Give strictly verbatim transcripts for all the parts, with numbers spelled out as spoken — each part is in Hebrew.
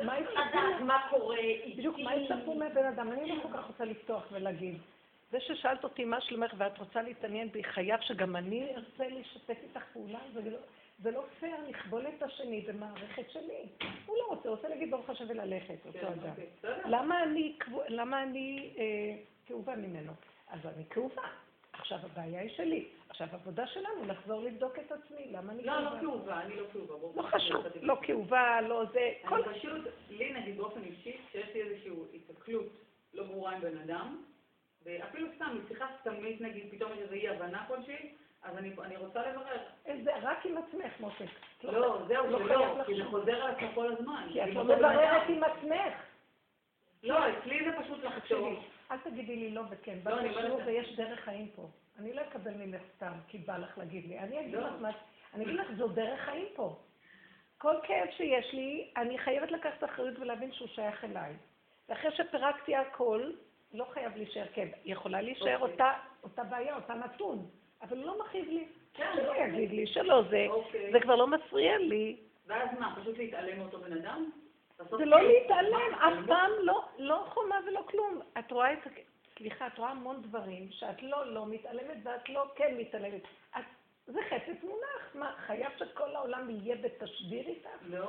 מה יצטרכו? מה קורה? בדיוק, מה יצטרכו מהבן אדם? אני לא כל כך רוצה לפתוח ולהגיד. זה ששאלת אותי מה שלומך ואת רוצה להתעניין בי, חייב שגם אני ארצה לשתף איתך פעולה, זה לא פייר לכבול את השני במערכת שלי. הוא לא רוצה, הוא רוצה להגיד ברוך השם וללכת, אותו אדם. למה אני כאובה ממנו? אז אני כאובה. עכשיו הבעיה היא שלי. עכשיו העבודה שלנו לחזור לבדוק את עצמי. למה אני כאובה? לא, לא כאובה, אני לא כאובה. לא חשוב, לא כאובה, לא זה. אני פשוט, לי נגיד באופן אישי, שיש לי איזושהי התקלות לא ברורה עם בן אדם, ואפילו סתם, משיחה סתמית נגיד, פתאום יש איזו אי הבנה כלשהי, אז אני, אני רוצה לברר. זה רק עם עצמך, מותק. לא, זהו, שלא, כי זה חוזר על עצמו כל הזמן. כי את לא מבררת עם עצמך. לא, אצלי זה פשוט לחשוב. אל תגידי לי לא וכן, בשיעור ויש דרך חיים פה. אני לא אקבל ממך סתם, כי בא לך להגיד לי. אני אגיד לך מה, אני אגיד לך, זו דרך חיים פה. כל כאב שיש לי, אני חייבת לקחת אחריות ולהבין שהוא שייך אליי. ואחרי שפרקתי הכל, לא חייב להישאר כאב. יכולה להישאר אותה, אותה בעיה, אותה נתון, אבל הוא לא מכאיב לי. שלא יגיד לי, שלא זה, זה כבר לא מפריע לי. ואז מה, פשוט להתעלם מאותו בן אדם? זה לא להתעלם, אף פעם לא חומה ולא כלום. את רואה את, סליחה, את רואה המון דברים שאת לא לא מתעלמת ואת לא כן מתעלמת. זה חפץ מונח, מה, חייב שכל העולם יהיה בתשדיר איתך? לא.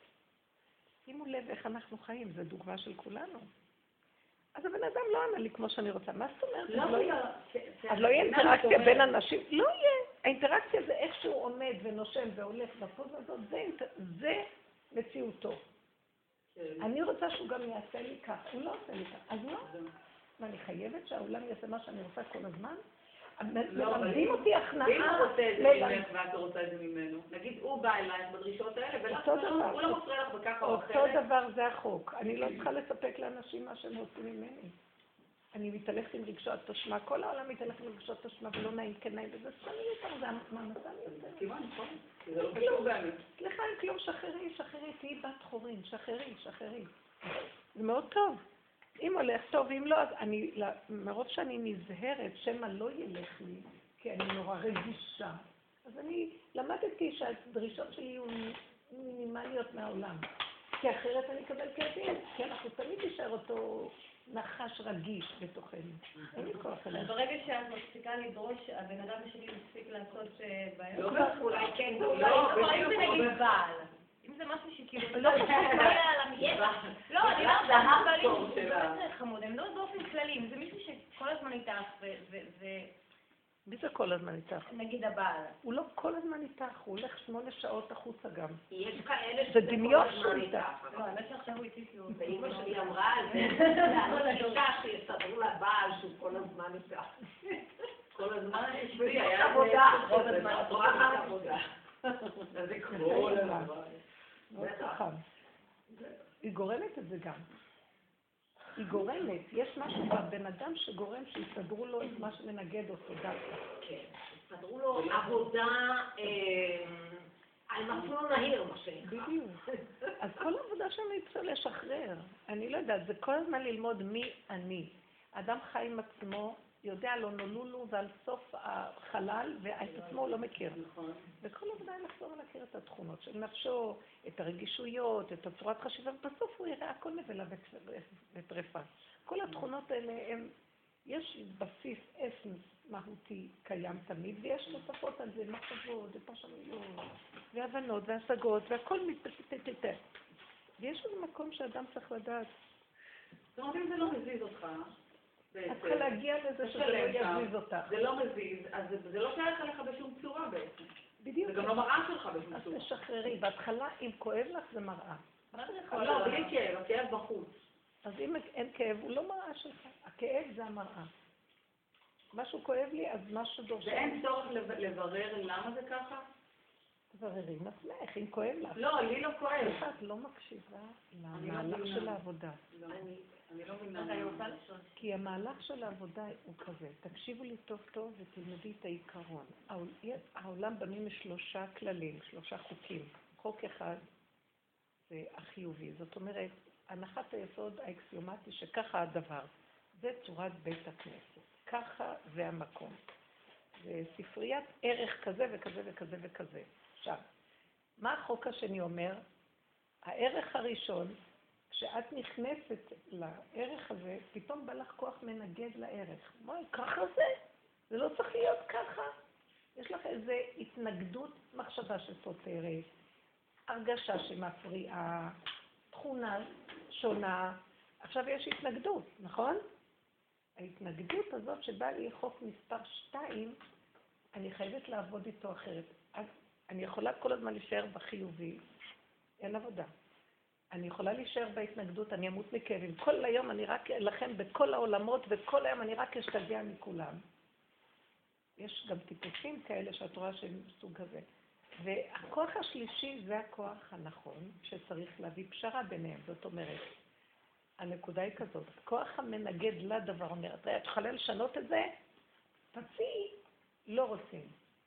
שימו לב איך אנחנו חיים, זו דוגמה של כולנו. אז הבן אדם לא ענה לי כמו שאני רוצה. מה זאת אומרת? לא, לא. אז לא יהיה אינטראקציה בין אנשים? לא יהיה. האינטראקציה זה איך שהוא עומד ונושם והולך בפוזה הזאת, זה מציאותו. אני רוצה שהוא גם יעשה לי כך. הוא לא עושה לי כך. אז לא. ואני חייבת שהעולם יעשה מה שאני רוצה כל הזמן? מלמדים אותי הכנעה. ואם הוא רוצה את זה ממך ואת רוצה את זה ממנו. נגיד, הוא בא אלייך בדרישות האלה, והוא לא מפריע לך בככה או אחרת. אותו דבר זה החוק. אני לא צריכה לספק לאנשים מה שהם רוצים ממני. אני מתהלכת עם רגשות אשמה. כל העולם מתהלך עם רגשות אשמה ולא נעים כנעים. וזה סתם יותר, זה המעמסה יותר. כמעט, נכון. זה לא קשור באמת. סליחה, אם כלום, שחררי, שחררי, תהיי בת חורין, שחררי, שחררי. זה מאוד טוב. אם הולך טוב, אם לא, אז אני, מרוב שאני נזהרת, שמה לא ילך לי, כי אני נורא רגישה, אז אני למדתי שהדרישות שלי יהיו מינימליות מהעולם. כי אחרת אני אקבל כאבים, כי אנחנו תמיד נשאר אותו נחש רגיש בתוכנו. אין לי כוח אליו. ברגע שאת מפסיקה לדרוש, הבן אדם שלי מפסיק לעשות בעיות. לא אולי כן, לא, אם זה נגיד בעל. אם זה משהו שכאילו... לא חשוב לא, אני לא יודעת, הבעלים, זה באמת חמוד, הם לא באופן כללי, זה מישהו שכל הזמן איתך ו... מי זה כל הזמן איתך? נגיד הבעל. הוא לא כל הזמן איתך, הוא הולך שמונה שעות החוצה גם. יש כאלה זה דמיון שהוא איתך. לא, האמת שעכשיו הוא איתי שהוא... ואמא שלי אמרה על זה, לענות לאישה שיסדרו לבעל שהוא כל הזמן איתך. כל הזמן יש לי, היה עבודה, רוב הזמן, רוב הזמן עבודה. זה כל הזמן. מאוד חכם. היא גורמת את זה גם. היא גורמת, יש משהו בבן אדם שגורם שיסדרו לו את מה שמנגד אותו דווקא. כן, יסדרו לו עבודה על מסלול נהיר, מה שנקרא. בדיוק. אז כל העבודה שלנו היא צריכה לשחרר. אני לא יודעת, זה כל הזמן ללמוד מי אני. אדם חי עם עצמו, יודע לא נולולו ועל סוף החלל, ואת עצמו הוא לא מכיר. וכל עבודה היא לחזור להכיר את התכונות של נפשו, את הרגישויות, את הצורת חשיבה, ובסוף הוא יראה הכל נבלה וטרפה. כל התכונות האלה הם, יש בסיס אסנס מהותי קיים תמיד, ויש תוספות על זה, מחשבות ופרשנויות, והבנות והשגות, והכל מתפתתתת. ויש איזה מקום שאדם צריך לדעת. זאת אומרת, אם זה לא מזיז אותך, את צריכה להגיע לזה שזה לא יזיז אותך. זה לא מזיז, אז זה לא שייך עליך בשום צורה בעצם. בדיוק. זה גם לא מראה שלך בשום צורה. אז תשחררי. בהתחלה, אם כואב לך, זה מראה. לא, בלי כאב, הכאב בחוץ. אז אם אין כאב, הוא לא מראה שלך. הכאב זה המראה. משהו כואב לי, אז משהו דורשן. ואין צורך לברר למה זה ככה? תבררי עם עצמך, אם כואב לך. לא, לי לא כואב. סליחה, את לא מקשיבה למהלך של העבודה. אני לא מבינה. כי המהלך של העבודה הוא כזה. תקשיבו לי טוב טוב ותלמדי את העיקרון. העולם בנוי משלושה כללים, שלושה חוקים. חוק אחד זה החיובי. זאת אומרת, הנחת היסוד האקסיומטי שככה הדבר. זה צורת בית הכנסת. ככה זה המקום. זה ספריית ערך כזה וכזה וכזה וכזה. עכשיו, מה החוק השני אומר? הערך הראשון כשאת נכנסת לערך הזה, פתאום בא לך כוח מנגד לערך. מה, ככה זה? זה לא צריך להיות ככה. יש לך איזו התנגדות, מחשבה שסותרת, הרגשה שמפריעה, תכונה שונה. עכשיו יש התנגדות, נכון? ההתנגדות הזאת שבאה לי חוק מספר שתיים, אני חייבת לעבוד איתו אחרת. אז אני יכולה כל הזמן להישאר בחיובי, אין עבודה. אני יכולה להישאר בהתנגדות, אני אמות מכאבים. כל היום אני רק אלחם בכל העולמות, וכל היום אני רק אשתגע מכולם. יש גם טיפוסים כאלה שאת רואה שהם סוג הזה. והכוח השלישי זה הכוח הנכון, שצריך להביא פשרה ביניהם. זאת אומרת, הנקודה היא כזאת, הכוח המנגד לדבר אומר, את יכולה לשנות את זה? תציעי, לא רוצים.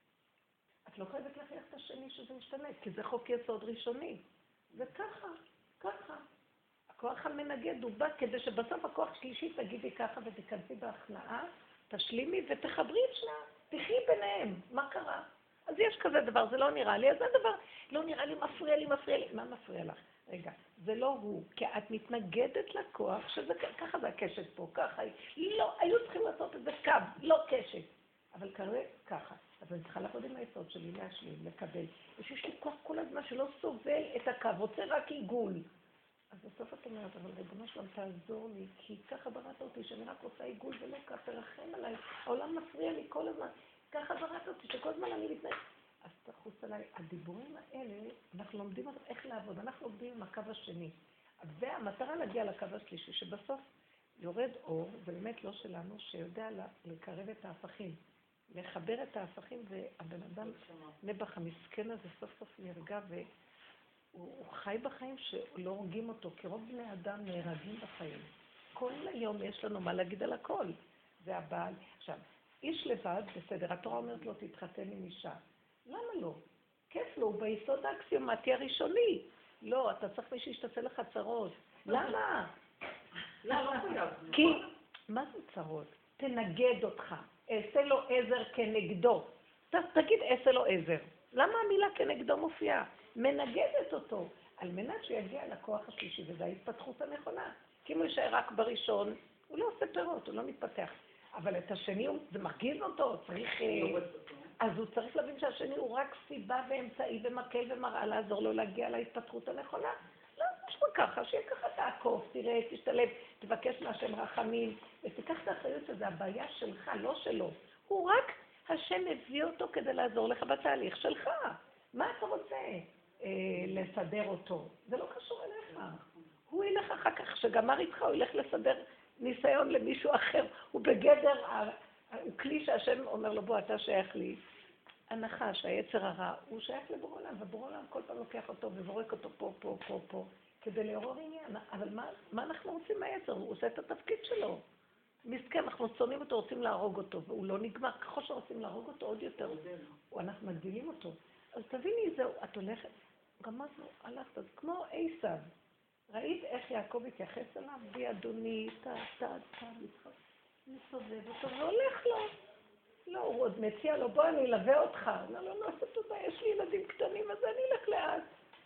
את לא חייבת להכריח את השני שזה משתנה, כי זה חוק יסוד ראשוני. זה ככה, ככה. הכוח המנגד הוא בא כדי שבסוף הכוח שלישי תגידי ככה ותיכנסי בהכנעה, תשלימי ותחברי את שלה, תחי ביניהם, מה קרה? אז יש כזה דבר, זה לא נראה לי, אז זה דבר, לא נראה לי, מפריע לי, מפריע לי. מה מפריע לך? רגע, זה לא הוא, כי את מתנגדת לכוח, שזה ככה זה הקשת פה, ככה, לא, היו צריכים לעשות את זה קו, לא קשת, אבל כנראה ככה. אז אני צריכה לעבוד עם היסוד שלי, להשלים, לקבל. ושיש לי כוח כל הזמן שלא סובל את הקו, רוצה רק עיגול. אז בסוף את אומרת, אבל ריבונו שלום תעזור לי, כי ככה בראת אותי, שאני רק עושה עיגול ולא ככה, תרחם עליי, העולם מפריע לי כל הזמן, ככה בראת אותי, שכל הזמן אני מתנהג. אז תחוס עליי, הדיבורים האלה, אנחנו לומדים איך לעבוד, אנחנו עובדים עם הקו השני. והמטרה להגיע לקו השלישי, שבסוף יורד אור, זה באמת לא שלנו, שיודע לקרב את ההפכים. לחבר את ההפכים, והבן אדם נבח המסכן הזה סוף סוף נרגע, והוא חי בחיים שלא הורגים אותו, כי רוב בני אדם נהרגים בחיים. כל היום יש לנו מה להגיד על הכל. זה הבעל. עכשיו, איש לבד, בסדר, התורה אומרת לו, תתחתן עם אישה. למה לא? כיף לו, הוא ביסוד האקסיומטי הראשוני. לא, אתה צריך מישהו שתעשה לך צרות. למה? לא, לא חייב. כי, מה זה צרות? תנגד אותך. אעשה לו עזר כנגדו. תגיד, אעשה לו עזר. למה המילה כנגדו מופיעה? מנגדת אותו, על מנת שיגיע לכוח השלישי, וזו ההתפתחות הנכונה. כי אם הוא יישאר רק בראשון, הוא לא עושה פירות, הוא לא מתפתח. אבל את השני, זה מרגיז אותו, צריך... אז הוא צריך להבין שהשני הוא רק סיבה ואמצעי ומקל ומראה לעזור לו להגיע להתפתחות הנכונה. לא, יש פה ככה, שיהיה ככה תעקוף, תראה, תשתלב, תבקש מהשם רחמים, ותיקח את האחריות שזה הבעיה שלך, לא שלו. הוא רק, השם הביא אותו כדי לעזור לך בתהליך שלך. מה אתה רוצה אה, לסדר אותו? זה לא קשור אליך. הוא ילך אחר כך, שגמר איתך, הוא ילך לסדר ניסיון למישהו אחר. הוא בגדר, הוא כלי שהשם אומר לו, בוא, אתה שייך לי. הנחש, היצר הרע, הוא שייך לבורא עולם, ובורא עולם כל פעם לוקח אותו וזורק אותו פה, פה, פה, פה, כדי לעורר עניין. אבל מה, מה אנחנו רוצים מהיצר? הוא עושה את התפקיד שלו. מסכן, אנחנו צונים אותו, רוצים להרוג אותו, והוא לא נגמר. ככל שרוצים להרוג אותו עוד יותר, אנחנו מגדילים אותו. אז תביני, זהו, את הולכת, רמזנו, הלכת, אז כמו עשיו. ראית איך יעקב התייחס אליו? בי אדוני, תא, תא, תא, מסובב אותו, והולך לו. לא, הוא עוד מציע לו, בוא, אני אלווה אותך. לא, לא, לא, עושה תודה, יש לי ילדים קטנים, אז אני אלך לאט.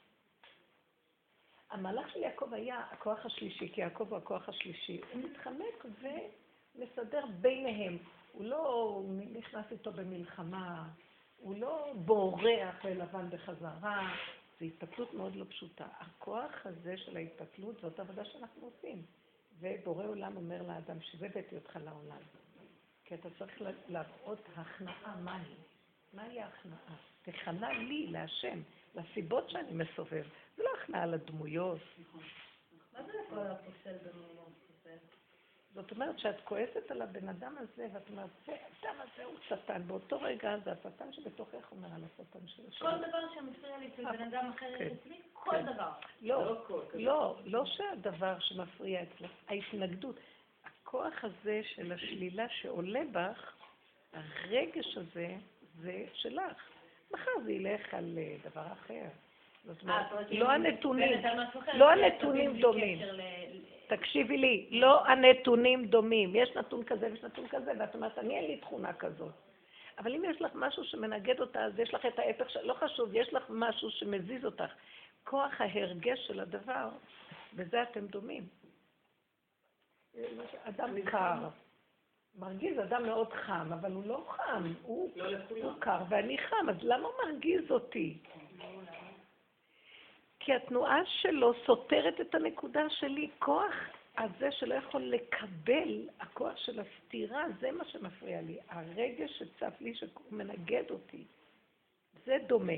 המהלך של יעקב היה הכוח השלישי, כי יעקב הוא הכוח השלישי. הוא מתחמק ומסדר ביניהם. הוא לא נכנס איתו במלחמה, הוא לא בורח ללבן בחזרה. זו התפתלות מאוד לא פשוטה. הכוח הזה של ההתפתלות זאת עבודה שאנחנו עושים. ובורא עולם אומר לאדם, שזה הבאתי אותך לעולם. כי אתה צריך להראות הכנעה מהי. מהי ההכנעה? תכנע לי, להשם, לסיבות שאני מסובב. זה לא הכנעה לדמויות. מה זה לכל הפוסל במאמר פוסל? זאת אומרת שאת כועסת על הבן אדם הזה, ואת אומרת, האדם הזה הוא שטן. באותו רגע זה השטן שבתוכך אומר על השטן שלו. כל דבר שמפריע לי אצל בן אדם אחר אצלי, כל דבר. לא, לא, לא שהדבר שמפריע אצלך, ההתנגדות. הכוח הזה של השלילה שעולה בך, הרגש הזה, זה שלך. מחר זה ילך על דבר אחר. זאת אומרת, לא הנתונים, לא הנתונים דומים. תקשיבי לי, לא הנתונים דומים. יש נתון כזה ויש נתון כזה, ואת אומרת, אני אין לי תכונה כזאת. אבל אם יש לך משהו שמנגד אותה, אז יש לך את ההפך, לא חשוב, יש לך משהו שמזיז אותך. כוח ההרגש של הדבר בזה אתם דומים. אדם קר. מרגיז אדם מאוד חם, אבל הוא לא חם, הוא, הוא קר ואני חם, אז למה הוא מרגיז אותי? כי התנועה שלו סותרת את הנקודה שלי, כוח הזה שלא יכול לקבל, הכוח של הסתירה, זה מה שמפריע לי. הרגש שצף לי שמנגד אותי, זה דומה.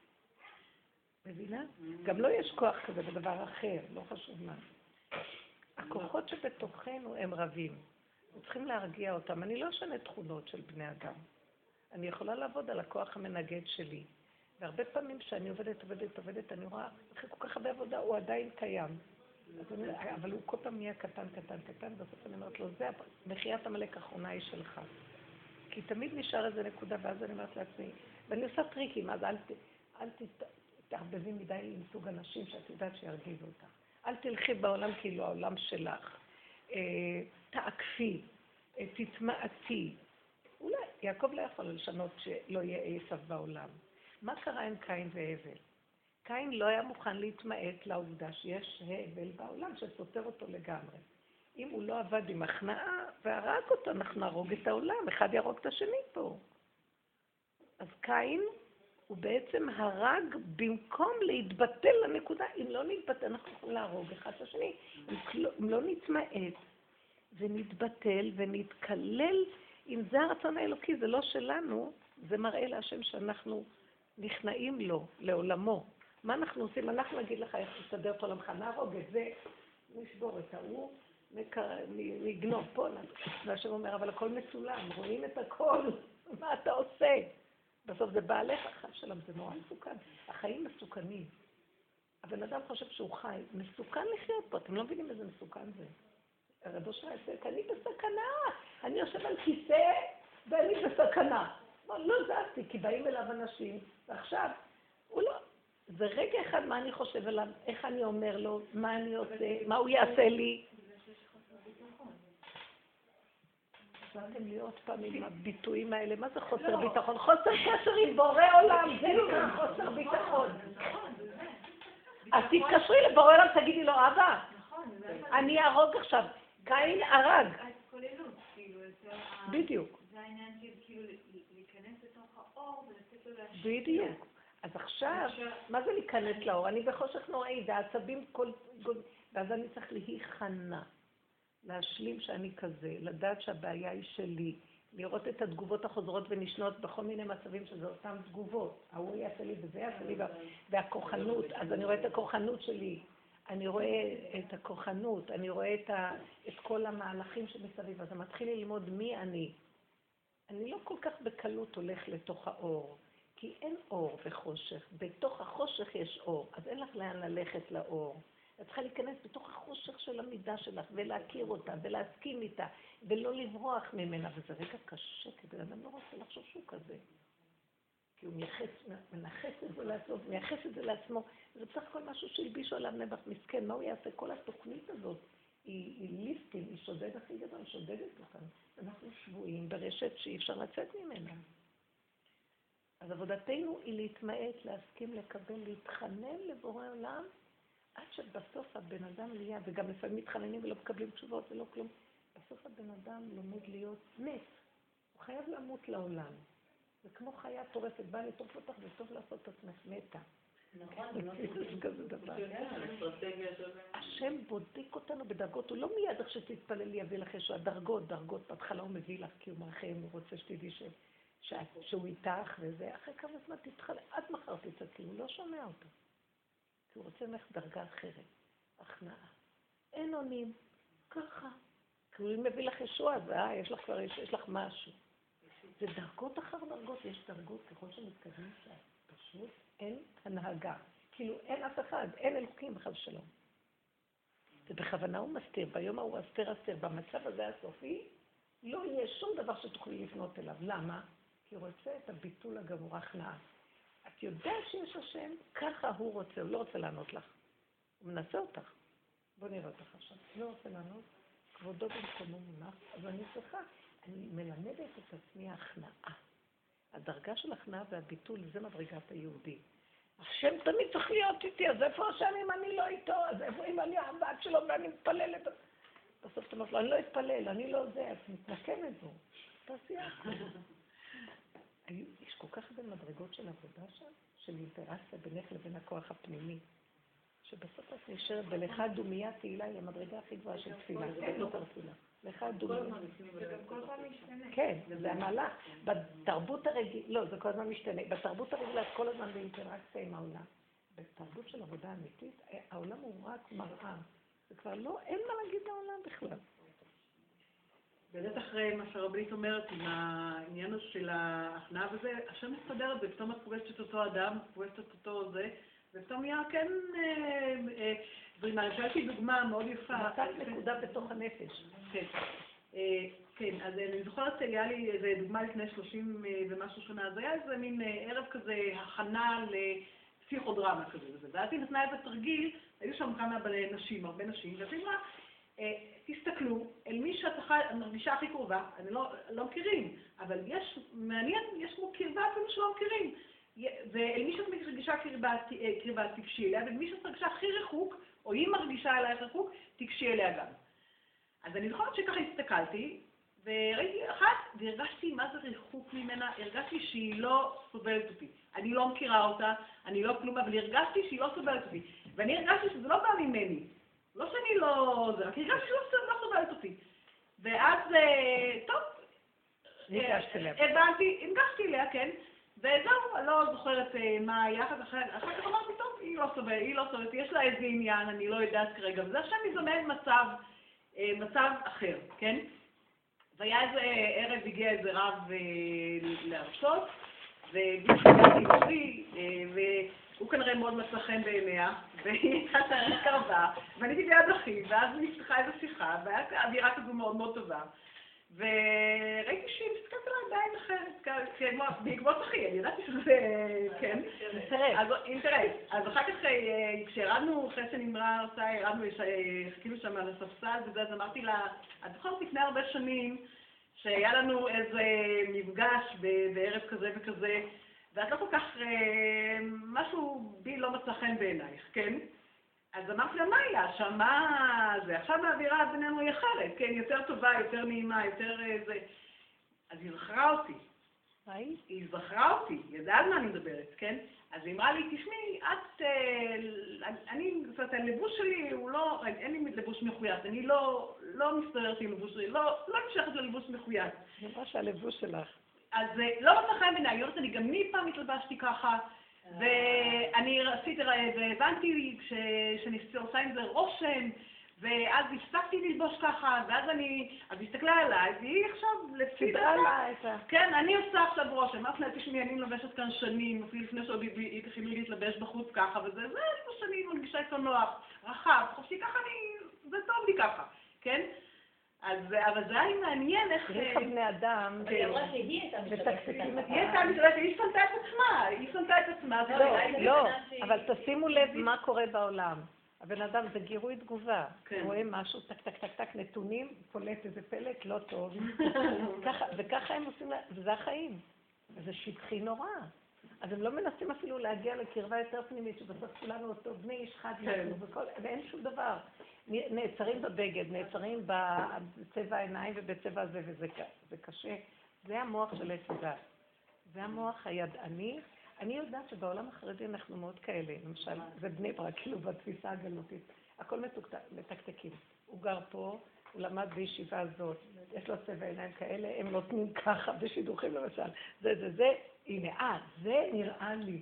מבינה? גם לא יש כוח כזה בדבר אחר, לא חשוב מה. הכוחות שבתוכנו הם רבים. צריכים להרגיע אותם. אני לא אשנה תכונות של בני אדם. אני יכולה לעבוד על הכוח המנגד שלי. והרבה פעמים שאני עובדת, עובדת, עובדת, אני רואה, אחרי כל כך הרבה עבודה, הוא עדיין קיים. אני, אבל הוא כל פעם נהיה קטן, קטן, קטן, בסוף אני אומרת לו, זה מחיית המלך האחרונה היא שלך. כי תמיד נשאר איזה נקודה, ואז אני אומרת לעצמי, ואני עושה טריקים, אז אל, אל תתערבבי מדי עם סוג אנשים שאת יודעת שירגיזו אותך. אל תלכי בעולם כאילו העולם שלך. תעקפי, תתמעטי. אולי יעקב לא יכול לשנות שלא יהיה עשיו בעולם. מה קרה עם קין והבל? קין לא היה מוכן להתמעט לעובדה שיש הבל בעולם שסותר אותו לגמרי. אם הוא לא עבד עם הכנעה והרג אותו, אנחנו נהרוג את העולם, אחד יהרוג את השני פה. אז קין הוא בעצם הרג במקום להתבטל לנקודה. אם לא נתבטל, אנחנו יכולים להרוג אחד את השני. אם לא נתמעט ונתבטל ונתקלל, אם זה הרצון האלוקי, זה לא שלנו, זה מראה להשם שאנחנו נכנעים לו, לעולמו. מה אנחנו עושים? אנחנו נגיד לך איך תסתדר את עולמך, נהרוג את זה, נשבור את ההוא, נגנוב פה. והשם אומר, אבל הכל מצולם, רואים את הכל, מה אתה עושה? בסוף זה בעליך, החיים שלהם זה נורא מסוכן. החיים מסוכנים. הבן אדם חושב שהוא חי, מסוכן לחיות פה, אתם לא מבינים איזה מסוכן זה. הרדו שלה יצא, אני בסכנה, אני יושב על כיסא ואני בסכנה. לא, לא זזתי, כי באים אליו אנשים, ועכשיו, הוא לא, זה רגע אחד מה אני חושב עליו, איך אני אומר לו, מה אני עושה, מה הוא יעשה לי. באתם לי עוד פעם עם הביטויים האלה, מה זה חוסר ביטחון? חוסר קשר עם בורא עולם, זה נקרא חוסר ביטחון. אז תתקשרי לבורא עולם, תגידי לו, אבא, אני אהרוג עכשיו. קין הרג. בדיוק. זה העניין כאילו להיכנס לתוך האור ולתת לו להשפיע. בדיוק. אז עכשיו, מה זה להיכנס לאור? אני בחושך נוראי, והעצבים כל... ואז אני צריך להיכנע. להשלים שאני כזה, לדעת שהבעיה היא שלי, לראות את התגובות החוזרות ונשנות בכל מיני מצבים שזה אותן תגובות. ההוא יעשה לי וזה יעשה לי, והכוחנות, אז אני רואה את הכוחנות שלי, אני רואה את הכוחנות, אני רואה את, ה, את כל המהלכים שמסביב, אז אני מתחיל ללמוד מי אני. אני לא כל כך בקלות הולך לתוך האור, כי אין אור וחושך, בתוך החושך יש אור, אז אין לך לאן ללכת לאור. את צריכה להיכנס בתוך החושך של המידה שלך, ולהכיר אותה, ולהסכים איתה, ולא לברוח ממנה, וזה רגע קשה, כי בן אדם לא רוצה לחשוב שהוא כזה. כי הוא מייחס, מנחס את זה לעצמו, מייחס את זה לעצמו, זה בסך הכל משהו שהלבישו עליו נבח מסכן, מה הוא יעשה? כל התוכנית הזאת היא, היא ליסטים, היא שודד הכי גדול, היא שודדת אותנו. אנחנו שבועים ברשת שאי אפשר לצאת ממנה. אז עבודתנו היא להתמעט, להסכים, לקבל, להתחנן לבורא עולם, עד שבסוף הבן אדם נהיה, וגם לפעמים מתחננים ולא מקבלים תשובות ולא כלום, בסוף הבן אדם לומד להיות מת. הוא חייב למות לעולם. זה כמו חיה טורפת, באה לטורף אותך וטוב לעשות את עצמך מתה. זה כזה דבר. השם בודק אותנו בדרגות, הוא לא מיד איך שתתפלל לי יביא לך ישוע, דרגות, דרגות, בהתחלה הוא מביא לך כי הוא מרחם, הוא רוצה שתדעי שהוא איתך וזה, אחרי כמה זמן תתחלה, עד מחר תצעקי, הוא לא שומע אותו. כי הוא רוצה ממך דרגה אחרת, הכנעה. אין עונים, ככה. כי הוא מביא לך ישוע, אז אה, יש לך כבר, יש לך משהו. זה דרגות אחר דרגות, יש דרגות ככל שמתקדמים שפשוט אין הנהגה. כאילו אין אף אחד, אין אלוקים בכלל שלום. ובכוונה הוא מסתיר, ביום ההוא אסתר אסתר, במצב הזה הסופי, לא יהיה שום דבר שתוכלי לפנות אליו. למה? כי הוא רוצה את הביטול הגמור, הכנעה. את יודעת שיש השם, ככה הוא רוצה, הוא לא רוצה לענות לך. הוא מנסה אותך. בוא נראה אותך עכשיו. לא רוצה לענות, כבודו במקומו מונח, אז אני צריכה, אני מלמדת את עצמי הכנעה. הדרגה של הכנעה והביטול זה מדרגת היהודי. השם תמיד צריך להיות איתי, אז איפה השם אם אני לא איתו? אז איפה אם אני הבת שלו ואני מתפללת? בסוף אתה אומר לו, אני לא אתפלל, אני לא זה, את מתנקמת בו. תעשי את זה. יש כל כך הרבה מדרגות של עבודה שם, של אינטראקציה בינך לבין הכוח הפנימי, שבסוף את נשארת בלך דומיה תהילה, היא המדרגה הכי גבוהה של תפילה, זה לא תפילה. לך דומיה. כל פעם משתנה. כן, זה המהלך. בתרבות הרגילה, לא, זה כל הזמן משתנה. בתרבות הרגילה, כל הזמן באינטראקציה עם העולם. בתרבות של עבודה אמיתית, העולם הוא רק מראה. זה כבר לא, אין מה להגיד לעולם בכלל. באמת אחרי מה שהרבנית אומרת עם העניין של ההכנעה וזה, השם מסתדרת ופתאום את פוגשת את אותו אדם, פוגשת את אותו זה, ופתאום נהיה כן זרימה. אני שאלתי דוגמה מאוד יפה. מצאת נקודה בתוך הנפש. כן. כן, אז אני זוכרת, היה לי איזו דוגמה לפני שלושים ומשהו שנה, אז היה איזה מין ערב כזה, הכנה לפסיכודרמה כזה וזה, ואז היא נתנה איזה תרגיל, היו שם כמה נשים, הרבה נשים, ואז היא אמרה, תסתכלו אל מי שאת מרגישה הכי קרובה, אני לא, לא מכירים, אבל יש, מעניין, יש כמו קרבה אפילו שלא מכירים, ואל מי שאת מרגישה קרבה, קרבה תקשי אליה, ומי שאת מרגישה הכי רחוק, או היא מרגישה אלייך רחוק, תקשי אליה גם. אז אני זוכרת שככה הסתכלתי, וראיתי אחת, והרגשתי מה זה ריחוק ממנה, הרגשתי שהיא לא סובלת אותי. אני לא מכירה אותה, אני לא כלום, אבל הרגשתי שהיא לא סובלת אותי. ואני הרגשתי שזה לא בא ממני. לא שאני לא... זה רק הרגשתי שהיא לא סובלת אותי. ואז, טוב, הבנתי, הנגשתי אליה, כן, וזהו, אני לא זוכרת מה היחד, אחר כך אמרתי, טוב, היא לא סובלת, היא לא סובלת, יש לה איזה עניין, אני לא יודעת כרגע, וזה עכשיו מזמן מצב, מצב אחר, כן? והיה איזה ערב, הגיע איזה רב להרצות, ובשבילה נפשי, והוא כנראה מאוד מצא חן בעיניה, והיא הייתה תאריך קרבה, ואני הייתי ביד אחי, ואז נפתחה איזו שיחה, והייתה אווירה כזו מאוד מאוד טובה. וראיתי שהיא מסתכלת עליי בעין אחרת, בעקבות אחי, אני ידעתי שזה, כן. אינטרס. אז אחר כך, כשהרדנו, אחרי שנמרה הרצאה, הרדנו, חיכינו שם על הספסל וזה, אז אמרתי לה, את זוכרת לפני הרבה שנים, שהיה לנו איזה מפגש בערב כזה וכזה, ואת לא כל כך, משהו בי לא מצא חן בעינייך, כן? אז אמרתי לה, מה היה שם? מה זה? עכשיו האווירה בינינו היא אחרת, כן? יותר טובה, יותר נעימה, יותר זה. אז היא זכרה אותי. מה היא? היא זכרה אותי, ידעת מה אני מדברת, כן? אז היא אמרה לי, תשמעי, את, אני, זאת אומרת, הלבוש שלי הוא לא, אין לי לבוש מחויב, אני לא, לא מסתדרת עם לבוש שלי, לא, לא נמשכת ללבוש מחויב. זה מה שהלבוש שלך. אז לא מצא חן בעיניי, יורדת, אני גם מי פעם התלבשתי ככה, ואני רציתי, והבנתי שאני עושה עם זה רושם, ואז הפסקתי ללבוש ככה, ואז אני, אז היא הסתכלה עליי, והיא עכשיו לפי דעתה. כן, אני עושה עכשיו רושם, אמרת לה, תשמעי, אני מלבשת כאן שנים, אפילו לפני שעוד היא התחילה להתלבש בחוץ ככה, וזה, זה, יש שנים, מרגישה איתו נוח, רחב, חופשי, ככה אני, זה טוב לי ככה, כן? אז, אבל זה היה מעניין איך... תראי לך בני אדם... אבל היא אמרה שהיא הייתה משתתפת. היא הייתה משתתפת, היא שנתה את עצמה, היא שנתה את עצמה. לא, לא, אבל תשימו לב מה קורה בעולם. הבן אדם זה גירוי תגובה. הוא רואה משהו, טק, טק, טק, טק, נתונים, פולט איזה פלט, לא טוב. וככה הם עושים, וזה החיים. זה שטחי נורא. אז הם לא מנסים אפילו להגיע לקרבה יותר פנימית, שבסוף כולנו אותו בני איש חד לנו, ואין שום דבר. נעצרים בבגד, נעצרים בצבע העיניים ובצבע הזה, וזה קשה. זה המוח של הדת. זה המוח הידעני. אני יודעת שבעולם החרדי אנחנו מאוד כאלה, למשל, זה בני ברק, כאילו בתפיסה הגלותית. הכל מתקתקים. הוא גר פה, הוא למד בישיבה הזאת, יש לו צבע עיניים כאלה, הם נותנים ככה בשידוכים למשל. זה, זה, זה, הנה, אה, זה נראה לי.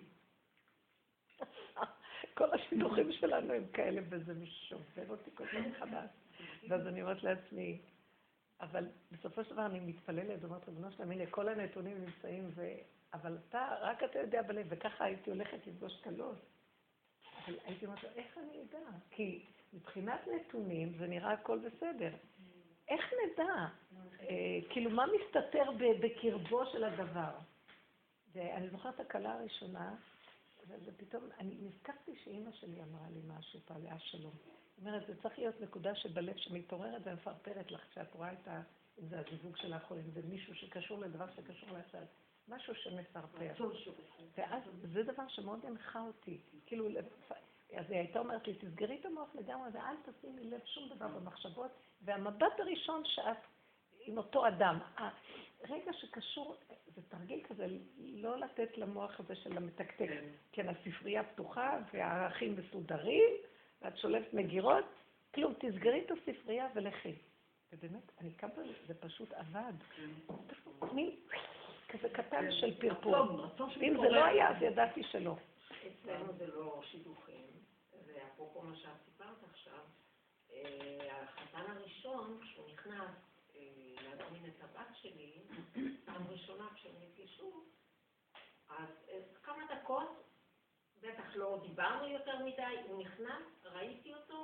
כל השידוכים שלנו הם כאלה, וזה משובב אותי כל כך חדש. ואז אני אומרת לעצמי, אבל בסופו של דבר אני מתפללת, אומרת רבנו שלם, הנה, כל הנתונים נמצאים, ו... אבל אתה, רק אתה יודע בלב, וככה הייתי הולכת לפגוש קלות. אבל הייתי אומרת לו, איך אני אדע? כי מבחינת נתונים זה נראה הכל בסדר. איך נדע? כאילו, מה מסתתר בקרבו של הדבר? ואני זוכרת את הקלה הראשונה, ופתאום, אני נזכרתי שאימא שלי אמרה לי משהו פה, עליה שלום. זאת אומרת, זה צריך להיות נקודה שבלב שמתעוררת ומפרפרת לך, כשאת רואה את זה הזיווג שלך, או אם זה מישהו שקשור לדבר שקשור לעצת. משהו שמפרפר. ואז זה דבר שמאוד הנחה אותי. כאילו, אז היא הייתה אומרת לי, תסגרי את המוח לגמרי ואל תשימי לב שום דבר במחשבות, והמבט הראשון שאת עם אותו אדם. הרגע שקשור, זה תרגיל כזה, לא לתת למוח הזה של המתקתק. כן, הספרייה פתוחה והערכים מסודרים, ואת שולפת מגירות, כלום, תסגרי את הספרייה ולכי. ובאמת, אני קמת, זה פשוט עבד. מין כזה קטן של פרפור. ואם זה לא היה, אז ידעתי שלא. אצלנו זה לא שידוכים, ואפרופו מה שאת סיפרת עכשיו, החתן הראשון, כשהוא נכנס להזמין את הבת שלי, פעם ראשונה כשהם נפגשו, אז כמה דקות, בטח לא דיברנו יותר מדי, הוא נכנס, ראיתי אותו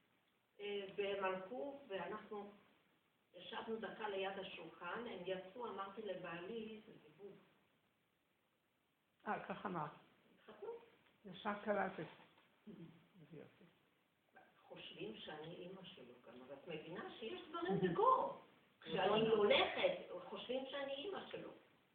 במלכו, ואנחנו ישבנו דקה ליד השולחן, הם יצאו, אמרתי לבעלי, זה זיווג. אה, ככה אמרת. התחתנו. ישר קלטת. חושבים שאני אימא שלו גם, אבל את מבינה שיש דברים בגור. כשאני הולכת, חושבים שאני אימא שלו.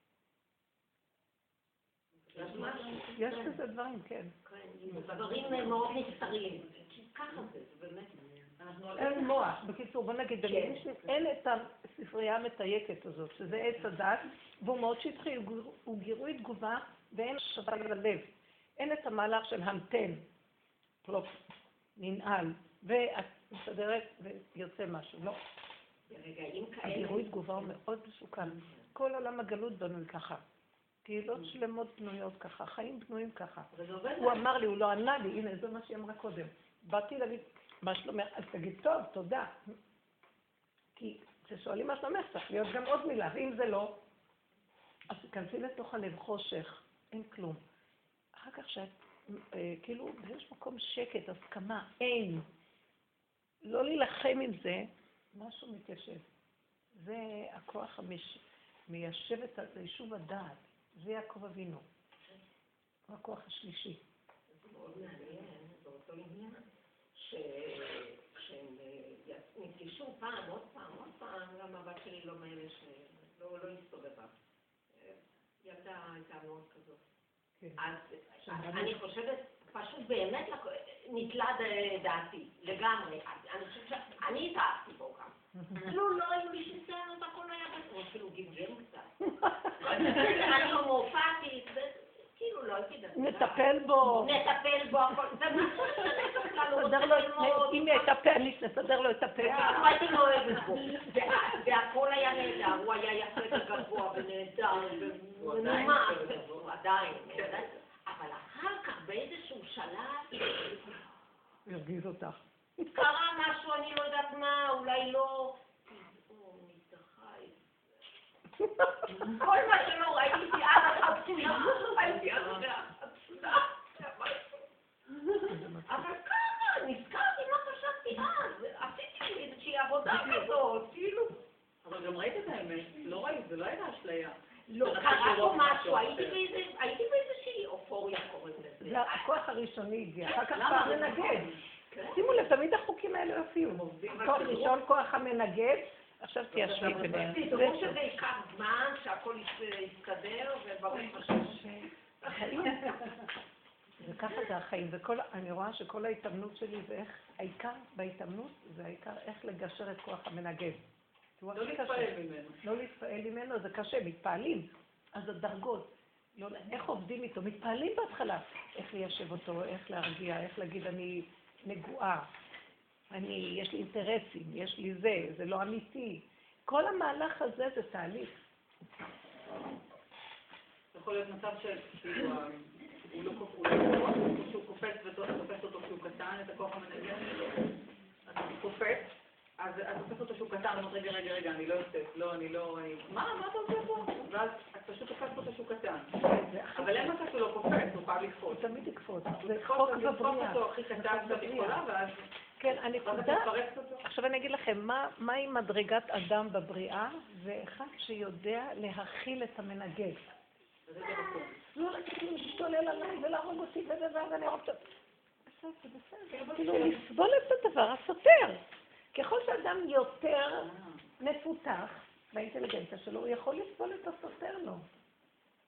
יש בזה דברים, כן. כן, דברים מאוד נסתרים. ככה זה, זה באמת. אין מוח. בקיצור, בוא נגיד, אין את הספרייה המתייקת הזאת, שזה עץ הדת, והוא מאוד שטחי, הוא גירוי תגובה, ואין שווה ללב. אין את המהלך של המתן, פלופ, ננעל, ואת מסדרת ויוצא משהו. לא. הגירוי תגובה הוא מאוד מסוכן. כל עולם הגלות בנוי ככה. קהילות שלמות בנויות ככה, חיים בנויים ככה. הוא אמר לי, הוא לא ענה לי, הנה, זה מה שהיא אמרה קודם. באתי להגיד, מה שלומך? אז תגיד, טוב, תודה. כי כששואלים מה שלומך, צריך להיות גם עוד מילה, ואם זה לא, אז תכנסי לתוך הלב חושך, אין כלום. אחר כך שאת, כאילו, יש מקום שקט, הסכמה, אין. לא להילחם עם זה, משהו מתיישב. זה הכוח המיישב את היישוב הדעת. זה יעקב אבינו. הוא הכוח השלישי. זה מאוד מעניין, באותו עניין, שכשהם נפגשו פעם, עוד פעם, עוד פעם, גם הבת שלי לא מאלה שלא הסתובבה. ילדה הייתה מאוד כזאת. אז אני חושבת, פשוט באמת נתלה דעתי, לגמרי. אני חושבת שאני התאהבתי בו גם. אפילו לא היו לי שסיינות, הכל היה בסדר, אפילו גמגם קצת. אני הומופתית, כאילו לא הייתי דעת. נטפל בו. נטפל בו, הכל. זה מה אם היא הייתה פענית, נסדר לו את הפה. הייתי מאוהבת בו. והכל היה נהדר, הוא היה יפה וגבוה ונהדר ומנומס. הוא עדיין. אבל אחר כך באיזשהו שלב ירגיז אותך. קרה משהו, אני לא יודעת מה, אולי לא... הוא נתחי. כל מה שלא ראיתי עד החצונה, ראיתי עד החצונה. אבל כמה, נזכרתי מה חשבתי אז, עשיתי לי איזושהי עבודה כזאת, כאילו. אבל גם ראית את האמת, לא ראית, זה לא הייתה אשליה. לא, קרה פה משהו, הייתי באיזושהי אופוריה קוראים לזה. זה הכוח הראשוני הגיע, אחר כך כבר מנגד. שימו לב, תמיד החוקים האלה יופיעו. כוח ראשון, כוח המנגד, עכשיו תיישבי ביניהם. תראו שזה ייקח זמן, שהכל יסתדר, וברוך השם. וככה זה החיים, ואני רואה שכל ההתאמנות שלי זה איך, העיקר בהתאמנות זה העיקר איך לגשר את כוח המנגד. לא להתפעל ממנו. לא להתפעל ממנו, זה קשה, מתפעלים. אז הדרגות, איך עובדים איתו? מתפעלים בהתחלה. איך ליישב אותו, איך להרגיע, איך להגיד אני נגועה, אני, יש לי אינטרסים, יש לי זה, זה לא אמיתי. כל המהלך הזה זה תהליך. יכול להיות מצב שהוא לא שהוא קופץ ותופס אותו כשהוא קטן, את הכוח המנגד שלו. אז הוא קופץ. אז את תופסת אותו שהוא קטן, אמרת, רגע, רגע, רגע, אני לא יוצאת, לא, אני לא... מה, מה אתה עושה פה? ואז את פשוט תופסת אותו שהוא קטן. אבל אין מצב שהוא לא קופץ, הוא חייב לקפוץ. הוא תמיד יקפוץ. זה חוק בבריאה. הוא הכי קטן שאת יכולה, ואז... כן, הנקודה... עכשיו אני אגיד לכם, מה היא מדרגת אדם בבריאה? זה אחד שיודע להכיל את המנגד. לא להשתולל עליי ולהרוג אותי ודבר, ואני רוצה... בסדר, בסדר. כאילו, לסבול את הדבר הסותר. ככל שאדם יותר מפותח באינטליגנציה שלו, הוא יכול לסבול את הסותר לו.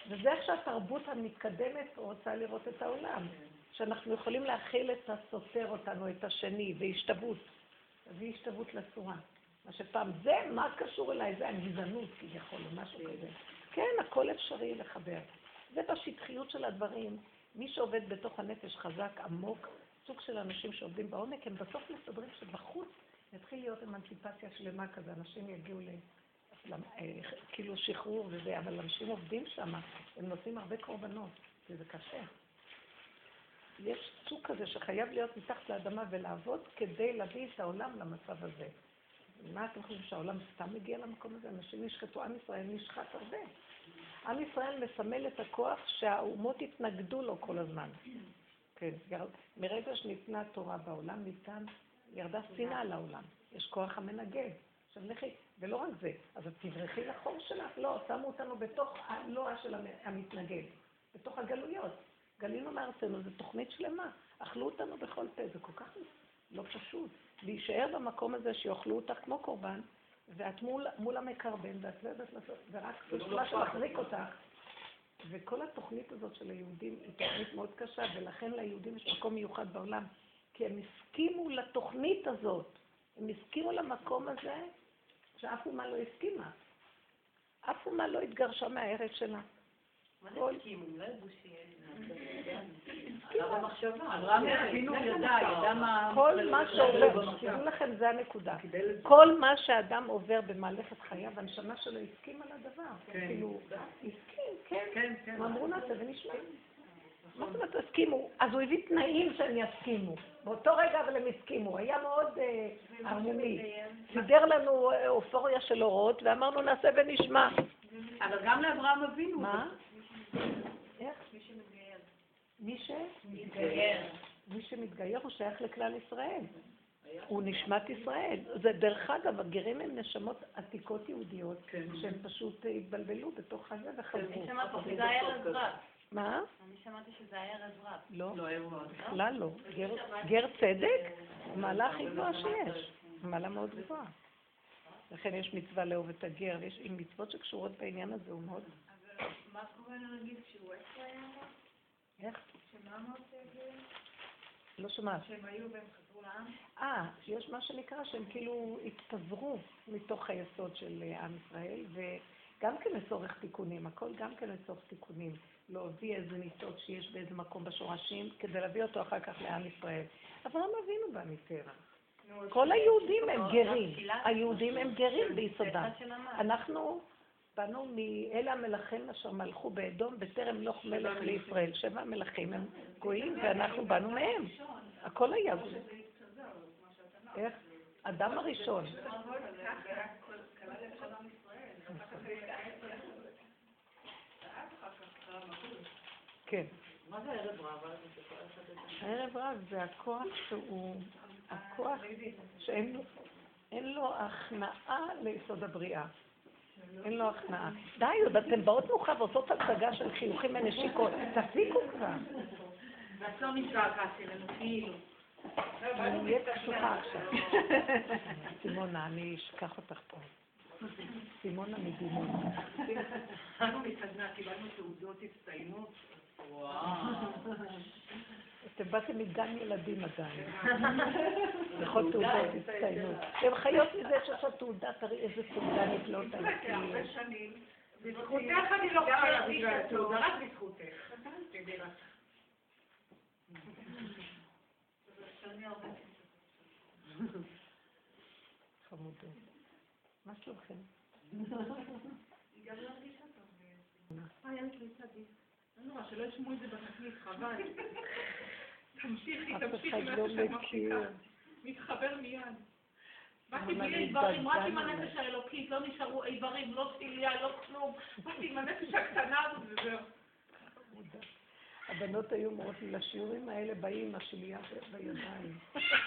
וזה איך שהתרבות המתקדמת רוצה לראות את העולם. שאנחנו יכולים להכיל את הסותר אותנו, את השני, והשתוות. והשתוות לצורה. מה שפעם, זה מה קשור אליי, זה הגזענות כביכול, או משהו כזה. כן, הכל אפשרי לחבר. זה בשטחיות של הדברים. מי שעובד בתוך הנפש חזק, עמוק, סוג של אנשים שעובדים בעומק, הם בסוף מסתדרים שבחוץ יתחיל להיות אמנציפציה שלמה כזה, אנשים יגיעו ל... כאילו שחרור וזה, אבל אנשים עובדים שם, הם נותנים הרבה קורבנות, וזה קשה. יש סוג כזה שחייב להיות מתחת לאדמה ולעבוד כדי להביא את העולם למצב הזה. מה אתם חושבים שהעולם סתם מגיע למקום הזה? אנשים נשחטו, עם ישראל נשחט הרבה. עם ישראל מסמל את הכוח שהאומות התנגדו לו כל הזמן. כן, מרגע שניתנה תורה בעולם, ניתן, ירדה שנאה לעולם. יש כוח המנגד. עכשיו לכי, ולא רק זה, אז את תברכי לחור שלך? לא, שמו אותנו בתוך הלוע של המתנגד, בתוך הגלויות. גלינו מארצנו, זו תוכנית שלמה. אכלו אותנו בכל פה, זה כל כך לא פשוט. להישאר במקום הזה שיאכלו אותך כמו קורבן, ואת מול, מול המקרבן, ואת לא יודעת לעשות, ורק מה שמחזיק אותך. וכל התוכנית הזאת של היהודים היא תוכנית מאוד קשה, ולכן ליהודים יש מקום מיוחד בעולם, כי הם הסכימו לתוכנית הזאת. הם הסכימו למקום הזה, שאף אומה לא הסכימה. אף אומה לא התגרשה מהארץ שלה. מה זה הסכימו? לא ידעו שיש... עלה במחשבה. אברהם אבינו ידע, ידע מה... כל מה שעובר, תראו לכם, זה הנקודה. כל מה שאדם עובר במהלכת חייו, הנשמה שלו הסכים על הדבר. כאילו, הסכים, כן. אמרו נעשה ונשמע. מה זאת אומרת, הסכימו? אז הוא הביא תנאים שהם יסכימו. באותו רגע אבל הם הסכימו. היה מאוד הרמוני. סידר לנו אופוריה של אורות, ואמרנו נעשה ונשמע. אבל גם לאברהם אבינו. מה? איך? מי שמתגייר. מי ש? מתגייר. מי שמתגייר הוא שייך לכלל ישראל. הוא נשמת ישראל. זה דרך אגב, הגרים הם נשמות עתיקות יהודיות, שהם פשוט התבלבלו בתוך הזה וחזרו. אני שמעת פה שזה היה ערב רב. מה? אני שמעתי שזה היה ערב רב. לא, בכלל לא. גר צדק הוא מעלה הכי גבוהה שיש. מעלה מאוד גבוהה. לכן יש מצווה לאהוב את הגר, ויש עם מצוות שקשורות בעניין הזה, הוא מאוד... אבל מה קורה נגיד שהוא איך היה? איך? שמה אמרת גרים? לא שומעת. שהם היו והם חזרו לעם? אה, יש מה שנקרא שהם כאילו התפזרו מתוך היסוד של עם ישראל, וגם כן לצורך תיקונים, הכל גם כן לצורך תיקונים. להביא איזה ניסות שיש באיזה מקום בשורשים, כדי להביא אותו אחר כך לעם ישראל. אברהם אבינו בא מטבע. כל היהודים הם גרים. היהודים הם גרים ביסודם. אנחנו באנו מאלה המלכים אשר מלכו באדום, בטרם מלוך מלך לישראל. שבע מלכים הם גויים, ואנחנו באנו מהם. הכל היה גוי. איך? אדם הראשון. כן. מה זה ערב רב? הערב רב זה הכוח שהוא, הכוח שאין לו הכנעה ליסוד הבריאה. אין לו הכנעה. די, עוד אתם באות מאוחר ועושות הצגה של חיוכים ונשיקות. תפיקו כבר. ואת לא מתגעגעת אלינו, כאילו. אני אהיה קשוחה עכשיו. סימונה, אני אשכח אותך פה. סימונה מדימונה. אנו מתחזנה, קיבלנו תעודות הצטיינות. וואו. אתם באתם מגן ילדים עדיין. בכל תעודות הצטיינות. אתם חיות מזה שיש תעודה, תראי איזה תעודה נפלאות על הרבה שנים. בזכותך אני לא חייתי את התעודה, רק בזכותך. תדעי לך. חמודות. מה שלומכם? היא גם לא הרגישה טוב. אה, היה לי קריצת דיסק. לא נורא, שלא ישמעו את זה בתכנית, חבל. תמשיכי, תמשיכי מה שאת מפסיקה. מתחבר מיד. באתי בלי איברים, רק עם הנפש האלוקית, לא נשארו איברים, לא תפיליה, לא כלום. באתי עם הנפש הקטנה הזאת וזהו. הבנות היו אומרות לי, לשיעורים האלה באים השלייה בידיים.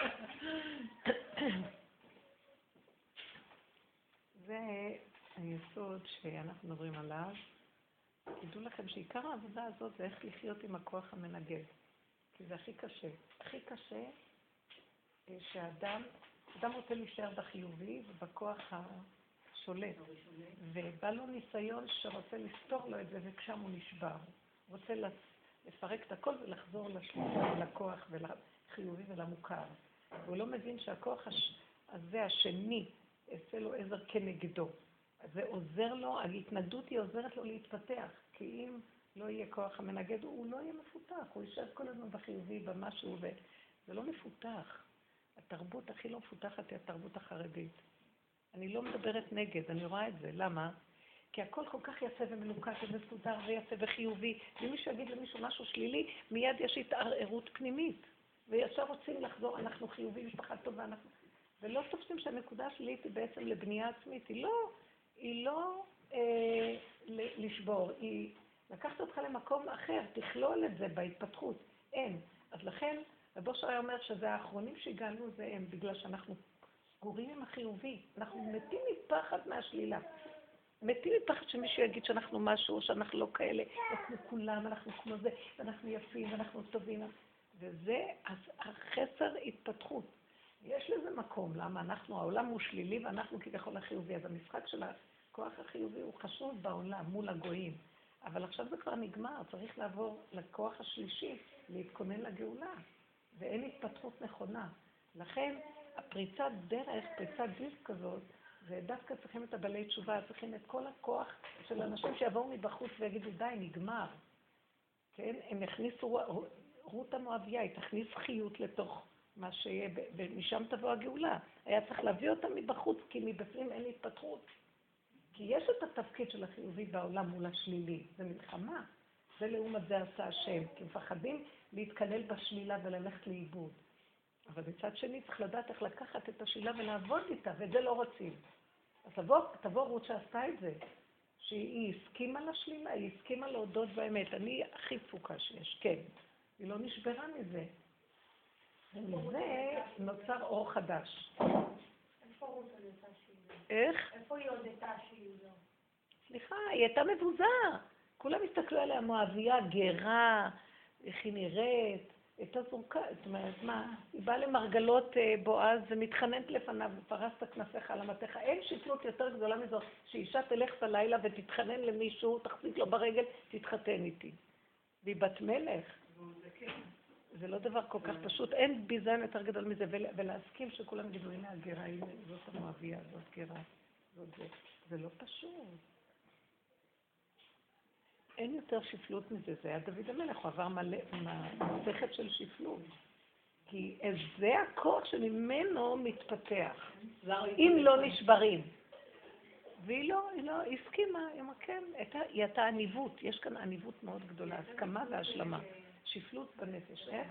זה היסוד שאנחנו מדברים עליו. תדעו לכם שעיקר העבודה הזאת זה איך לחיות עם הכוח המנגד. כי זה הכי קשה. הכי קשה שאדם, אדם רוצה להישאר בחיובי ובכוח שולט. ובא לו ניסיון שרוצה לפתור לו את זה, וכשם הוא נשבר. הוא רוצה לפרק את הכל ולחזור לשליטה ולכוח ולחיובי ולמוכר. הוא לא מבין שהכוח הזה, השני, עושה לו עזר כנגדו. זה עוזר לו, ההתנגדות היא עוזרת לו להתפתח, כי אם לא יהיה כוח המנגד, הוא לא יהיה מפותח, הוא יישאר כל הזמן בחיובי, במשהו, וזה לא מפותח. התרבות הכי לא מפותחת היא התרבות החרדית. אני לא מדברת נגד, אני רואה את זה. למה? כי הכל כל כך יפה ומנוקת ומסודר ויפה וחיובי, ואם מישהו יגיד למישהו משהו שלילי, מיד יש התערערות פנימית. וישר רוצים לחזור, אנחנו חיובים, משפחה טובה, אנחנו... ולא תופסים שהנקודה השלילית היא בעצם לבנייה עצמית. היא לא, היא לא אה, לשבור, היא לקחת אותך למקום אחר, תכלול את זה בהתפתחות. אין. אז לכן, רבו שרי אומר שזה האחרונים שהגענו זה הם, בגלל שאנחנו סגורים עם החיובי. אנחנו מתים מפחד מהשלילה. מתים מפחד שמישהו יגיד שאנחנו משהו, או שאנחנו לא כאלה, או כמו כולם, אנחנו כמו זה, ואנחנו יפים, ואנחנו טובים. וזה החסר התפתחות. יש לזה מקום, למה אנחנו, העולם הוא שלילי ואנחנו כביכול החיובי, אז המשחק של הכוח החיובי הוא חשוב בעולם מול הגויים. אבל עכשיו זה כבר נגמר, צריך לעבור לכוח השלישי, להתכונן לגאולה, ואין התפתחות נכונה. לכן הפריצת דרך, פריצת דיסק כזאת, ודווקא צריכים את הבעלי תשובה, צריכים את כל הכוח של אנשים שיבואו מבחוץ ויגידו די, נגמר. כן? הם יכניסו, רות המואביה, היא תכניס חיות לתוך מה שיהיה, ומשם תבוא הגאולה. היה צריך להביא אותם מבחוץ, כי מבפנים אין התפתחות. כי יש את התפקיד של החיובי בעולם מול השלילי, זה מלחמה. זה לעומת זה עשה השם, כי מפחדים להתקלל בשלילה וללכת לאיבוד. אבל מצד שני צריך לדעת איך לקחת את השלילה ולעבוד איתה, ואת זה לא רוצים. אז תבוא, תבוא רות שעשתה את זה, שהיא הסכימה לשלילה, היא הסכימה להודות באמת. אני הכי תפוקה שיש, כן. היא לא נשברה מזה. ומזה נוצר אור חדש. איפה רות הודתה שהיא לא? איך? איפה היא הודתה שהיא לא? סליחה, היא הייתה מבוזה. כולם הסתכלו עליה, מואביה, גרה, איך היא נראית, הייתה זורקה, זאת אומרת, מה? היא באה למרגלות בועז ומתחננת לפניו ופרס את כנפיך על המתך. אין שפלות יותר גדולה מזאת, שאישה תלך בלילה ותתחנן למישהו, תחזיק לו ברגל, תתחתן איתי. והיא בת מלך. זה לא דבר כל כך פשוט, אין ביזיון יותר גדול מזה, ולהסכים שכולם יגידו, הנה הגרה, הנה זאת המואביה, זאת גרה, זאת זה. זה לא פשוט. אין יותר שפלות מזה, זה היה דוד המלך, הוא עבר מלא, מסכת של שפלות. כי זה הכוח שממנו מתפתח, אם לא נשברים. והיא לא, היא לא, היא הסכימה, היא אמרה, כן, היא הייתה עניבות, יש כאן עניבות מאוד גדולה, הסכמה והשלמה. שפלות בנפש, איך?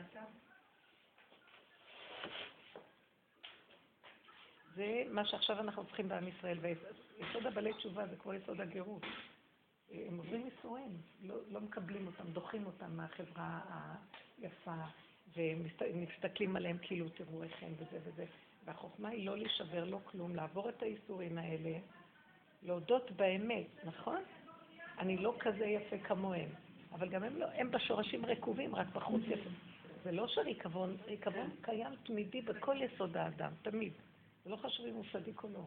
זה מה שעכשיו אנחנו צריכים בעם ישראל, ויסוד הבעלי תשובה זה כמו יסוד הגירות. הם עוברים ייסורים, לא, לא מקבלים אותם, דוחים אותם מהחברה היפה, ומסתכלים עליהם כאילו תראו איך הם וזה וזה. והחוכמה היא לא להישבר, לא כלום, לעבור את הייסורים האלה, להודות באמת, נכון? אני לא כזה יפה כמוהם. אבל גם הם לא, הם בשורשים רקובים, רק בחוץ יפה. זה לא שריקבון, ריקבון קיים תמידי בכל יסוד האדם, תמיד. זה לא חשוב אם הוא צדיק או לא.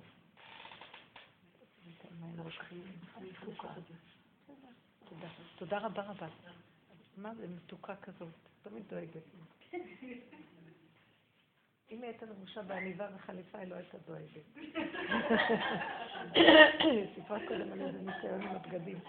תודה. תודה רבה רבה. מה זה מתוקה כזאת? תמיד דואגת. אם הייתה לבושה בעניבה וחליפה, היא לא הייתה דואגת. סיפרה קודם על איזה ניסיון עם הבגדים.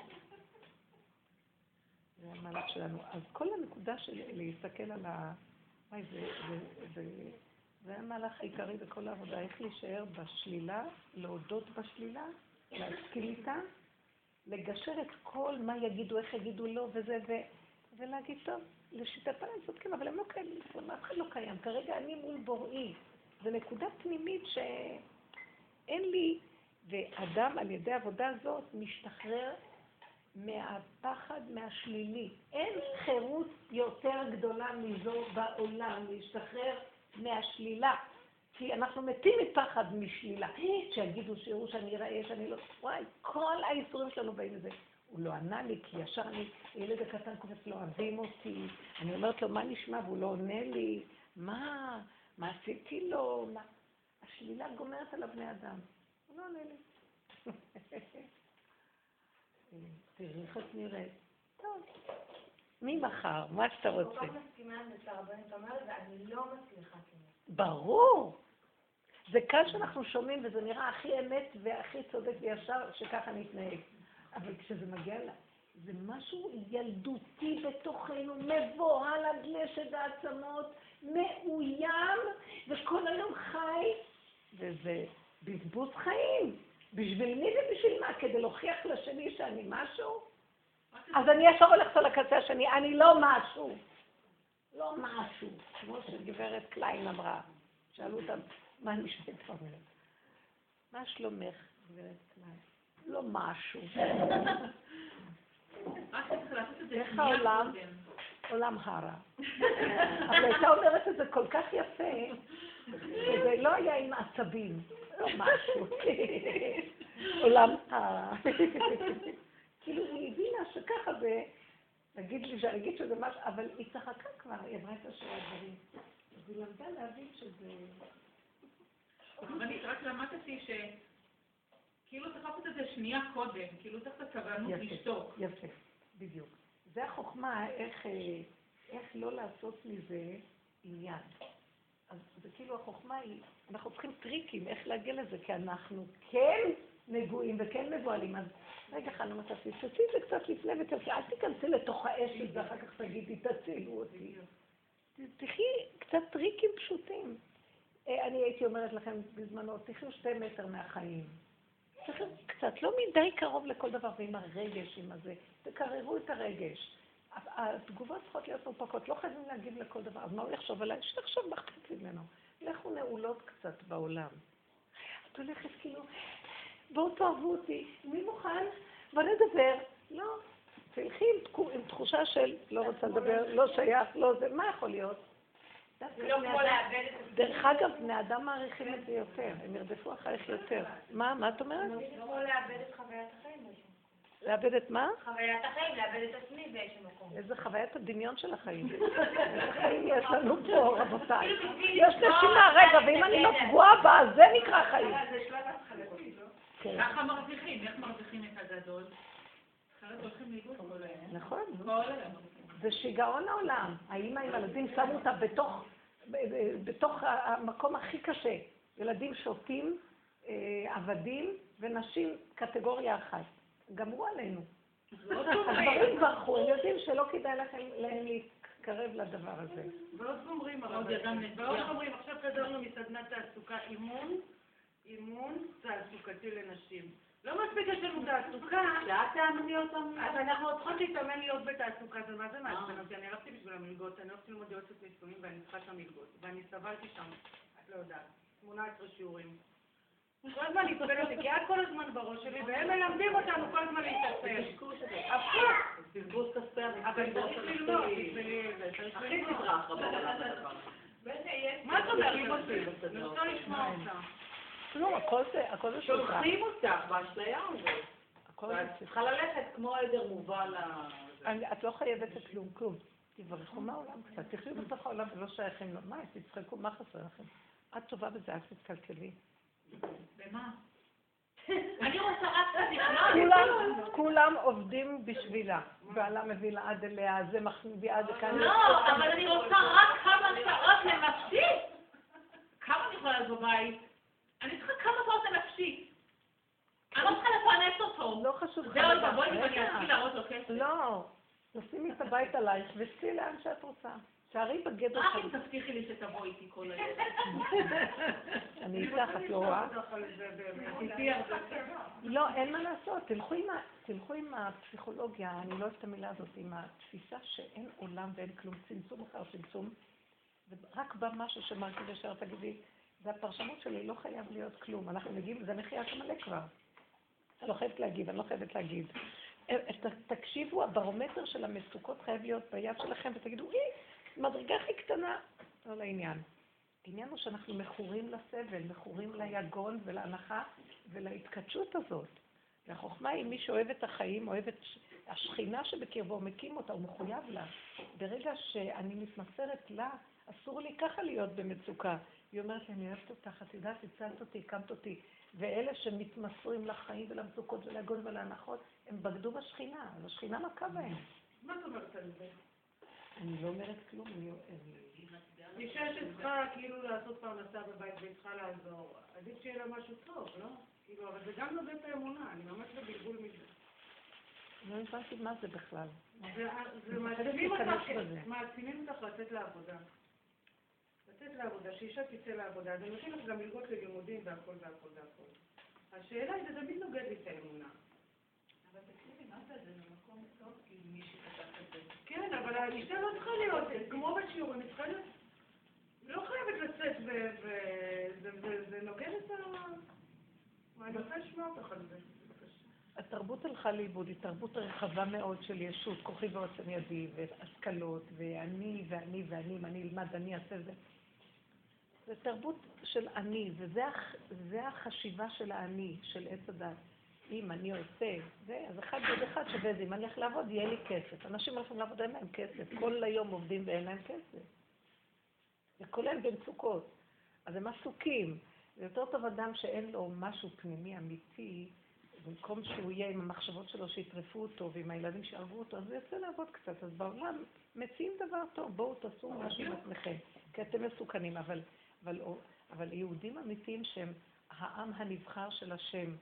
זה המהלך שלנו. אז כל הנקודה של להסתכל על ה... וואי, זה, זה, זה, זה המהלך העיקרי בכל העבודה, איך להישאר בשלילה, להודות בשלילה, להסכים איתה, לגשר את כל מה יגידו, איך יגידו לו וזה, ו... ולהגיד, טוב, לשיטתם הם צודקים, אבל הם לא קיימים, אף אחד לא קיים. כרגע אני מול בוראי. זו נקודה פנימית שאין לי, ואדם על ידי העבודה הזאת משתחרר מהפחד, מהשלילי. אין חירות יותר גדולה מזו בעולם, להשתחרר מהשלילה. כי אנחנו מתים מפחד משלילה. שיגידו, שיראו שאני אראה, שאני לא... וואי, כל האיסורים שלנו באים לזה. הוא לא ענה לי, כי ישר אני, ילד הקטן קופץ, לא אוהבים אותי. אני אומרת לו, מה נשמע? והוא לא עונה לי. מה? מה עשיתי לו? מה? השלילה גומרת על הבני אדם. הוא לא עונה לי. תראי איך את נראית. טוב. מי מחר? מה שאתה רוצה? אני כל כך מסכימה עם את הרבנית אומרת, ואני לא מצליחה כמעט. ברור. זה קל שאנחנו שומעים, וזה נראה הכי אמת והכי צודק וישר, שככה נתנהג. אבל כשזה מגיע לה, זה משהו ילדותי בתוכנו, מבוהל עד לשד העצמות, מאוים, וכל היום חי, וזה בזבוז חיים. בשביל מי ובשביל מה? כדי להוכיח לשני שאני משהו? אז אני ישר הולכת על הקצה השני, אני לא משהו. לא משהו. כמו שגברת קליין אמרה. שאלו אותם, מה נשמעת אומרת? מה שלומך, גברת קליין? לא משהו. איך העולם? עולם הרע. אבל הייתה אומרת את זה כל כך יפה, שזה לא היה עם עצבים. לא משהו. עולם הרע. כאילו היא הבינה שככה זה, נגיד לי שאני שזה משהו, אבל היא צחקה כבר, היא עברה את השאלה דברים. אז היא למדה להבין שזה... אבל אני רק למדתי ש... כאילו צריך לעשות את זה שנייה קודם, כאילו צריך את הסבלנות לשתוק. יפה, בדיוק. זה החוכמה, איך, איך לא לעשות מזה עניין. אז זה כאילו החוכמה היא, אנחנו צריכים טריקים, איך להגיע לזה, כי אנחנו כן נגועים וכן מבועלים. אז רגע, חנה מתעשי, תעשי את זה קצת לפני ותעשי, אל תיכנסי לתוך האש ואחר כך תגידי, תצילו אותי. תחי קצת טריקים פשוטים. אני הייתי אומרת לכם בזמנו, תחיו שתי מטר מהחיים. תחיו קצת, לא מדי קרוב לכל דבר, ועם הרגש, עם הזה. תקררו את הרגש. התגובות צריכות להיות מופקות, לא חייבים להגיב לכל דבר. אז מה הוא יחשוב עליי? שתחשוב מחצית ממנו. לכו נעולות קצת בעולם. את הולכת כאילו, בואו תאהבו אותי, מי מוכן? בוא נדבר. לא, תלכי עם תחושה של לא רוצה לדבר, לא שייך, לא זה, מה יכול להיות? דרך אגב, בני אדם מעריכים את זה יותר, הם ירדפו אחריך יותר. מה, מה את אומרת? זה כמו לאבד את חוויית החיים באיזשהו מקום. לאבד את מה? חוויית החיים, לאבד את עצמי באיזשהו מקום. איזה חוויית הדמיון של החיים. איזה חיים יש לנו פה, רבותיי. יש נשימה, רגע, ואם אני לא פגועה בה, זה נקרא חיים. זה שלב התחלתי, לא? ככה מרוויחים, איך מרוויחים את הגדול? אחרת הולכים לאיבוד כל היום. נכון. כל היום. זה שיגעון העולם. האמא עם ילדים שמו אותה בתוך, בתוך המקום הכי קשה. ילדים שותים, עבדים, ונשים קטגוריה אחת. גמרו עלינו. הדברים ברחו, הם יודעים שלא כדאי לכם להם להתקרב לדבר הזה. ועוד גומרים, ועוד גומרים, עכשיו חזרנו מסדנת תעסוקה, אימון, אימון תעסוקתי לנשים. לא מספיק יש לנו תעסוקה, לאט תאמני אותם. אז אנחנו צריכות להתאמן להיות בתעסוקה, זה מה זה מעצבן אותי, אני הלכתי בשביל המלגות, אני הולכתי ללמוד יועצת נישואים ואני צריכה שם מלגות, ואני סבלתי שם, את לא יודעת, שמונה עשרה שיעורים. כל הזמן להתפל אותי, כי היה כל הזמן בראש שלי, והם מלמדים אותנו כל הזמן להתעסק. הפוך! בזבוז כספי אבל צריך ללמוד, הכי תברח רבה על הדבר. מה את אומרת? אני רוצה לשמוע אותה. לא, הכל זה, הכל זה שלך. שולחים אותך באשליה הזאת. ואת צריכה ללכת כמו עדר מובל ל... את לא חייבת לכלום, כלום. תברכו מהעולם קצת, תחיו בתוך העולם ולא שייכים לו. מה, תצחקו, מה חסר לכם? את טובה בזה, את תתקלקלי. במה? אני רוצה רק תזכנות. כולם עובדים בשבילה. בעלה מביא לה עד אליה, זה מחביא עד כאן. לא, אבל אני רוצה רק כמה שעות לנפשי. כמה אני יכולה להיות בבית? אני צריכה כמה שעות לנפשי. אני לא צריכה לפרנס אותו. לא חשוב. זהו, תבואי לי ואני אתחיל להראות לו כסף. לא, תשימי את הבית עלייך וסעי לאן שאת רוצה. שערי בגדר רק אם תבטיחי לי שתבוא איתי כל היום. אני איתך, את לא רואה? לא, אין מה לעשות. תלכו עם הפסיכולוגיה, אני לא אוהבת את המילה הזאת, עם התפיסה שאין עולם ואין כלום, צמצום אחר צמצום. ורק בא משהו שמרכיב ישר תגידי, זה הפרשנות שלי, לא חייב להיות כלום. אנחנו מגיעים, זה מחיית המלא כבר. אני לא חייבת להגיב, אני לא חייבת להגיד. תקשיבו, הברומטר של המצוקות חייב להיות ביד שלכם, ותגידו, אי, מדרגה הכי קטנה, לא לעניין. העניין הוא שאנחנו מכורים לסבל, מכורים ליגון ולהנחה ולהתקדשות הזאת. והחוכמה היא מי שאוהב את החיים, אוהב את השכינה שבקרבו, מקים אותה, הוא מחויב לה. ברגע שאני מתמסרת לה, אסור לי ככה להיות במצוקה. היא אומרת לי, אני אוהבת אותך, את יודעת, הצלת אותי, הקמת אותי. ואלה שמתמסרים לחיים ולמצוקות ולגון ולהנחות, הם בגדו בשכינה, אז השכינה מכה בהם. מה את אומרת על זה? אני לא אומרת כלום, אני... אישה שצריכה כאילו לעשות פרנסה בבית וצריכה לעזור, עדיף שיהיה לה משהו טוב, לא? כאילו, אבל זה גם נוגד את האמונה, אני ממש בגלגול מזה. לא הבנתי מה זה בכלל. זה מעצימים אותך לצאת לעבודה. לצאת לעבודה, שאישה תצא לעבודה, זה נותן לך גם מלגות ללימודים והכל והכל והכל. השאלה היא, זה תמיד נוגד לי את האמונה. אבל תקשיבי, מה זה? זה ממקום טוב, כי מישהו כתב את זה. כן, אבל האישה לא צריכה להיות, כמו בשיעורים, היא צריכה להיות... לא חייבת לצאת וזה נוגד את ה... אני רוצה לשמוע אותך על זה. התרבות הלכה לאיבוד, היא תרבות רחבה מאוד של ישות, כוחי ועוצם ידי, והשכלות, ואני ואני ואני, אם אני אלמד, אני אעשה זה. זה תרבות של אני, וזה החשיבה של האני, של עץ הדת. אם אני עושה, זה, אז אחד ועוד אחד שווה זה, אם אני הולך לעבוד, יהיה לי כסף. אנשים הולכים לעבוד, אין להם כסף. כל היום עובדים ואין להם כסף. זה כולל במצוקות. אז הם עסוקים. זה יותר טוב אדם שאין לו משהו פנימי אמיתי, במקום שהוא יהיה עם המחשבות שלו שיטרפו אותו ועם הילדים שיערבו אותו, אז הוא יוצא לעבוד קצת. אז בעולם מציעים דבר טוב, בואו תעשו משהו עם עצמכם, כי אתם מסוכנים, אבל, אבל, אבל יהודים אמיתיים שהם העם הנבחר של השם,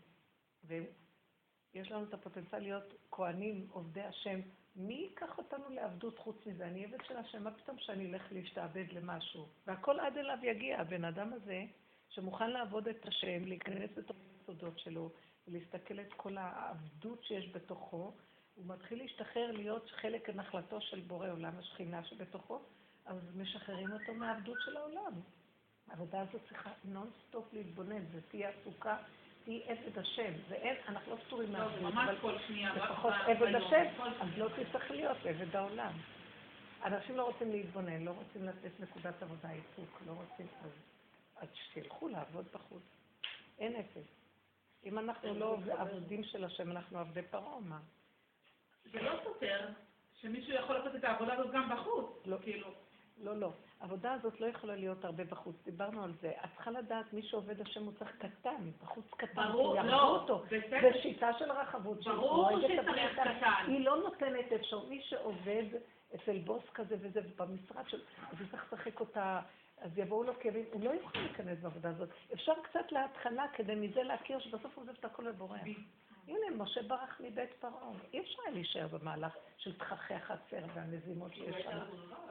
ויש לנו את הפוטנציאל להיות כהנים, עובדי השם, מי ייקח אותנו לעבדות חוץ מזה? אני עבד של השם, מה פתאום שאני אלך להשתעבד למשהו? והכל עד אליו יגיע, הבן אדם הזה שמוכן לעבוד את השם, להיכנס לתוך הסודות שלו, ולהסתכל את כל העבדות שיש בתוכו, הוא מתחיל להשתחרר להיות חלק נחלתו של בורא עולם, השכינה שבתוכו, אז משחררים אותו מהעבדות של העולם. העבודה הזאת צריכה נון-סטופ להתבונן, זה תהיה עסוקה, תהיה עבד השם, ואין, אנחנו לא סתורים מהעבדות, אבל לפחות עבד השם, אז לא תצטרך להיות עבד העולם. אנשים לא רוצים להתבונן, לא רוצים לתת נקודת עבודה עיסוק, לא רוצים, אז, אז שתלכו לעבוד בחוץ. אין אפס. אם אנחנו לא עבדים של השם, אנחנו עבדי פרעה, מה? זה לא סותר שמישהו יכול לעשות את העבודה הזאת גם בחוץ, לא, כאילו. לא, לא. העבודה הזאת לא יכולה להיות הרבה בחוץ. דיברנו על זה. את צריכה לדעת, מי שעובד השם הוא צריך קטן, בחוץ קטן. ברור, לא. אותו. בסדר. זה שיטה של רחבות. ברור שצריך קטן. היא לא נותנת אפשרות. מי שעובד אצל בוס כזה וזה במשרד שלו, אז הוא צריך לשחק אותה, אז יבואו לו כאבים. הוא לא יכול להיכנס בעבודה הזאת. אפשר קצת להתחלה כדי מזה להכיר שבסוף הוא עוזב את הכל ובורח. הנה, משה ברח מבית פרעה. אי אפשר להישאר במהלך של תככי החצר והמזימות שיש שם.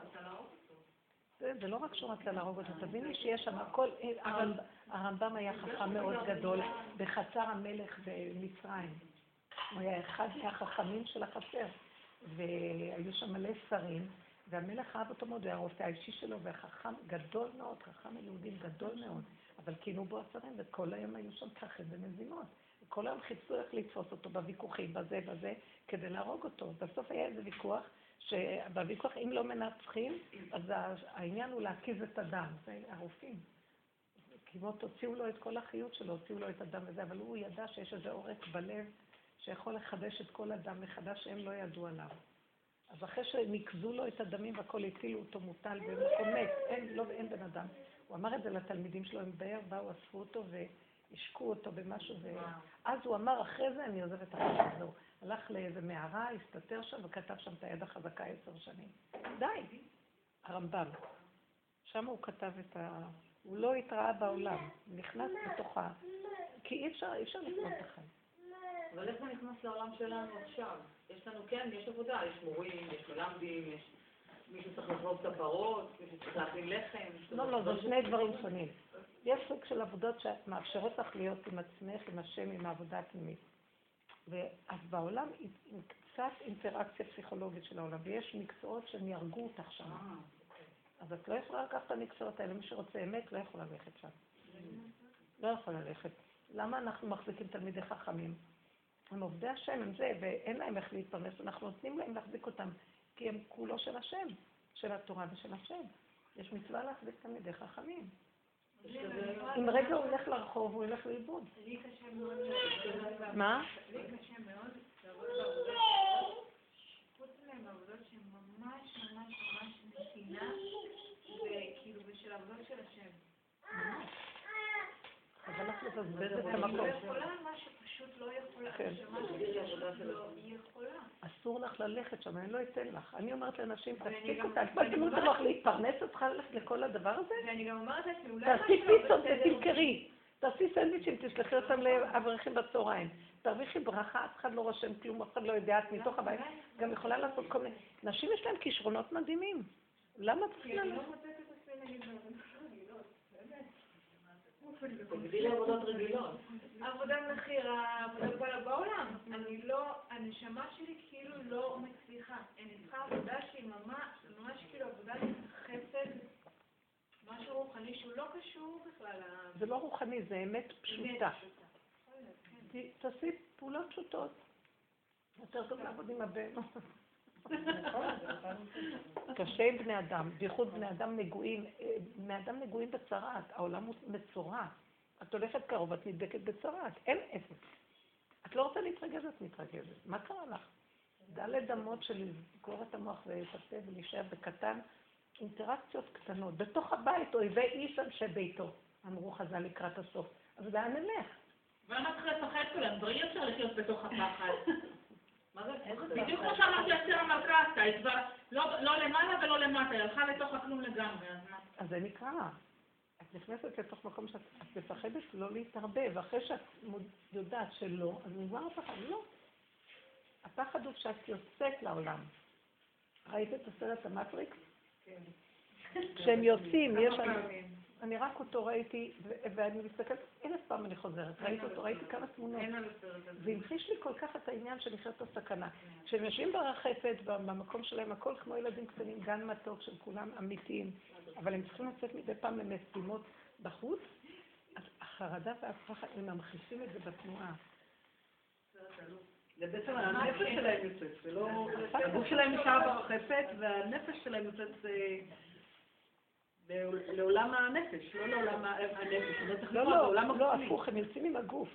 זה, זה לא רק שהוא רצה להרוג אותו, תביני שיש שם הכל, הרמב"ם היה חכם מאוד גדול בחצר המלך במצרים. הוא היה אחד מהחכמים של החצר, והיו שם מלא שרים, והמלך אהב אותו מאוד, הוא היה הרופא האישי שלו, והחכם גדול מאוד, חכם היהודים גדול מאוד, אבל כינו בו השרים, וכל היום היו שם ככה ומזימות. כל היום חיפשו איך לתפוס אותו בוויכוחים, בזה, בזה, כדי להרוג אותו. בסוף היה איזה ויכוח, שבוויכוח, אם לא מנצחים, אז העניין הוא להקיז את הדם, זה הרופאים. כמעט הוציאו לו את כל החיות שלו, הוציאו לו את הדם הזה, אבל הוא ידע שיש איזה עורק בלב, שיכול לחדש את כל הדם מחדש, שהם לא ידעו עליו. אז אחרי שנקזו לו את הדמים והכל הפילו אותו מוטל במקום מת, אין, לא, אין בן אדם. הוא אמר את זה לתלמידים שלו, הם באר, באו, אספו אותו והשקו אותו במשהו, ואז הוא אמר, אחרי זה אני עוזב את החיים הזו. הלך לאיזה מערה, הסתתר שם וכתב שם את היד החזקה עשר שנים. די, הרמב"ם. שם הוא כתב את ה... הוא לא התראה בעולם, נכנס בתוכה, כי אי אפשר, אי אפשר לפנות את החיים. אבל איך זה נכנס לעולם שלנו עכשיו? יש לנו, כן, יש עבודה, יש מורים, יש מלמדים, יש מישהו צריך לבוא את הפרות, מישהו צריך להכין לחם. לא, לא, זה שני דברים שונים. יש סוג של עבודות שמאפשרות לך להיות עם עצמך, עם השם, עם העבודה הפנימית. ואז בעולם היא קצת אינטראקציה פסיכולוגית של העולם, ויש מקצועות שהם ירגו אותך שם. אז את לא יכולה לקחת את המקצועות האלה, מי שרוצה אמת לא יכול ללכת שם. לא יכול ללכת. למה אנחנו מחזיקים תלמידי חכמים? הם עובדי השם, הם זה, ואין להם איך להתפרנס, אנחנו נותנים להם להחזיק אותם, כי הם כולו של השם, של התורה ושל השם. יש מצווה להחזיק תלמידי חכמים. אם רגע הוא הולך לרחוב, הוא הולך לאיבוד. לי קשה מאוד. מה? לי קשה מאוד לעבוד בעבודות, חוץ מהם בעבודות שהן ממש ממש ממש נתינה וכאילו, ושל עבודה של השם. אבל לך לבזבז את אני המקום. לא יכולה מה שפשוט לא יכולה, שמה שפשוט לא יכולה. אסור לך ללכת שם, אני לא אתן לך. אני אומרת לאנשים, תפסיק אותה, את תתנו את המוח להתפרנס, את צריכה ללכת לכל הדבר הזה? ואני גם אומרת לעצמי, אולי תעשי פיצות ותמכרי. תעשי סנדוויצ'ים, תשלחי אותם לאברכים בצהריים. תרוויחי ברכה, אף אחד לא רושם כלום, אף אחד לא יודע, את מתוך הבית. גם יכולה לעשות כל מיני... נשים יש להם כישרונות מדהימים. למה צריכים אני ללכת? לא מוצאת את עצמי נגיד ברגילות, באמת. תגדילי עבודות רגילות. עבודה מכירה, עבודה בעולם. אני לא, הנשמה שלי כאילו לא מצליחה. אני צריכה עבודה שהיא ממש, ממש כאילו עבודה חסד, משהו רוחני שהוא לא קשור בכלל. זה לא רוחני, זה אמת פשוטה. תעשי פעולות פשוטות. יותר טוב לעבוד עם הבן. קשה עם בני אדם, בייחוד בני אדם נגועים, בני אדם נגועים בצרעת, העולם הוא מצורע. את הולכת קרוב, את נדבקת בצרעת, אין אפס. את לא רוצה להתרגז, את מתרגזת. מה קרה לך? דלת אמות של לסגור את המוח ולפסה ולהישאר בקטן, אינטראקציות קטנות. בתוך הבית, אויבי איש אנשי ביתו, אמרו חז"ל לקראת הסוף. אז לאן נלך? ולמה צריך לפחד כולם? כבר אי אפשר לחיות בתוך הפחד. בדיוק כמו שאמרתי אסתר המלכה, היא כבר לא למעלה ולא למטה, היא הלכה לתוך הכלום לגמרי, אז מה? אז זה נקרא. את נכנסת לתוך מקום שאת מפחדת לא להתערבב, ואחרי שאת יודעת שלא, אז נגמר הפחד, לא. הפחד הוא שאת יוצאת לעולם. ראית את הסרט המטריקס? כן. כשהם יוצאים, יש... אני רק אותו ראיתי, ואני מסתכלת, אלף פעם אני חוזרת, ראיתי אותו, ראיתי כמה תמונות. והמחיש לי כל כך את העניין של לחיות את הסכנה. כשהם יושבים ברחפת, במקום שלהם, הכל כמו ילדים קטנים, גן מתוק של כולם אמיתיים, אבל הם צריכים לצאת מדי פעם למשימות בחוץ, אז החרדה והפחד, הם ממחישים את זה בתנועה. זה בעצם הנפש שלהם יוצאת, ולא... הגוף שלהם נשאר ברחפת, והנפש שלהם יוצאת... לעולם הנפש, לא לעולם הנפש. לא, לא, לא, הפוך, הם יוצאים עם הגוף.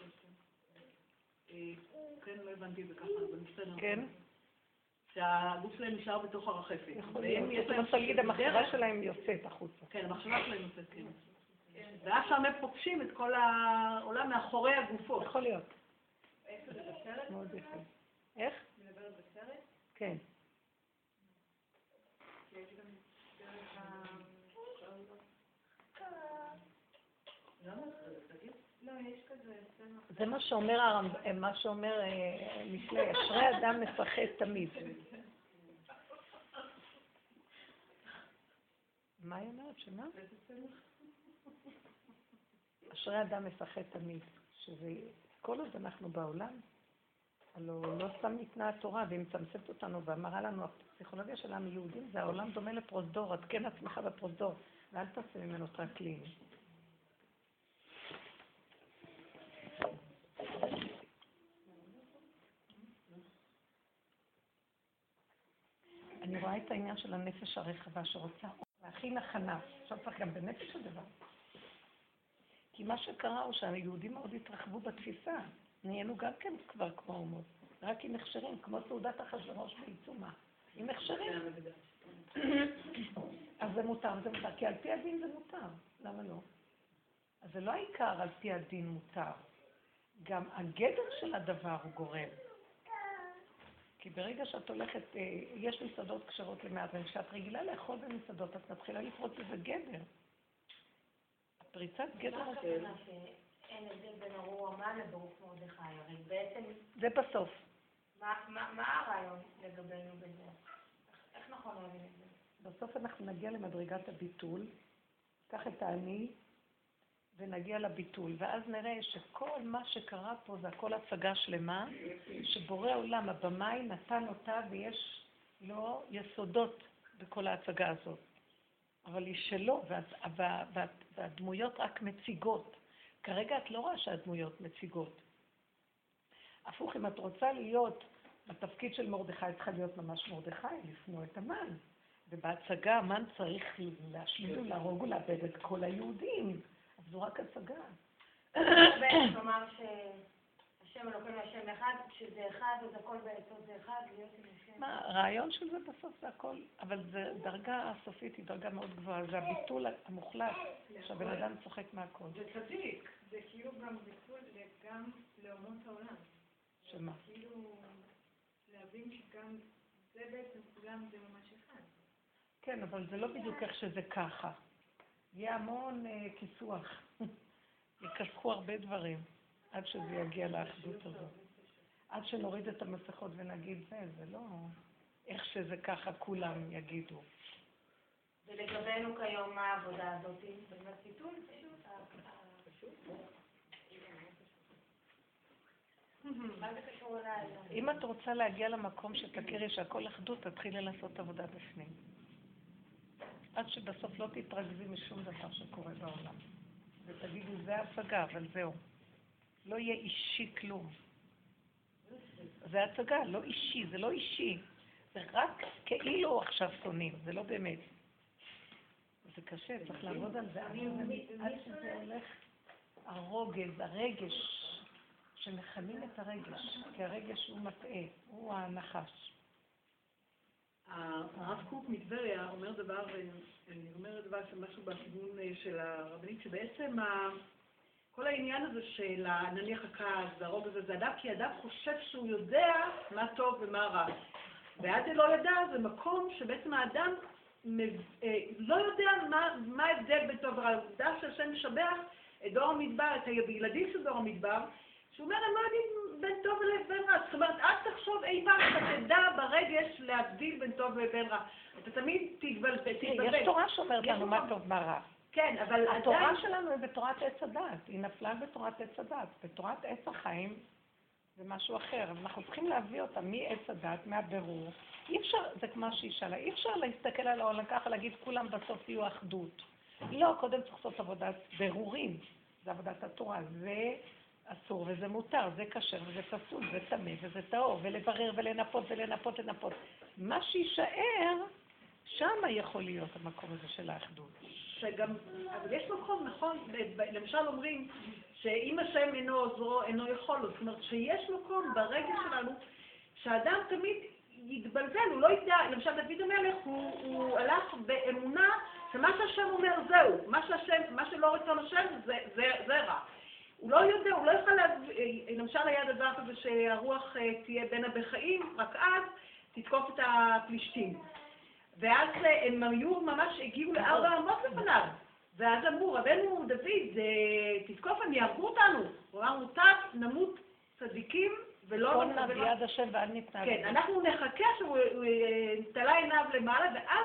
כן, לא הבנתי את זה ככה, אבל בסדר. כן? שהגוף שלהם נשאר בתוך הרחפת. יכול להיות, זאת אומרת להגיד, המחשבה שלהם יוצאת החוצה. כן, המחשבה שלהם יוצאת, כן. ואז שם הם פוגשים את כל העולם מאחורי הגופות. יכול להיות. איפה זה בסרט? מאוד יפה. איך? מדברת בסרט? כן. לא, יש כזה... זה מה שאומר, מה שאומר משלי, אשרי אדם מפחד תמיד. מה היא אומרת? שמה? אשרי אדם מפחד תמיד. שזה כל עוד אנחנו בעולם, הלוא לא סתם ניתנה התורה והיא מצמצמת אותנו ואמרה לנו, הפסיכולוגיה שלנו יהודים זה העולם דומה לפרוזדור, את כן עצמך בפרוזדור, ואל תעשה ממנו טרקלין. אני רואה את העניין של הנפש הרחבה שרוצה להכין הכנה, עכשיו צריך גם בנפש הדבר. כי מה שקרה הוא שהיהודים מאוד התרחבו בתפיסה, נהיינו גם כן כבר כמו אומות, רק עם הכשרים, כמו סעודת אחשוורוש בעיצומה, עם הכשרים. אז זה מותר, זה מותר, כי על פי הדין זה מותר, למה לא? אז זה לא העיקר על פי הדין מותר, גם הגדר של הדבר הוא גורם. כי ברגע שאת הולכת, יש מסעדות כשרות למאזן, כשאת רגילה לאכול במסעדות, את מתחילה לפרוץ איזה גדר. הפריצת גדר הזה... אין הבדל בין ארור המן לברוך מרדכי, הרי בעצם... זה בסוף. מה הרעיון לגבינו בזה? איך נכון להבין את זה? בסוף אנחנו נגיע למדרגת הביטול, קח את האני ונגיע לביטול, ואז נראה שכל מה שקרה פה זה הכל הצגה שלמה, שבורא עולם, הבמאי נתן אותה ויש לו יסודות בכל ההצגה הזאת. אבל היא שלו, והדמויות רק מציגות. כרגע את לא רואה שהדמויות מציגות. הפוך, אם את רוצה להיות בתפקיד של מרדכי, צריכה להיות ממש מרדכי, לפנוע את המן. ובהצגה המן צריך להשמיד ולהרוג ולאבד את כל היהודים. אז זו רק הצגה. בעצם כלומר השם אלוקים השם אחד, כשזה אחד, אז הכל בעצם זה אחד, להיות עם השם. מה, הרעיון של זה בסוף זה הכל, אבל זה דרגה הסופית, היא דרגה מאוד גבוהה, זה הביטול המוחלט, שהבן אדם צוחק מהכל. זה צדיק, זה כאילו גם ביטול גם לאומות העולם. שמה? כאילו להבין שגם זה בעצם כולם זה ממש אחד. כן, אבל זה לא בדיוק איך שזה ככה. יהיה המון אה, כיסוח. יקסחו הרבה דברים עד שזה יגיע לאחדות הזאת. עד שנוריד את המסכות ונגיד זה, זה לא איך שזה ככה כולם יגידו. ולגבינו כיום מה העבודה הזאת? באמת ביטול פשוט? מה זה קשור אליי? אם את רוצה להגיע למקום שתכירי שהכל אחדות, תתחילי לעשות עבודה בפנים. עד שבסוף לא תתרכזי משום דבר שקורה בעולם. ותגידו, זה השגה, אבל זהו. לא יהיה אישי כלום. זה הצגה, לא אישי, זה לא אישי. זה רק כאילו עכשיו שונאים, זה לא באמת. זה קשה, צריך לעבוד על זה. עד שזה הולך, הרוגז, הרגש, שמכנים את הרגש, כי הרגש הוא מטעה, הוא הנחש. הרב קוק מטבריה אומר דבר, אני אומר דבר שמשהו בכיוון של הרבנית, שבעצם כל העניין הזה של נניח הכעס והרוג הזה, זה אדם, כי אדם חושב שהוא יודע מה טוב ומה רע. ועד לא ידע, זה מקום שבעצם האדם לא יודע מה ההבדל בין טוב ורע. העובדה שהשם משבח את דור המדבר, את הילדים של דור המדבר, שהוא אומר, הם לא יודעים בין טוב ובין רע. זאת אומרת, אל תחשוב אי פעם שאתה תדע ברגש להבדיל בין טוב ובין רע. אתה תמיד תתבלבל. יש תורה שאומרת לנו מה טוב מה רע. כן, אבל התורה שלנו היא בתורת עץ הדת. היא נפלה בתורת עץ הדת. בתורת עץ החיים זה משהו אחר. אבל אנחנו צריכים להביא אותה מעץ הדת, מהבירור. אי אפשר, זה כמו שהיא שאלה, אי אפשר להסתכל על העולם ככה, להגיד כולם בסוף יהיו אחדות. לא, קודם צריך לעשות עבודת בירורים. זה עבודת התורה. זה אסור וזה מותר, זה כשר וזה פסול, זה טמא וזה טהור, ולברר ולנפות ולנפות לנפות. מה שישאר, שמה יכול להיות המקום הזה של האחדות. שגם, אבל יש מקום, נכון, למשל אומרים שאם השם אינו עוזרו, אינו יכול לו. זאת אומרת שיש מקום ברגע שלנו, שהאדם תמיד יתבלבל, הוא לא ידע, למשל דוד המלך, הוא, הוא הלך באמונה שמה שהשם אומר זהו, מה שהשם, מה שלא רצון השם זה, זה, זה רע. הוא לא יודע, הוא לא יוכל להביא, למשל היה דבר כזה שהרוח תהיה בין הבחיים, רק אז תתקוף את הפלישתים. ואז הם היו ממש, הגיעו לארבע אמות לפניו. ואז אמרו, רבנו דוד, תתקוף, הם יהרגו אותנו. הוא אמר, מוטב נמות צדיקים ולא... כל נע ביד השם ואל נתנע. כן, אנחנו נחכה שהוא תלה עיניו למעלה, ואז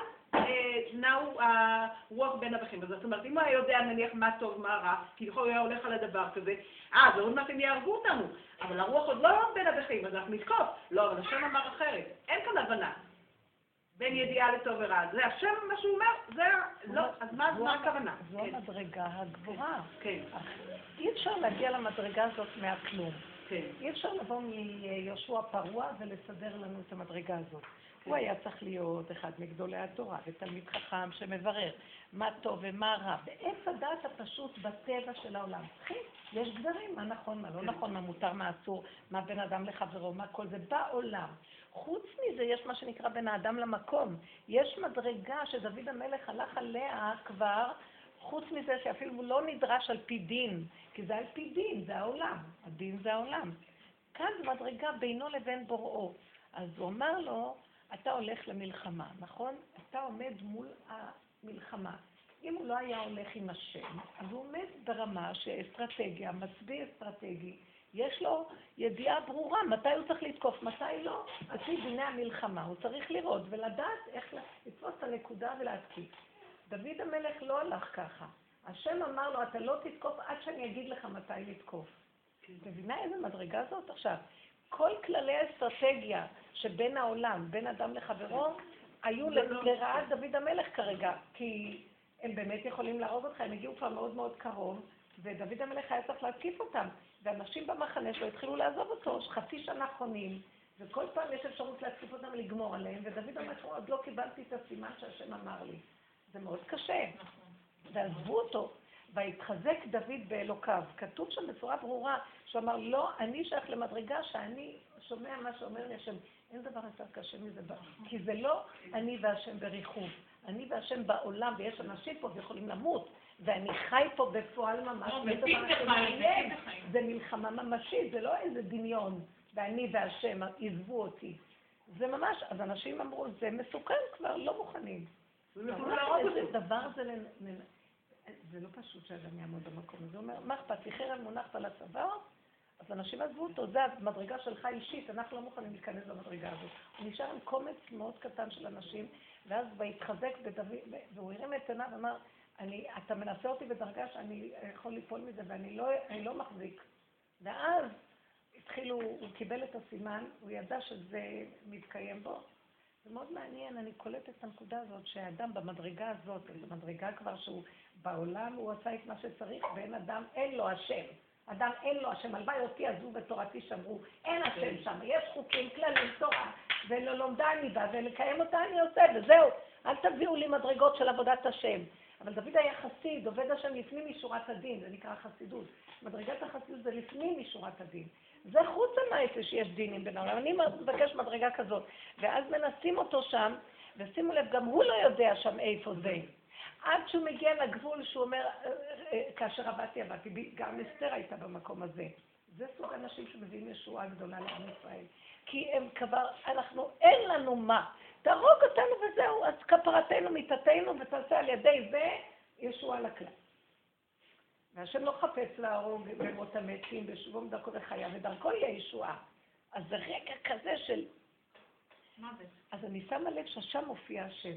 נעו הרוח בין הבחים. זאת אומרת, אם הוא היה יודע נניח מה טוב, מה רע, כי יכול הוא היה הולך על הדבר כזה, אה, זה עוד מעט הם יהרגו אותנו. אבל הרוח עוד לא בין הבחים, אז אנחנו נתקוף. לא, אבל השם אמר אחרת. אין כאן הבנה. בין ידיעה לטוב ורע. זה השם מה שהוא אומר, זה לא, אז מה הכוונה? זו המדרגה הגבוהה. כן. אי אפשר להגיע למדרגה הזאת מהכלום. כן. אי אפשר לבוא מיהושע פרוע ולסדר לנו את המדרגה הזאת. הוא היה צריך להיות אחד מגדולי התורה ותלמיד חכם שמברר מה טוב ומה רע. בעץ הדעת הפשוט בטבע של העולם. יש גדרים, מה נכון, מה לא נכון, מה מותר, מה אסור, מה בין אדם לחברו, מה כל זה בעולם. חוץ מזה יש מה שנקרא בין האדם למקום. יש מדרגה שדוד המלך הלך עליה כבר, חוץ מזה שאפילו לא נדרש על פי דין, כי זה על פי דין, זה העולם. הדין זה העולם. כאן זה מדרגה בינו לבין בוראו. אז הוא אמר לו, אתה הולך למלחמה, נכון? אתה עומד מול המלחמה. אם הוא לא היה הולך עם השם, אז הוא עומד ברמה שאסטרטגיה, מצביא אסטרטגי, יש לו ידיעה ברורה מתי הוא צריך לתקוף, מתי לא. לפי דיני המלחמה, הוא צריך לראות ולדעת איך לתפוס את הנקודה ולהתקיף. דוד המלך לא הלך ככה. השם אמר לו, אתה לא תתקוף עד שאני אגיד לך מתי לתקוף. תבינה איזה מדרגה זאת עכשיו? כל כללי האסטרטגיה שבין העולם, בין אדם לחברו, היו לרעת דוד המלך כרגע, כי הם באמת יכולים להרוג אותך, הם הגיעו כבר מאוד מאוד קרוב, ודוד המלך היה צריך להתקיף אותם, ואנשים במחנה שלו התחילו לעזוב אותו, חצי שנה חונים, וכל פעם יש אפשרות להתקיף אותם לגמור עליהם, ודוד המלך עוד לא קיבלתי את הסימן שהשם אמר לי. זה מאוד קשה. ועזבו אותו. והתחזק דוד באלוקיו. כתוב שם בצורה ברורה, שהוא אמר, לא, אני שייך למדרגה שאני שומע מה שאומר לי השם. אין דבר יותר קשה מזה, כי זה לא אני והשם בריחוב. אני והשם בעולם, ויש אנשים פה ויכולים למות, ואני חי פה בפועל ממש. זה מלחמה ממשית, זה לא איזה דמיון, ואני והשם עזבו אותי. זה ממש, אז אנשים אמרו, זה מסוכן כבר, לא מוכנים. איזה דבר זה, זה לא פשוט שאדם יעמוד במקום הזה. הוא אומר, מה אכפת לי, חרב מונח על הצוואר? אז אנשים עזבו אותו, זה המדרגה שלך אישית, אנחנו לא מוכנים להיכנס במדרגה הזאת. הוא נשאר עם קומץ מאוד קטן של אנשים, ואז בהתחזק בדוד, והוא הרים את עיניו ואמר, אני, אתה מנסה אותי בדרגה שאני יכול ליפול מזה, ואני לא, אני לא מחזיק. ואז התחילו, הוא קיבל את הסימן, הוא ידע שזה מתקיים בו. זה מאוד מעניין, אני קולטת את הנקודה הזאת, שהאדם במדרגה הזאת, במדרגה כבר שהוא בעולם, הוא עשה את מה שצריך, ואין אדם, אין לו השם. אדם אין לו השם, הלוואי אותי עזו בתורתי שאמרו, אין השם שם, יש חוקים, כללים, תורה, ולא לומדה אני בה, ולקיים אותה אני עושה, וזהו. אל תביאו לי מדרגות של עבודת השם. אבל דוד היה חסיד, עובד השם לפנים משורת הדין, זה נקרא חסידות. מדרגת החסידות זה לפנים משורת הדין. זה חוץ המעשה שיש דינים בין העולם. אני מבקש מדרגה כזאת. ואז מנסים אותו שם, ושימו לב, גם הוא לא יודע שם איפה זה. עד שהוא מגיע לגבול שהוא אומר, כאשר עבדתי, עבדתי, גם אסתר הייתה במקום הזה. זה סוג אנשים שמביאים ישועה גדולה לעם ישראל. כי הם כבר, אנחנו, אין לנו מה. תהרוג אותנו וזהו, אז כפרתנו, מיתתנו, ותעשה על ידי זה ישועה לכלל. והשם לא חפץ להרוג במות המתים, בשובם דרכו וחיה, ודרכו יהיה ישועה. אז זה רגע כזה של... מה זה? אז אני שמה לב ששם מופיע השם.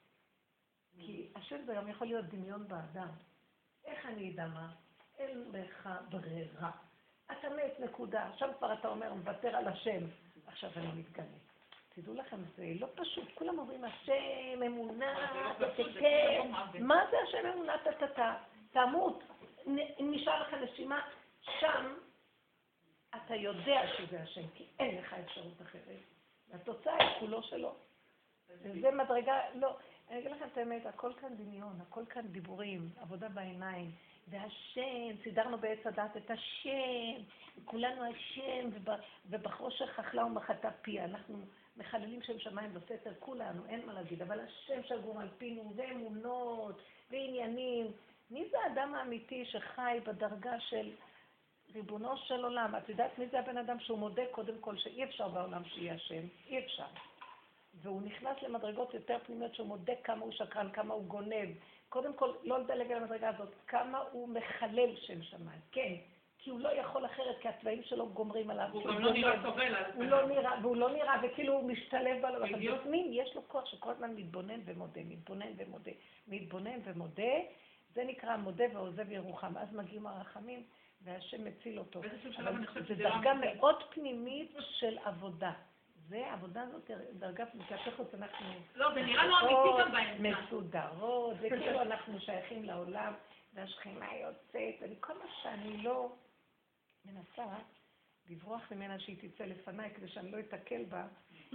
כי השם זה גם יכול להיות דמיון באדם. איך אני אדע מה? אין לך ברירה. אתה מת נקודה, עכשיו כבר אתה אומר, מוותר על השם. עכשיו אני מתגלה. תדעו לכם, זה לא פשוט. כולם אומרים, השם, אמונה, תתקן. מה זה השם, אמונה, תתתה? תמות. אם נשאר לך נשימה, שם אתה יודע שזה השם, כי אין לך אפשרות אחרת. והתוצאה היא כולו שלו. וזה מדרגה, לא. אני אגיד לכם את האמת, הכל כאן דמיון, הכל כאן דיבורים, עבודה בעיניים. והשם, סידרנו בעץ הדת את השם, כולנו השם, ובחושך אכלה ומחתה פיה. אנחנו מחללים שם שמיים בסתר, כולנו, אין מה להגיד, אבל השם שגור על פינו, ואמונות, ועניינים. מי זה האדם האמיתי שחי בדרגה של ריבונו של עולם? את יודעת מי זה הבן אדם שהוא מודה קודם כל שאי אפשר בעולם שיהיה השם? אי אפשר. והוא נכנס למדרגות יותר פנימיות שהוא מודה כמה הוא שקרן, כמה הוא גונב. קודם כל, לא לדלג על המדרגה הזאת, כמה הוא מחלל שם שמיים. כן, כי הוא לא יכול אחרת, כי הצבעים שלו גומרים עליו. הוא גם לא נראה סובל על הוא לא נראה, והוא לא נראה, וכאילו הוא משתלב בעולם. אבל בפנים יש לו כוח שכל הזמן מתבונן ומודה, מתבונן ומודה, מתבונן ומודה. זה נקרא מודה ועוזב ירוחם. אז מגיעים הרחמים והשם מציל אותו. זה דרגה מאוד פנימית של עבודה. זה, העבודה הזאת, דרגה פנימית, חוץ אנחנו... לא, זה נראה לו אמיתי גם באמצע. מסודרות, זה כאילו אנחנו שייכים לעולם, והשכינה יוצאת, ואני כל מה שאני לא מנסה לברוח ממנה שהיא תצא לפניי, כדי שאני לא אתקל בה. מה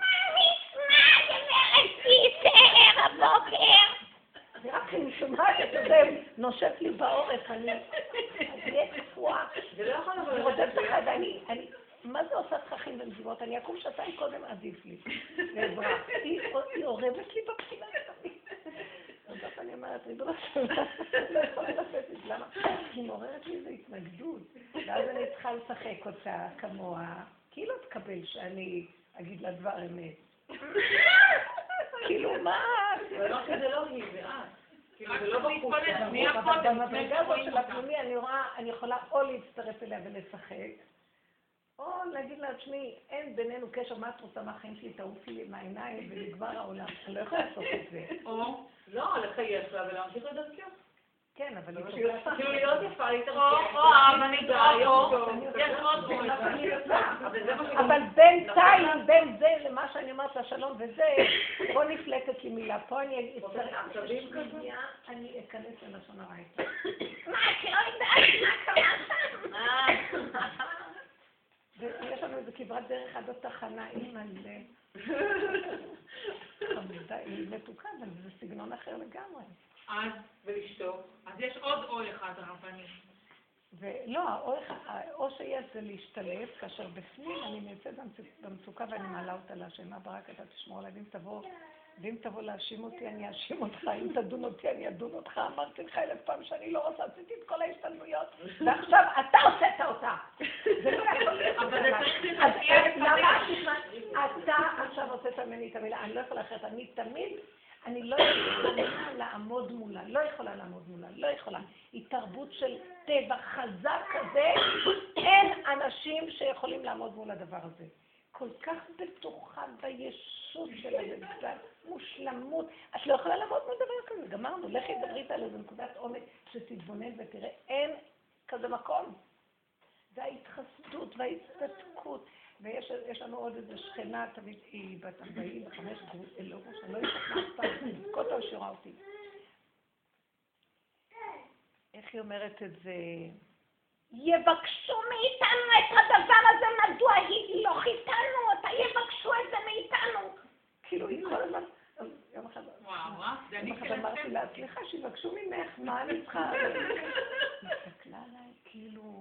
נשמע, אומרת, תישאר הבוקר? אני רק אני שומעת את זה, נושף לי בעורף, אני אהיה קפואה. זה לא יכול לבוא. אני רודפת לך, ואני... מה זה עושה תככים במזיבות? אני אקום שעתיים קודם עדיף לי. ועזרה. היא עורבת לי בבחינה. בסוף אני אומרת, ריבונו של עולם, לא יכולה לתת את זה. למה? היא מעוררת לי איזו התנגדות. ואז אני צריכה לשחק אותה כמוה. כי היא לא תקבל שאני אגיד לה דבר אמת. כאילו, מה? זה לא היא, זה את. זה לא בחוץ. אבל במדרגה הזאת של הפנימי אני רואה, אני יכולה או להצטרף אליה ולשחק, או להגיד לעצמי, אין בינינו קשר, מה את רוצה מהחיים שלי, תעוף לי מהעיניים ונגמר העולם. אני לא יכולה לעשות את זה. או, לא, לחייך לה ולהמשיך לדרכך. כן, אבל היא תוקעת. כאילו להיות יפה, היא תרגיש. או, או, אני דואגו. יש עוד אבל בינתיים, בין זה למה שאני אומרת לשלום וזה, פה נפלטת לי מילה, פה אני אצטרך שנייה, אני אכנס ללשון הרע. מה, כי לא יודעת מה קרה שם? ויש לנו איזו כברת דרך עד התחנה, אימא לב. חמודה, היא מתוקה, אבל זה סגנון אחר לגמרי. אז, ולשתוק. אז יש עוד אוי אחד הרבנית. ולא, או שיש זה להשתלב, כאשר בפנים אני נמצאת במצוקה ואני מעלה אותה להשם, ברק אתה תשמור עליי, ואם תבוא, ואם תבוא להאשים אותי, אני אאשים אותך, אם תדון אותי, אני אדון אותך, אמרתי לך אלף פעם שאני לא רוצה, עשיתי את כל ההשתלמויות, ועכשיו אתה הוצאת אותה. זה לא יכול להיות. אבל זה צריך להיות. למה? אתה עכשיו הוצאת ממני את המילה, אני לא יכולה אחרת, אני תמיד, אני לא יכולה לעמוד מולה, לא יכולה לעמוד מולה, לא יכולה. היא תרבות של טבע חזק כזה, אין אנשים שיכולים לעמוד מול הדבר הזה. כל כך בטוחה בישות של הדבר, מושלמות. את לא יכולה לעמוד מול דבר כזה, גמרנו, לכי דברי איתה על איזו נקודת עומק שתתבונן ותראה, אין כזה מקום. וההתחסדות וההצטדקות. ויש לנו עוד איזו שכנה, תמיד היא בת ארבעים וחמש, לא כמו שאני לא יודעת מה פעם, כל פעם שראה אותי. איך היא אומרת את זה? יבקשו מאיתנו את הדבר הזה, מדוע היא לא חיתנו אותה, יבקשו את זה מאיתנו. כאילו היא כל הזמן, יום אחד, יום אחד אמרתי לה, סליחה, שיבקשו ממך, מה אני צריכה? מסתכלה עליי, כאילו...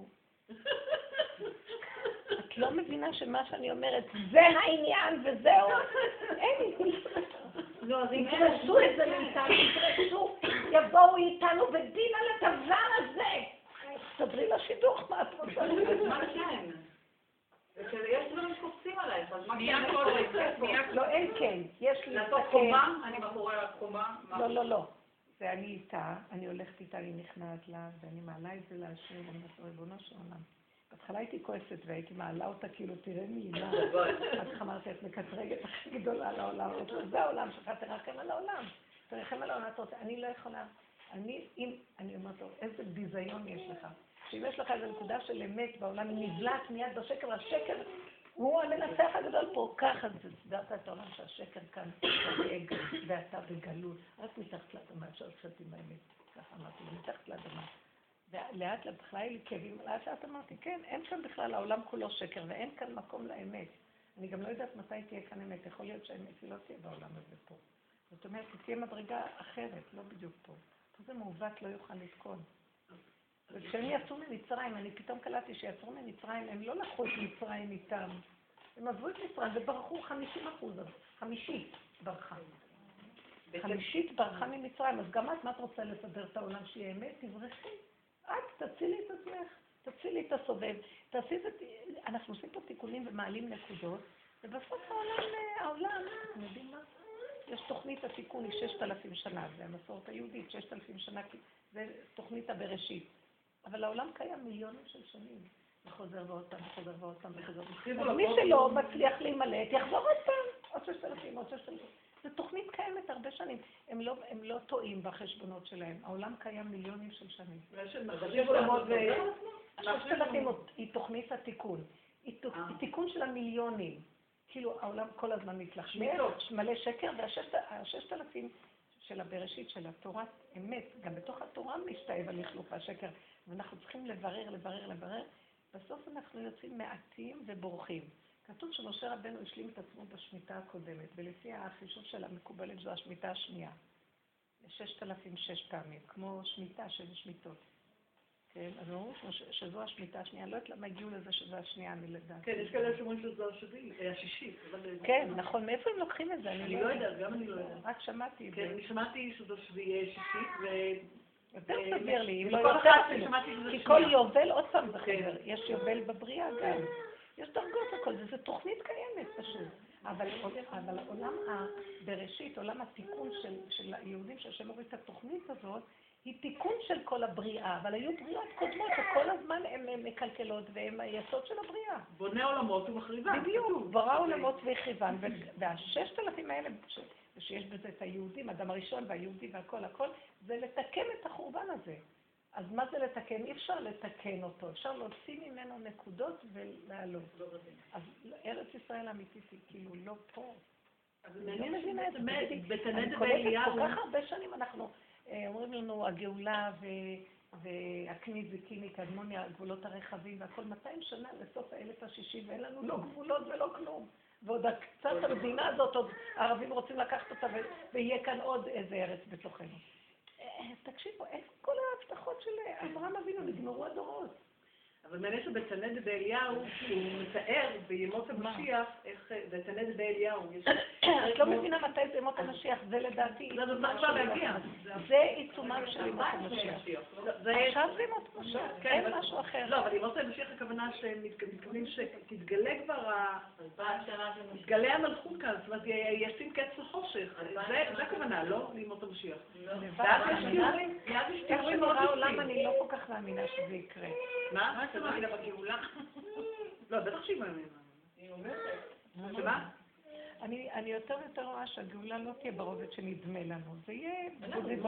את לא מבינה שמה שאני אומרת, זה העניין וזהו. אין, ידרשו את זה מאיתנו, ידרשו, יבואו איתנו בדין על הדבר הזה. תדרי לשידוך, מה את רוצה? מה כן? יש דברים שקופצים עלייך, אז מה כן? לא, אין כן. יש לי... לעשות חומה? אני בחורה חומה? לא, לא, לא. זה אני איתה, אני הולכת איתה, אני נכנעת לה, ואני מעלה את זה להשם, ואני אומרת, ריבונו של עולם. בהתחלה הייתי כועסת והייתי מעלה אותה, כאילו, תראה מילה. אז אמרתי, את מקטרגת הכי גדולה על העולם. זה העולם שלך, תרחם על העולם. תרחם על העולם, אתה רוצה. אני לא יכולה. אני, אם, אני אומרת לו, איזה ביזיון יש לך. שאם יש לך איזו נקודה של אמת בעולם, היא נבלעת מיד בשקר, השקר הוא המנצח הגדול פה. ככה זה סדרת את העולם שהשקר כאן, ואתה בגלות. רק מתחת לאדמה, אפשר לשבת עם האמת. ככה אמרתי, מתחת לאדמה. ולאט לאט בכלל היה לי כאבים, לאט לאט אמרתי, כן, אין כאן בכלל, העולם כולו שקר, ואין כאן מקום לאמת. אני גם לא יודעת מתי תהיה כאן אמת, יכול להיות שהאמת היא לא תהיה בעולם הזה פה. זאת אומרת, היא תהיה מדרגה אחרת, לא בדיוק פה. פה זה מעוות לא יוכל לתקון. וכשהם יצאו ממצרים, אני פתאום קלטתי שיצאו ממצרים, הם לא לקחו את מצרים איתם. הם עזבו את מצרים וברחו חמישים אחוז, חמישית ברחה. חמישית ברחה ממצרים, אז גם את, מה את רוצה לסדר את העולם שיהיה אמת? תברחי. את תצילי את עצמך, תצילי את הסובב, תעשי את זה, אנחנו עושים פה תיקונים ומעלים נקודות, ובסוף העולם, העולם, אתם יודעים מה? יש תוכנית התיקון, היא ששת אלפים שנה, זה המסורת היהודית, ששת אלפים שנה, זה תוכנית הבראשית. אבל העולם קיים מיליונים של שנים, וחוזר ועוד פעם, וחוזר ועוד פעם, וחוזר ועוד פעם. מי שלא מצליח להימלט, יחזור עוד פעם, עוד ששת אלפים, עוד ששת אלפים. זו תוכנית קיימת הרבה שנים. הם לא, הם לא טועים בחשבונות שלהם. העולם קיים מיליונים של שנים. ששת אלפים היא תוכנית התיקון. היא תיקון של המיליונים. כאילו העולם כל הזמן מתלחשמל, מלא שקר, והששת אלפים של הבראשית, של התורת אמת, גם בתוך התורה משתאב על לכלוך השקר, ואנחנו צריכים לברר, לברר, לברר. בסוף אנחנו יוצאים מעטים ובורחים. כתוב שמשה רבנו השלים את עצמו בשמיטה הקודמת, ולפי החישוב של המקובלת זו השמיטה השנייה. ששת אלפים שש פעמים, כמו שמיטה של שמיטות. כן, אז אמרו שזו השמיטה השנייה, אני לא יודעת למה הגיעו לזה שזו השנייה, אני לדעת. כן, יש כאלה שאומרים שזו השישית. כן, נכון, מאיפה הם לוקחים את זה? אני לא יודעת, גם אני לא יודעת. רק שמעתי. כן, אני שמעתי שזו שישית, ו... יותר סביר לי, אם לא יותר אפילו. כי כל יובל עוד פעם זה חבר, יש יובל בבריאה גם. יש דרגות הכל, זו תוכנית קיימת פשוט. אבל, אבל עולם הבראשית, עולם התיקון של, של היהודים שהשם הוריד את התוכנית הזאת, היא תיקון של כל הבריאה, אבל היו בריאות קודמות שכל הזמן הן מקלקלות והן היסוד של הבריאה. בונה עולמות ומחריבן. בדיוק, ברא עולמות והחריבן, והששת אלפים האלה, שיש בזה את היהודים, אדם הראשון והיהודי והכל הכל, זה לתקן את החורבן הזה. אז מה זה לתקן? אי אפשר לתקן אותו, אפשר להוציא ממנו נקודות ולעלות. אז ארץ ישראל האמיתית היא כאילו לא פה. אני מבינה את זה, אני קולטת כל כך הרבה שנים אנחנו אומרים לנו הגאולה והכניזיקים, קדמוניה, הגבולות הרחבים והכל מאתיים שנה לסוף האלף השישי ואין לנו לא גבולות ולא כלום. ועוד קצת המדינה הזאת, עוד הערבים רוצים לקחת אותה ויהיה כאן עוד איזה ארץ בתוכנו. תקשיבו, איפה כל ההבטחות של אברהם אבינו? נגמרו הדורות. אבל מעניין שבתנא דאליהו, הוא מתאר בימות המשיח, איך בתנא דאליהו, את לא מבינה מתי זה ימות המשיח, זה לדעתי זה עיצומם של ימות המשיח. עכשיו זה ימות המשיח, אין משהו אחר. לא, אבל ימות המשיח הכוונה שמתכוונים שתתגלה כבר, תתגלה המלכות כאן, זאת אומרת, ישים קץ לחושך, זה הכוונה, לא לימות המשיח. ואז יש תיאורים מאוד עולם, אני לא כל כך מאמינה שזה יקרה. מה? מה אתה מאמינה בגאולה? לא, בטח שהיא מאמינה. היא אומרת. שמה? אני יותר ויותר רואה שהגאולה לא תהיה ברובד שנדמה לנו. זה יהיה בודדים.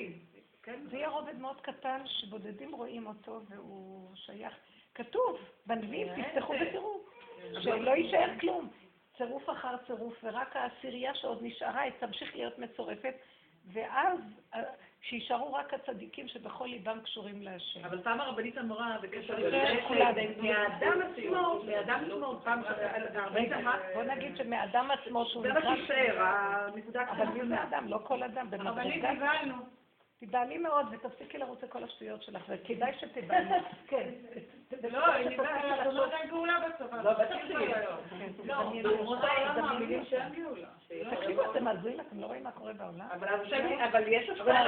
זה יהיה רובד מאוד קטן שבודדים רואים אותו והוא שייך. כתוב, בנביאים תפתחו ותראו, שלא יישאר כלום. צירוף אחר צירוף, ורק העשירייה שעוד נשארה, היא תמשיך להיות מצורפת, ואז שישארו רק הצדיקים שבכל ליבם קשורים להשם. אבל פעם הרבנית אמרה בקשר לזה, מהאדם עצמו, מהאדם עצמו, פעם הרבנית אמרה, בוא נגיד שמהאדם עצמו שהוא נקרא, זה מה שישאר, הנקודה אבל מי זה אדם? לא כל אדם. הרבנית תיבלנו. תיבעלי מאוד ותפסיקי לרוץ לכל השטויות שלך, וכדאי שתיבעלי. כן. לא, היא ניבאה, את לא יודעת גאולה בצבא. לא, בטח שיש. לא, ברמות העולם מאמינים שאין גאולה. תקשיבו, אתם הזויים, אתם לא רואים מה קורה בעולם? אבל יש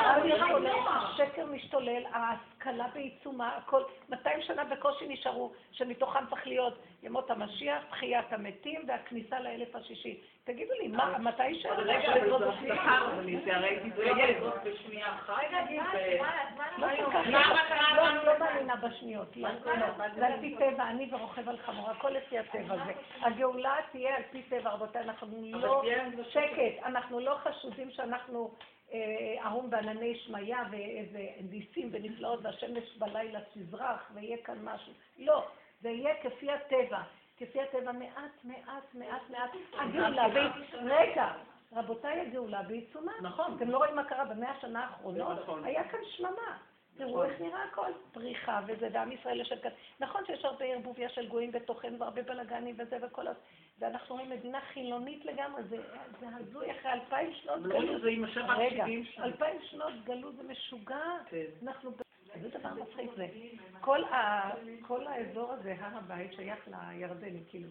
השפעה. שקר משתולל, ההשכלה בעיצומה, הכל, מאתיים שנה בקושי נשארו, שמתוכם צריך להיות ימות המשיח, תחיית המתים והכניסה לאלף השישי. תגידו לי, מתי יישאר? רגע, אבל זו הבטחה, זה הרי תתגייל. בשנייה חי נגיד, לא כל כך, לא, אני לא מאמינה בשניות, לא. זה על פי טבע, אני ורוכב על חמור, הכל לפי הטבע הזה. הגאולה תהיה על פי טבע, רבותיי, אנחנו לא שקט, אנחנו לא חשודים שאנחנו ערום בענני שמיה ואיזה ניסים ונפלאות והשמש בלילה תזרח ויהיה כאן משהו. לא, זה יהיה כפי הטבע, כפי הטבע מעט, מעט, מעט, מעט. הגאולה, רגע, רבותיי, הגאולה בעיצומה. נכון. אתם לא רואים מה קרה במאה השנה האחרונות? היה כאן שממה. תראו איך נראה הכל, פריחה וזה, ועם ישראל יושב כאן. נכון שיש הרבה ערבוביה של גויים בתוכן והרבה בלגנים וזה וכל אז, ואנחנו רואים מדינה חילונית לגמרי, זה הזוי אחרי אלפיים שנות גלות. רגע, אלפיים שנות גלות זה משוגע. אנחנו... זה דבר מצחיק זה. כל האזור הזה, הר הבית, שייך לירדני, כאילו,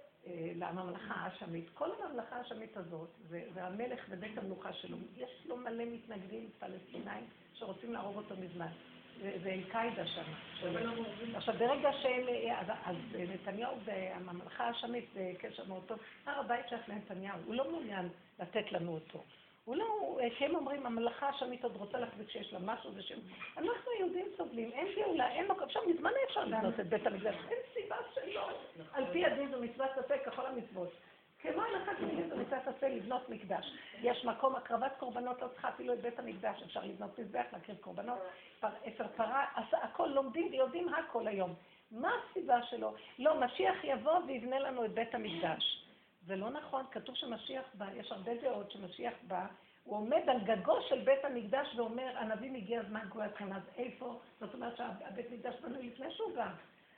לממלכה האשמית. כל הממלכה האשמית הזאת, והמלך בבית המלוכה שלו, יש לו מלא מתנגדים פלסטינאים שרוצים להרוג אותו מזמן. זה אל-קאידה שם. עכשיו, ברגע שהם... אז נתניהו והממלכה האשמית זה קשר מאוד טוב. הר הבית שייך לנתניהו, הוא לא מעוניין לתת לנו אותו. הוא לא, שהם אומרים, הממלכה האשמית עוד רוצה להחזיק שיש לה משהו, זה שהם... אנחנו יהודים סובלים, אין גאולה, אין מקום, עכשיו מזמן אפשר לבנות את בית המקדש, אין סיבה שלא. על פי הדין זו מצוות עשה ככל המצוות. כמו הלכה כדין זו מצוות עשה לבנות מקדש. יש מקום, הקרבת קורבנות, לא צריכה אפילו את בית המקדש, אפשר לבנות מזבח, להקריב קורבנות, אפר פרה, הכל לומדים ויודעים הכל היום. מה הסיבה שלו? לא, משיח יבוא ויבנה לנו את בית המקדש. זה לא נכון, כתוב שמשיח בא, יש הרבה דעות שמשיח בא, הוא עומד על גגו של בית המקדש ואומר, הנביא מגיע זמן גאולתכם, אז איפה? זאת אומרת שהבית מקדש בנוי לפני שהוא בא.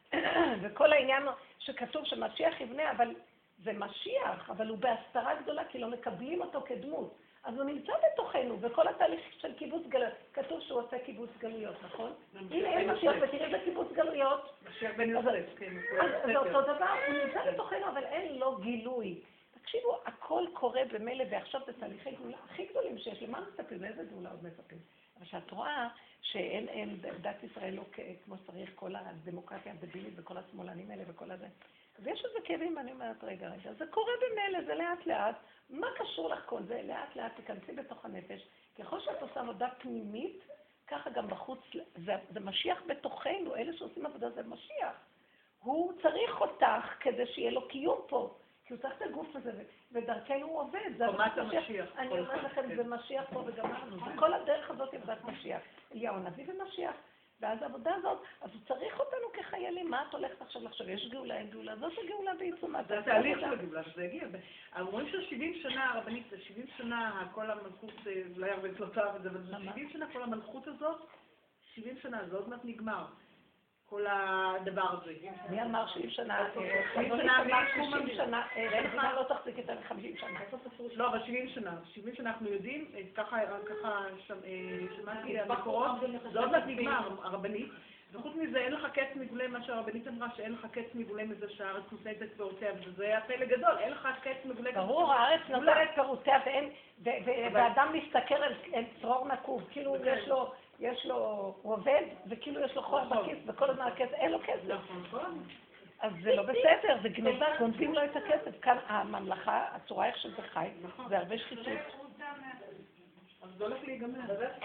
וכל העניין שכתוב שמשיח יבנה, אבל זה משיח, אבל הוא בהסתרה גדולה, כי לא מקבלים אותו כדמות. אז הוא נמצא בתוכנו, וכל התהליך של קיבוץ גלויות, כתוב שהוא עושה קיבוץ גלויות, נכון? הנה אין משיח, ותראי בקיבוץ גלויות. משיח בן יוסף, כן. אז זה אותו דבר, הוא נמצא בתוכנו, אבל אין לו גילוי. תקשיבו, הכל קורה במילא, ועכשיו זה תהליכי גאולה הכי גדולים שיש. למה מצפים? איזה גאולה עוד מצפים? אבל שאת רואה שאין דת ישראל לא כמו שצריך, כל הדמוקרטיה הדבילית וכל השמאלנים האלה וכל הזה. אז יש איזה כאבים, אני אומרת, רגע, רגע, זה קורה במילא, זה לאט לאט. מה קשור לך כל זה? לאט לאט תיכנסי בתוך הנפש. ככל שאת עושה עבודה פנימית, ככה גם בחוץ, זה, זה משיח בתוכנו, אלה שעושים עבודה זה משיח. הוא צריך אותך כדי שיהיה לו קיום פה. כי הוא צריך את הגוף הזה, ודרכנו הוא עובד. קומת המשיח. אני אומרת לכם, זה משיח פה וגמרנו. וכל הדרך הזאת היא עבודת משיח. אליהו הנביא ומשיח. ואז העבודה הזאת, אז הוא צריך אותנו כחיילים. מה את הולכת עכשיו לחשוב? יש גאולה, אין גאולה. זאת הגאולה בעיצומה. זה התהליך של הגאולה, שזה הגיע. אומרים ש-שבעים שנה, הרבנית, שבעים שנה, כל המלכות, אולי הרבה צלותה וזה, אבל שבעים שנה כל המלכות הזאת, שבעים שנה, זה עוד מעט נגמר. כל הדבר הזה. מי אמר שבעים שנה? שבעים שנה, שבעים שנה, המדינה לא תחזיק את חמישים שנה. לא, אבל שבעים שנה. שבעים שנה אנחנו יודעים, ככה שמעתי המקורות, זה עוד מעט נגמר, הרבנית. וחוץ מזה, אין לך קץ מבולה, מה שהרבנית אמרה, שאין לך קץ מבולה מזה שהארץ נותנת את פירותיה, וזה היה פלא גדול, אין לך קץ מבולה. ברור, הארץ נותנת את פירותיה, ואדם מסתכל על צרור נקוב, כאילו יש לו... יש לו, הוא עובד, וכאילו יש לו חור בכיס, וכל הזמן הכסף, אין לו כסף. אז זה לא בסדר, זה גנובה, גונבים לו את הכסף. כאן הממלכה, הצורה איך שזה חי, זה הרבה שחיתות. אז זה הולך להיגמר.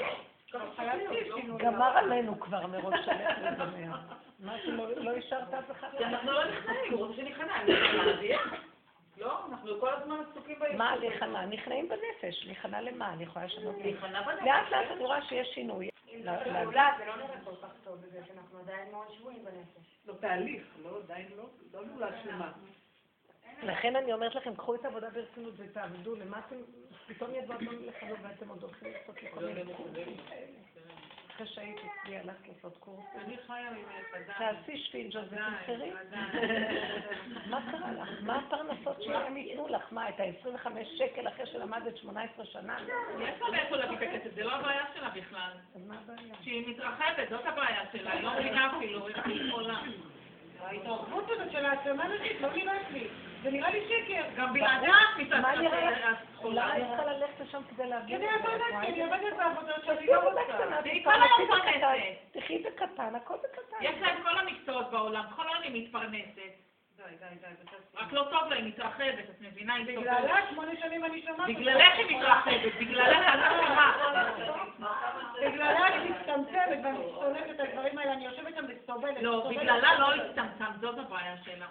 גמר עלינו כבר מרוב שהולך להיגמר. מה שלא השארת אף אחד? אנחנו לא נכנעים, הוא רוצה שנכנע, אני נכנע, לא, אנחנו כל הזמן עסוקים ביום. מה להיכנע? נכנעים בנפש. להיכנע למה? אני יכולה לשנות לי. להיכנע בנפש. לאט לאט אני רואה שיש שינוי. אולי זה לא נראה כל כך טוב בזה שאנחנו עדיין מאוד שבויים בנפש. לא תהליך, לא, עדיין לא, לא נולה שלמה. לכן אני אומרת לכם, קחו את העבודה ברצינות ותעבדו, למה אתם, פתאום ידעו אתם לחזור ואתם עוד הולכים לעשות לכל מיני קורסים כאלה. אחרי שהיית אצלי הלכת לעשות קורס. אני חיה ממך, עדיין. תעשי שפינג'ה ותמחרי. מה קרה לך? מה הפרנסות שהם ייתנו לך? מה, את ה-עשרים וחמישה שקל אחרי שלמדת שמונה עשרה שנה? יש לה מאיפה להביא את הכסף, זה לא הבעיה שלה בכלל. אז מה הבעיה? שהיא מתרחבת, זאת הבעיה שלה, היא לא מבינה אפילו איך היא עולה. ההתערבות הזאת של העצמה נשית לא נראית לי. זה נראה לי שקר. גם בלעדה מה נראה לך? אולי אני צריכה ללכת לשם כדי להבין כדי לעשות את זה, אני עובדת בעבודות שאני תעשי לא עבודה רוצה. קטנה, והיא כל היום מתפרנסת. תחי בקטן, הכל בקטן. יש לה את כל המקצועות בעולם, כל היום היא מתפרנסת. די, די, די, די. רק לא טוב לה, היא מתרחבת, את מבינה? היא סובלת. בגללה שמונה שנים אני שומעת. בגללך היא מתרחבת, בגללך את אשמה. בגללה אני מצטמצמת ואני שונאת את הדברים האלה, אני יושבת שם וסובלת. לא, בגללה לא הצטמצם, זאת הבעיה שלה.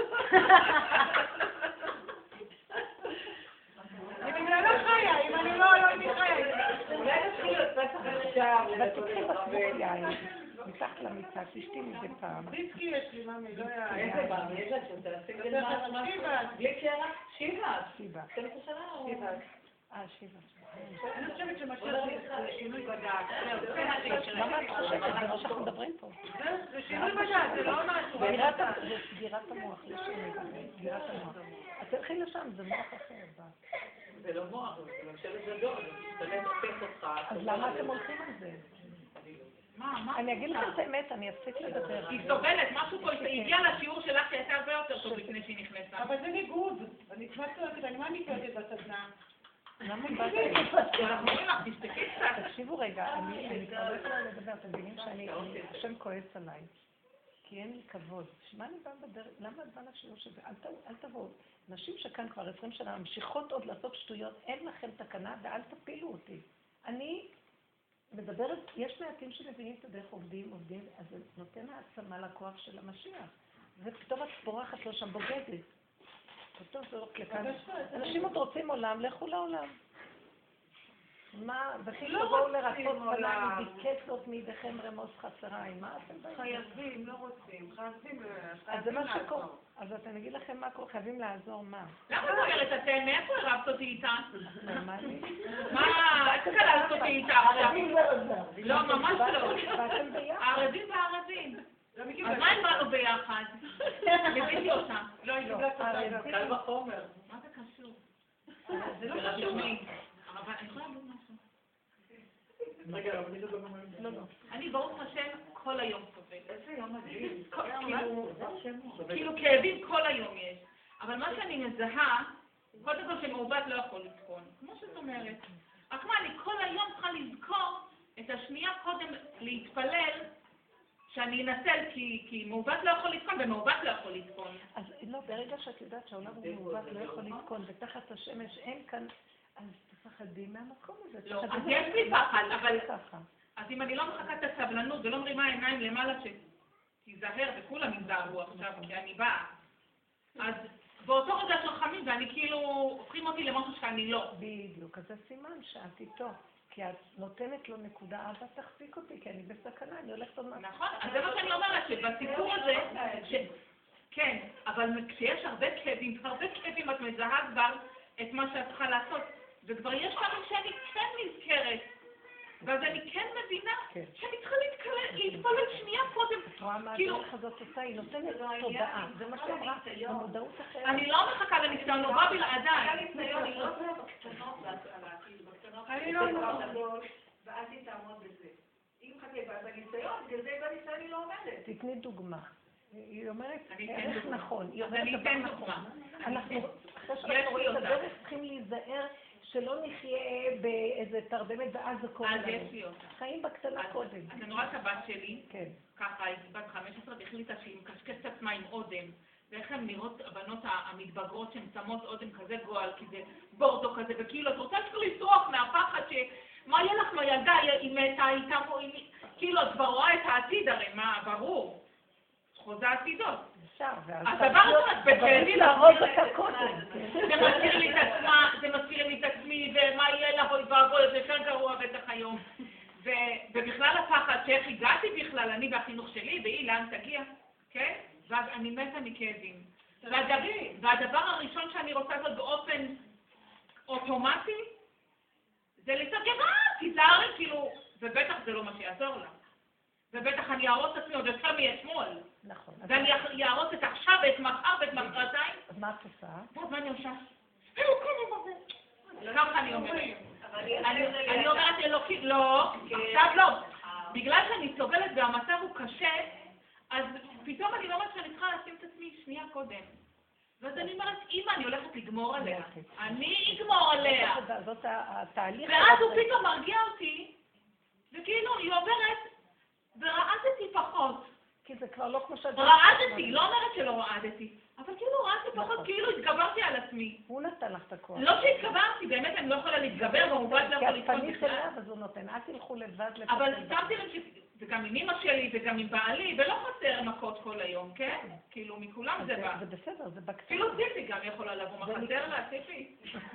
אני בגללה חיה, אם אני לא, לא הייתי חיה. אולי נתחיל לצאת עכשיו, אבל תקחי בקבוק יין, מתחת למיטה, תשתי מזה פעם. ויסקי יש לי, ממי, לא היה. איזה פעם, יש לה שאתה להשיג את מה? שיבה. בלי קרח? שיבה. שיבה. שתים עשרה שנה או? שיבה. אה, שיבה. אני חושבת שמשהו זה שינוי בדעת. למה את חושבת? זה מה שאנחנו מדברים פה. זה שינוי בדעת, זה לא משהו. זה סגירת המוח, לא שינוי בדעת, סגירת המוח. את תלכי לשם, זה מוח אחר. זה לא מוח, זה ממשלת גדול, זה באמת הופך אותך. אז למה אתם הולכים על זה? מה, מה? אני אגיד לכם את האמת, אני אפסיק לדבר. היא סובלת, משהו פה, היא הגיעה לשיעור שלך שהייתה הרבה יותר טוב לפני שהיא נכנסה. אבל זה ניגוד. אני כמעט צועקת, אני מה נקראת בסדנה? למה באתי? אנחנו אומרים לך, תשתקי קצת. תקשיבו רגע, אני כבר לא יכולה לדבר, אתם מבינים שאני, השם כועס עליי. כי אין לי כבוד. שמה אני באה בדרך? למה את באה לשיעור שזה? אל תבואו. נשים שכאן כבר עשרים שנה ממשיכות עוד לעשות שטויות, אין לכם תקנה ואל תפילו אותי. אני מדברת, יש מעטים שמבינים את הדרך עובדים, עובדים, אז זה נותן העצמה לכוח של המשיח. ופתאום את פורחת לו שם בוגדת. פתאום זורק לכאן. אנשים עוד רוצים עולם, לכו לעולם. מה, וכי תבואו לרצות בליים, ביקש זאת מידיכם רמוס חסריים. מה אתם באים? חייבים, לא רוצים, חייבים. אז זה מה שקורה. אז אני אגיד לכם מה קורה, חייבים לעזור מה. למה את אומרת אתם? מאיפה הרבת אותי איתה? נורמלי? מה, איך קללת אותי איתה עכשיו? לא, ממש לא. ואתם ביחד. הערבים והערבים. אז מה אם באנו ביחד? ליוויתי אותה. לא, היא קיבלה את זה. קל וחומר. מה זה קשור? זה לא קשור לי. אבל אני יכולה להגיד משהו. רגע, אבל אני לא אומר. לא, לא. אני ברוך השם כל היום סובלת. איזה יום מדהים. כאילו כאבים כל היום יש. אבל מה שאני מזהה, קודם כל שמעוות לא יכול לתקון. כמו שאת אומרת. רק מה, אני כל היום צריכה לזכור את השנייה קודם להתפלל שאני אנצל, כי מעוות לא יכול לתקון ומעוות לא יכול לתקון. אז לא, ברגע שאת יודעת שהעולם הוא מעוות לא יכול לתקון, ותחת השמש אין כאן, אז תפחדים מהמקום הזה. לא, אז יש לי פחד, אבל... אז אם אני לא מחכה את הסבלנות ולא מרימה עיניים למעלה שתיזהר וכולם יזהרו עכשיו, כי אני באה, אז באותו רגע של חמים ואני כאילו הופכים אותי למשהו שאני לא. בדיוק, אז זה סימן שאת איתו. כי את נותנת לו נקודה, אבא תחזיק אותי, כי אני בסכנה, אני הולכת עוד מעט. נכון, אז זה מה שאני אומרת, שבסיפור הזה, כן, אבל כשיש הרבה כאבים, הרבה כאבים את מזהה כבר את מה שאת צריכה לעשות, וכבר יש פעמים שאני כן נזכרת ואז אני כן מבינה שאני צריכה להתפלל שנייה קודם. את רואה מה הדרך הזאת עושה? היא נותנת תודעה. זה מה שאמרה, במודעות אחרת. אני לא מחכה לניסיון, הוא בא בלעדיי. היה ניסיון, אני לא צריכה בקטנות על העתיד, בקטנות. אני לא אומרת. ואל תתעמוד בזה. אם חכה בניסיון, בגלל זה בניסיון היא לא עומדת. תתני דוגמה. היא אומרת, אני ערך אתן נכון. היא דוגמה. אומרת אני דבר אתן נכון. דוגמה. אנחנו, אחרי יש שאנחנו לי רואים את אותה. הדרך, צריכים להיזהר שלא נחיה באיזה תרדמת ואז זה קורה אז לנו. יש לי אותה. חיים בקטנה קודם. אז אני רואה את הבת שלי, כן. ככה, היא בת חמש עשרה, והחליטה שהיא מקשקשת את עצמה עם אודם. ואיך הן נראות הבנות המתבגרות שהן שמות אודם כזה גועל, כי זה בורדו כזה, וכאילו, את רוצה שכאילו לצרוח מהפחד ש... מה יהיה לך לילדה, היא מתה, היא תמו, כאילו, את כבר רואה את העתיד, הרי מה, ברור. חוזה עתידות. אפשר, ואז... אז דבר ראשון, בכאבים... להרוג אותה קודם. זה מזכיר לי את עצמה, זה מזכיר לי את עצמי, ומה יהיה לה, אוי ואבוי, זה יותר גרוע בטח היום. ובכלל הפחד, שאיך הגעתי בכלל, אני והחינוך שלי, והיא לאן תגיע, כן? ואז אני מתה מכאבים. והדבר הראשון שאני רוצה לעשות באופן אוטומטי, זה לסגר, אה, תיזהרי, כאילו, ובטח זה לא מה שיעזור לה. ובטח אני אערוץ את עצמי עוד יותר מאתמול. נכון. ואני אערוץ את עכשיו ואת מחר ואת מחרתיים. אז מה את עושה? ואז מה אני עושה? ככה אני אומרת. אני אומרת אלוקים, לא, עכשיו לא. בגלל שאני סובלת והמצב הוא קשה, אז פתאום אני אומרת שאני צריכה לשים את עצמי שנייה קודם. ואז אני אומרת, אמא, אני הולכת לגמור עליה. אני אגמור עליה. זאת התהליך. ואז הוא פתאום מרגיע אותי, וכאילו היא עוברת, ורעדתי פחות. כי זה כבר לא כמו שאת... רעדתי, לא אומרת שלא רעדתי, אבל כאילו רעדתי פחות, כאילו התגברתי על עצמי. הוא נתן לך את הכוח. לא שהתגברתי, באמת אני לא יכולה להתגבר, והוא לא יכול להתגבר. כי את פנית אליו, אז הוא נותן. אל תלכו לבד לפתח. אבל שמתי לב שזה גם עם אמא שלי וגם עם בעלי, ולא חסר מכות כל היום, כן? כאילו מכולם זה בא. זה בסדר, זה בקטנה. אפילו ציפי גם יכולה לבוא, מה חסר לה, ציפי?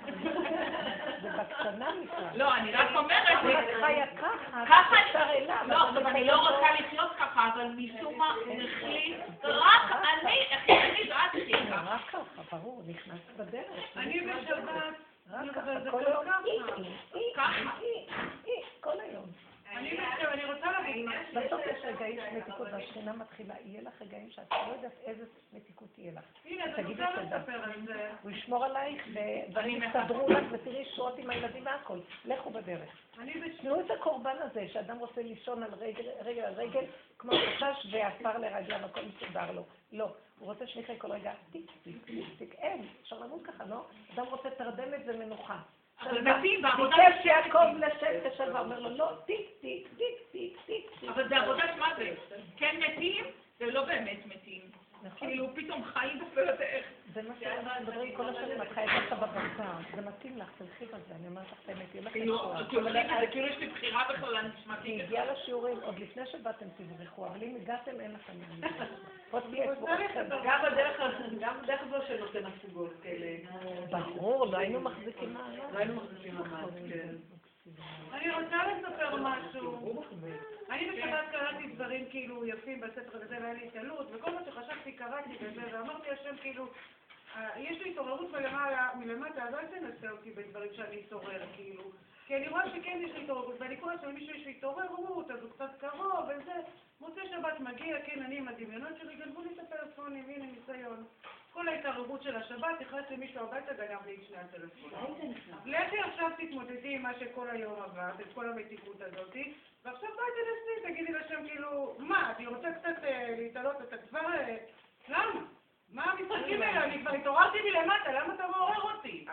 זה בקטנה בכלל. לא, אני רק אומרת... את חיה ככה, ככה אפשר אליו. לא, עכשיו אני לא רוצה לחיות ככה, אבל משום מה החליט, רק אני, החליט רצתי ככה. רק ככה, ברור, נכנס בדרך. אני בשבת, רק זה ככה, כל כל היום. ככה. כל היום. אני רוצה להגיד, בסוף יש רגעים של מתיקות, והשכינה מתחילה, יהיה לך רגעים שאת לא יודעת איזה מתיקות תהיה לך. הנה, אני תגידי רוצה תודה. לספר על זה. הוא ישמור עלייך, ודברים יסתדרו לך, ותראי שורות עם הילדים והכל. לכו בדרך. אני בשבת. תראו את הקורבן הזה, שאדם רוצה לישון על רגל, רגל על רגל, כמו חשש ועפר לרגליו, הכל מסודר לו. לא, הוא רוצה שניחי כל רגע, טיק, טיק, טיק, טיק, אין, אפשר למות ככה, לא? אדם רוצה תרדמת ומנוחה. אבל מתים, בעבודה ביקש יעקב לשם ושלווה, אומר לו, לא, טיק, טיק, טיק, טיק, טיק, טיק. אבל זה עבודה שמה זה? כן מתים, ולא באמת מתים. כאילו פתאום חיים בפלט איך. זה מה שאנחנו מדברים כל השנים, את חייבת לך בבשר, זה מתאים לך, תלכי בזה, אני אומרת לך את האמת, יהיה לך זה כאילו יש לי בחירה בכלל, אני נשמעתי. היא הגיעה לשיעורים, עוד לפני שבאתם תברכו, אבל אם הגעתם אין לכם מעניין. עוד תהיה שבורכם. גם בדרך זו שנותן הפוגות כאלה. ברור, לא היינו מחזיקים מעמד. לא היינו מחזיקים מעמד, כן. אני רוצה לספר משהו. אני בשבת קראתי דברים כאילו יפים בספר הזה, והיה לי התעלות, וכל מה שחשבתי קראתי בזה, ואמרתי השם כאילו, יש לי התעוררות מלמטה, אז אל תנסה אותי בדברים שאני אתעורר, כאילו. כי אני רואה שכן יש לי התעוררות, ואני קוראת שלמישהו יש לי התעוררות, אז הוא קצת קרוב, וזה. מוצא שבת מגיע, כן, אני עם הדמיונות שלי, גנבו לי את הפלאפונים, הנה ניסיון. כל ההתערבות של השבת, נכנס למישהו הביתה, גנב לי את שני הטלפונים. לכי עכשיו תתמודדי עם מה שכל היום עברת, את כל המתיקות הזאת, ועכשיו בואי תנסי, תגידי לשם כאילו, מה, אני רוצה קצת להתעלות את כבר... למה? מה המשחקים האלה? אני כבר התעוררתי מלמטה, למה אתה מעורר אותי?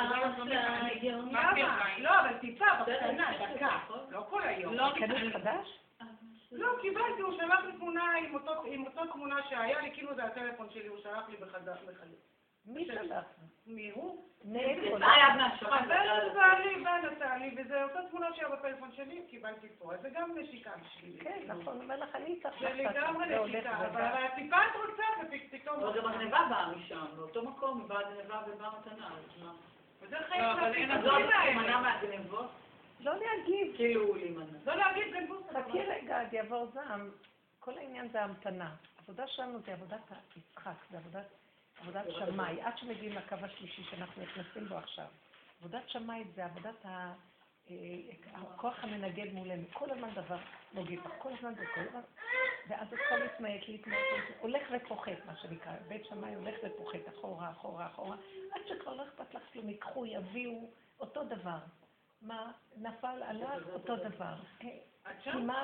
למה? לא, אבל טיפה, בקטנה, דקה, לא כל היום. כנס חדש? לא, קיבלתי, הוא שלח לי תמונה עם אותו תמונה שהיה לי, כאילו זה הטלפון שלי, הוא שלח לי בחדר. מי שלח? מי הוא? נאיפה. הבן בעלי, בן עשה לי, וזה אותה תמונה שהיה בפלאפון שלי, קיבלתי פה, אז זה גם נשיקה בשבילי. כן, נכון, אומר לך, אני צריך זה לגמרי נשיקה, אבל הטיפה את רוצה, ופתאום... אבל גם הגניבה באה משם, באותו מקום, באה גניבה ובאה מתנה, אז מה? וזה חיים להפסיק, אז לא להימנע מהגניבות? לא להגיב. כאילו להימנע. לא להגיד גנבות. חכי רגע, עד יעבור זעם. כל העניין זה המתנה. העבודה שלנו זה עבודת היצחק, זה עבודת, עבודת שמאי. עד שמגיעים לקו השלישי שאנחנו נכנסים בו עכשיו. עבודת שמאי זה עבודת הכוח המנגד מולנו, כל הזמן דבר נוגד, כל הזמן זה כל הזמן, ואז את צריכה להתמעט, להתמעט, הולך ופוחת, מה שנקרא, בית שמאי הולך ופוחת, אחורה, אחורה, אחורה, עד שכבר לא אכפת לך כלום, יקחו, יביאו, אותו דבר. מה נפל עליו, אותו דבר. כי מה,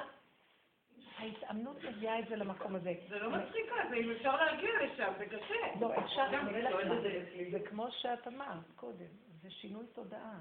ההתאמנות מביאה את זה למקום הזה. זה לא מצחיקה, זה אם אפשר להגיע לשם, זה קשה. לא, אפשר, זה כמו שאת אמרת קודם, זה שינוי תודעה.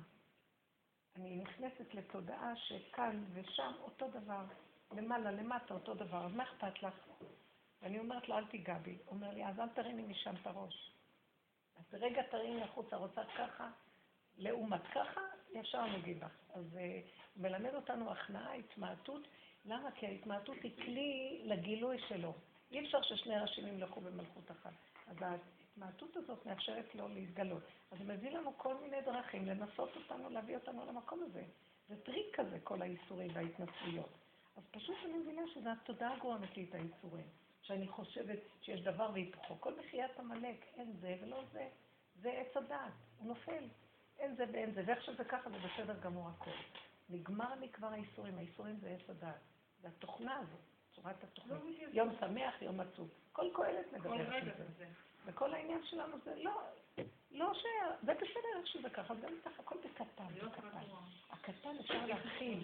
אני נכנסת לתודעה שכאן ושם אותו דבר, למעלה, למטה אותו דבר, אז מה אכפת לך? ואני אומרת לו, אל תיגע בי. הוא אומר לי, אז אל תריני משם את הראש. אז רגע תריני החוצה, רוצה ככה, לעומת ככה, ישר נגיד לך. אז uh, מלמד אותנו הכנעה, התמעטות. למה? כי ההתמעטות היא כלי לגילוי שלו. אי אפשר ששני ראשים ימלכו במלכות אחת. אז ההתמעטות הזאת מאפשרת לו להתגלות. אז זה מביא לנו כל מיני דרכים לנסות אותנו, להביא אותנו למקום הזה. זה טריק כזה, כל האיסורים וההתנסויות. אז פשוט אני מבינה שזה התודעה גורמת לי את האיסורים. שאני חושבת שיש דבר והיפוכו. כל מחיית המלאק, אין זה ולא זה. זה עץ הדעת, הוא נופל. אין זה ואין זה, ואיך שזה ככה זה בסדר גמור הכל. נגמר לי כבר האיסורים, האיסורים זה עץ הדעת. זה התוכנה הזאת, צורת התוכנית. יום שמח, יום עצוב. כל קהלת מדברת על זה. וכל העניין שלנו זה לא, לא ש... זה בסדר איך שזה ככה, גם איתך הכל בקטן, בקטן. הקטן אפשר להכיל,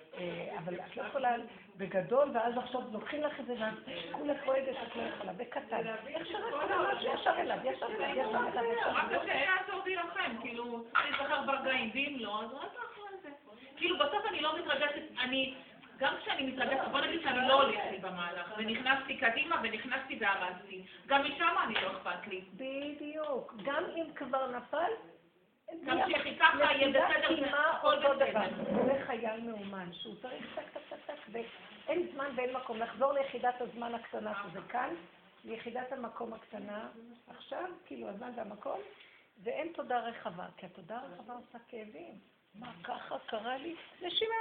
אבל את לא יכולה בגדול, ואז עכשיו לוקחים לך את זה, ואז כולך רועדת, את לא יכולה, בקטן. איך שרק כל משהו ישר אליו, ישר אליו, ישר אליו. רק השאלה תורדי לכם, כאילו, אני זכר ברגעים, ואם לא, אז רק אחרי זה. כאילו, בסוף אני לא מתרגשת, אני... גם כשאני מתרגשת, בוא נגיד שאני לא הולכת לי במהלך, ונכנסתי קדימה ונכנסתי והרצתי. גם משם אני לא אכפת לי. בדיוק. גם אם כבר נפל, גם שככה יהיה בסדר, הכל בסדר. זה חייל מאומן, שהוא צריך טק טק טק טק, ואין זמן ואין מקום לחזור ליחידת הזמן הקטנה שזה כאן, ליחידת המקום הקטנה, עכשיו, כאילו הזמן והמקום, ואין תודה רחבה, כי התודה הרחבה עושה כאבים. מה, ככה קרה לי? נשימה.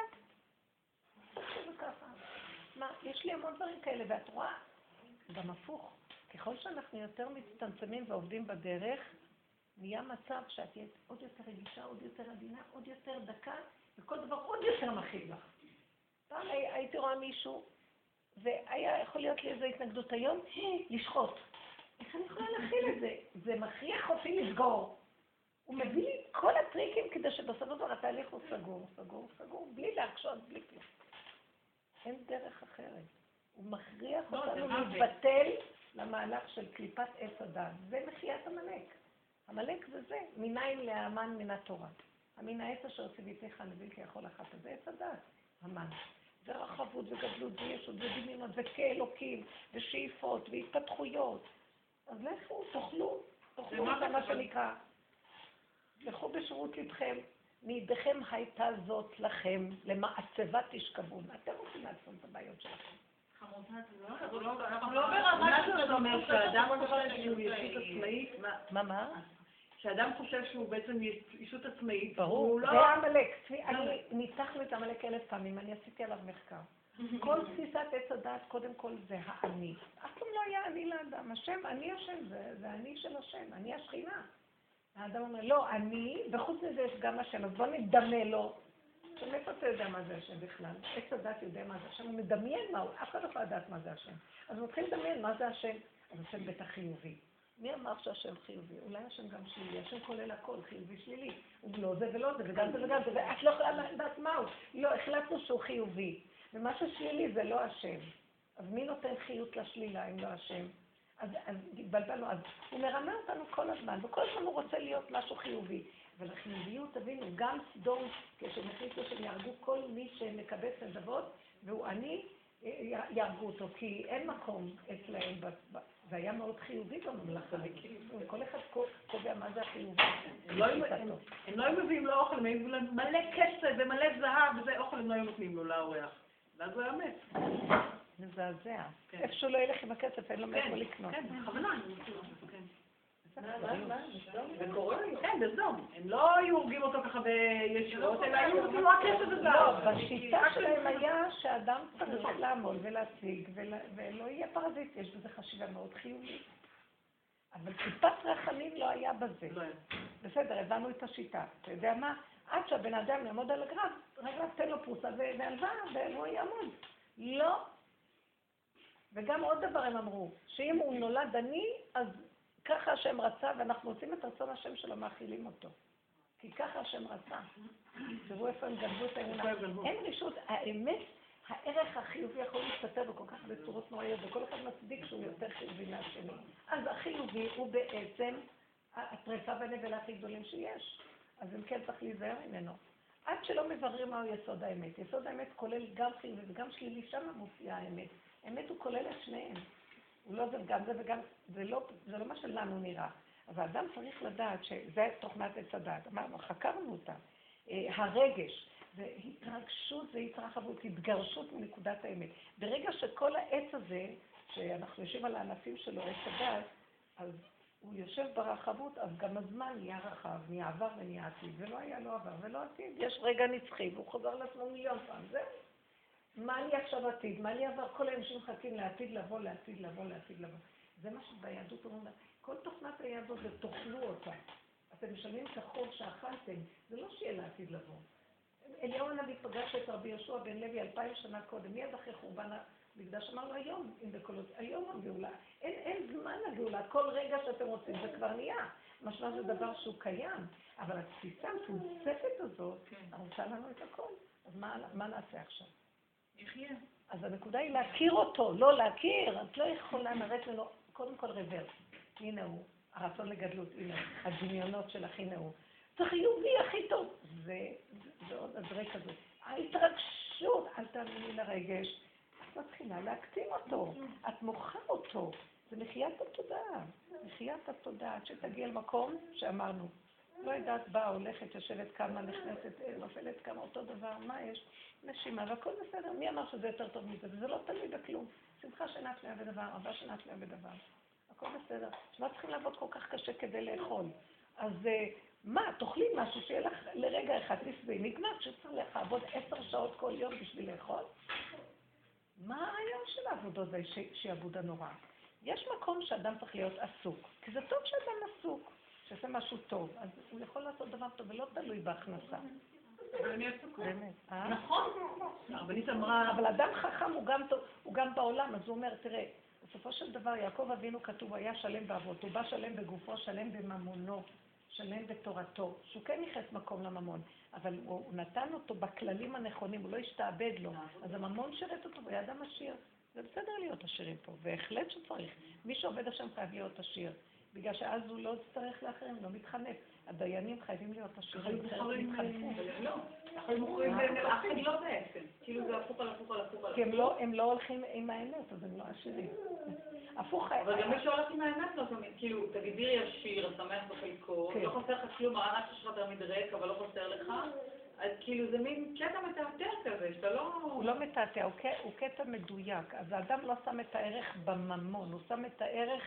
שזה ככה. מה, יש לי המון דברים כאלה, ואת רואה, גם הפוך. ככל שאנחנו יותר מצטמצמים ועובדים בדרך, נהיה מצב שאת תהיה עוד יותר רגישה, עוד יותר עדינה, עוד יותר דקה, וכל דבר עוד יותר מכיל לך. פעם הייתי רואה מישהו, והיה יכול להיות לי איזו התנגדות היום, לשחוט. איך אני יכולה להכיל את זה? זה מכריח אותי לסגור. הוא מביא לי את כל הטריקים כדי שבסופו של דבר התהליך הוא סגור, סגור, סגור, בלי להקשות, בלי כלום. אין דרך אחרת. הוא מכריח אותנו להתבטל למהלך של קליפת עץ הדת. זה מחיית המלאק. המלאק זה זה, מניין להמן מן התורה. המין העץ אשר ציוויתך לבלתי יכול אחת, זה עץ הדת, המן. זה רחבות וגדלות וישות ודמיונות וכאלוקים ושאיפות והתפתחויות. אז לכו, תאכלו, תאכלו זה מה שנקרא. לכו בשירות לבכם, מידיכם הייתה זאת לכם, למעצבה תשכבו. אתם רוצים לעשות את הבעיות שלכם. אנחנו לא ברמה שזה אומר שהאדם חושב שהוא ישות עצמאית. מה, מה? שהאדם חושב שהוא בעצם ישות עצמאית. ברור, זה המלאק. אני ניתחנו את המלאק אלף פעמים, אני עשיתי עליו מחקר. כל תפיסת עץ הדעת, קודם כל זה האני. אף פעם לא היה אני לאדם. השם, אני השם, זה אני של השם, אני השכינה. האדם אומר, לא, אני, וחוץ מזה יש גם השם, אז בוא נדמה לו. מאיפה אתה יודע מה זה השם בכלל? עץ הדת יודע מה זה השם, הוא מדמיין מה הוא, אף אחד לא יכול לדעת מה זה השם. אז הוא מתחיל לדמיין מה זה השם, אז השם בטח חיובי. מי אמר שהשם חיובי? אולי השם גם שלילי, השם כולל הכל, חיובי שלילי. הוא לא זה ולא זה, וגם זה וגם זה, ואת לא יכולה לדעת מה הוא. לא, החלטנו שהוא חיובי. ומה ששלילי זה לא השם. אז מי נותן חיות לשלילה אם לא השם? אז, אז התבלבלנו, אז הוא מרמה אותנו כל הזמן, וכל הזמן הוא רוצה להיות משהו חיובי. אבל החיוביות, תבינו, גם סדום, כשנחליטו שהם יהרגו כל מי שמקבץ נדבות, והוא אני, יהרגו אותו, כי אין מקום אצלהם, זה היה מאוד חיובי בממלכה. כל אחד קובע מה זה החיובי. הם לא היו מביאים לו אוכל, הם היו מביאים מלא כסף ומלא זהב, וזה אוכל הם לא היו נותנים לו לאורח. ואז הוא היה מת. מזעזע. איפה שהוא לא ילך עם הכסף, אין לו מאיפה לקנות. כן, בכוונה, אני מכירה. כן, בסדום. הם לא היו הורגים אותו ככה בישירות, אלא היו נותנים לו הכסף וזהב. לא, בשיטה שלהם היה שאדם צריך לעמול ולהציג, ולא יהיה פרזיט, יש בזה חשיבה מאוד חיובית. אבל טיפת רחמים לא היה בזה. בסדר, הבנו את השיטה. אתה יודע מה? עד שהבן אדם יעמוד על הגרף, רגע, תן לו פרוסה והלוואה, והוא יעמוד. לא. וגם עוד דבר הם אמרו, שאם הוא נולד עני, אז ככה השם רצה, ואנחנו עושים את רצון השם שלו, מאכילים אותו. כי ככה השם רצה. תראו איפה הם גנבו את האמונה. אין רשות, האמת, הערך החיובי יכול להסתתר בכל כך בצורות נוראיות, וכל אחד מצדיק שהוא יותר חיובי מהשני. אז החיובי הוא בעצם הטרפה והנבלה הכי גדולים שיש. אז אם כן צריך להיזהר ממנו. עד שלא מבררים מהו יסוד האמת. יסוד האמת כולל גם חיובי וגם שלילי, שם מופיעה האמת. האמת הוא כולל את שניהם. הוא לא זה וגם זה וגם, זה לא, זה לא מה שלנו נראה. אבל האדם צריך לדעת שזה תוכנת עץ הדעת. אמרנו, חקרנו אותה. הרגש, זה התרגשות, זה התרחבות, התגרשות מנקודת האמת. ברגע שכל העץ הזה, שאנחנו יושבים על הענפים שלו, עץ הדעת, אז הוא יושב ברחבות, אז גם הזמן נהיה רחב, נהיה עבר ונהיה עתיד, ולא היה לו עבר ולא עתיד. יש רגע נצחי, והוא חוזר לעצמו מיליון פעם. זהו. מה לי עכשיו עתיד? מה לי עבר? כל האנשים מחכים לעתיד לבוא, לעתיד לבוא, לעתיד לבוא. זה מה שביהדות אומרים, כל תוכנת היהדות זה תאכלו אותה. אתם משלמים את החוב שאכלתם, זה לא שיהיה לעתיד לבוא. אליהו הנביא פגש את רבי יהושע בן לוי אלפיים שנה קודם, מיד אחרי חורבן המקדש, אמר לו היום, אם בקולות, היום הגאולה. אין, אין זמן הגאולה, כל רגע שאתם רוצים זה כבר נהיה. משמע זה דבר שהוא קיים, אבל התפיסה המפוצצת הזאת, הרוצה לנו את הכל. אז מה, מה נעשה עכשיו? יחיה. אז הנקודה היא להכיר אותו, לא להכיר. את לא יכולה לראות לנו, קודם כל רוורס. הנה הוא, הרצון לגדלות, הנה, הדמיונות שלך, הנה הוא. זה חיובי הכי טוב. זה, זה עוד הדרק הזה. ההתרגשות, אל תאמיני לרגש. את מתחילה להקטין אותו. את מוחה אותו. זה מחיית התודעה. מחיית התודעה, שתגיע למקום שאמרנו. לא יודעת, באה, הולכת, יושבת כמה, נכנסת, נופלת כמה, אותו דבר, מה יש? נשימה, והכל בסדר. מי אמר שזה יותר טוב מזה? וזה לא תלוי בכלום. שמחה שנה תלויה בדבר, אהבה שנה תלויה בדבר. הכל בסדר. שמה צריכים לעבוד כל כך קשה כדי לאכול? אז מה, תאכלי משהו שיהיה לך לרגע אחד תסבי, נגמר שצריך לך לעבוד עשר שעות כל יום בשביל לאכול? מה הרעיון של העבודות זה שעבוד הנורא? יש מקום שאדם צריך להיות עסוק, כי זה טוב שאדם עסוק. שזה משהו טוב, אז הוא יכול לעשות דבר טוב ולא תלוי בהכנסה. אבל אני עסוקה. באמת, אה? נכון. הרבנית אמרה... אבל אדם חכם הוא גם בעולם, אז הוא אומר, תראה, בסופו של דבר יעקב אבינו כתוב, היה שלם באבות, הוא בא שלם בגופו, שלם בממונו, שלם בתורתו, שהוא כן ייחס מקום לממון, אבל הוא נתן אותו בכללים הנכונים, הוא לא השתעבד לו, אז הממון שרת אותו, הוא היה אדם עשיר. זה בסדר להיות עשירים פה, והחלט שצריך. מי שעובד השם חייב להיות עשיר. בגלל שאז הוא לא צריך לאחרים, לא מתחנף. הדיינים חייבים להיות עשירים, אחרים מתחנפו. לא, אנחנו מוכרים אף אחד לא בעצם. כאילו זה הפוך על הפוך על הפוך על הפוך. כי הם לא הולכים עם האמת, אז הם לא עשירים. הפוך... אבל גם מי שהולך עם האמת לא תמיד, כאילו, תגדיר ישיר, שמח בחלקו, לא חסר לך כלום, הענק שלך תמיד ריק, אבל לא חסר לך. אז כאילו זה מין קטע מתעתע כזה, שאתה לא... הוא לא מתעתע, הוא קטע מדויק. אז האדם לא שם את הערך בממון, הוא שם את הערך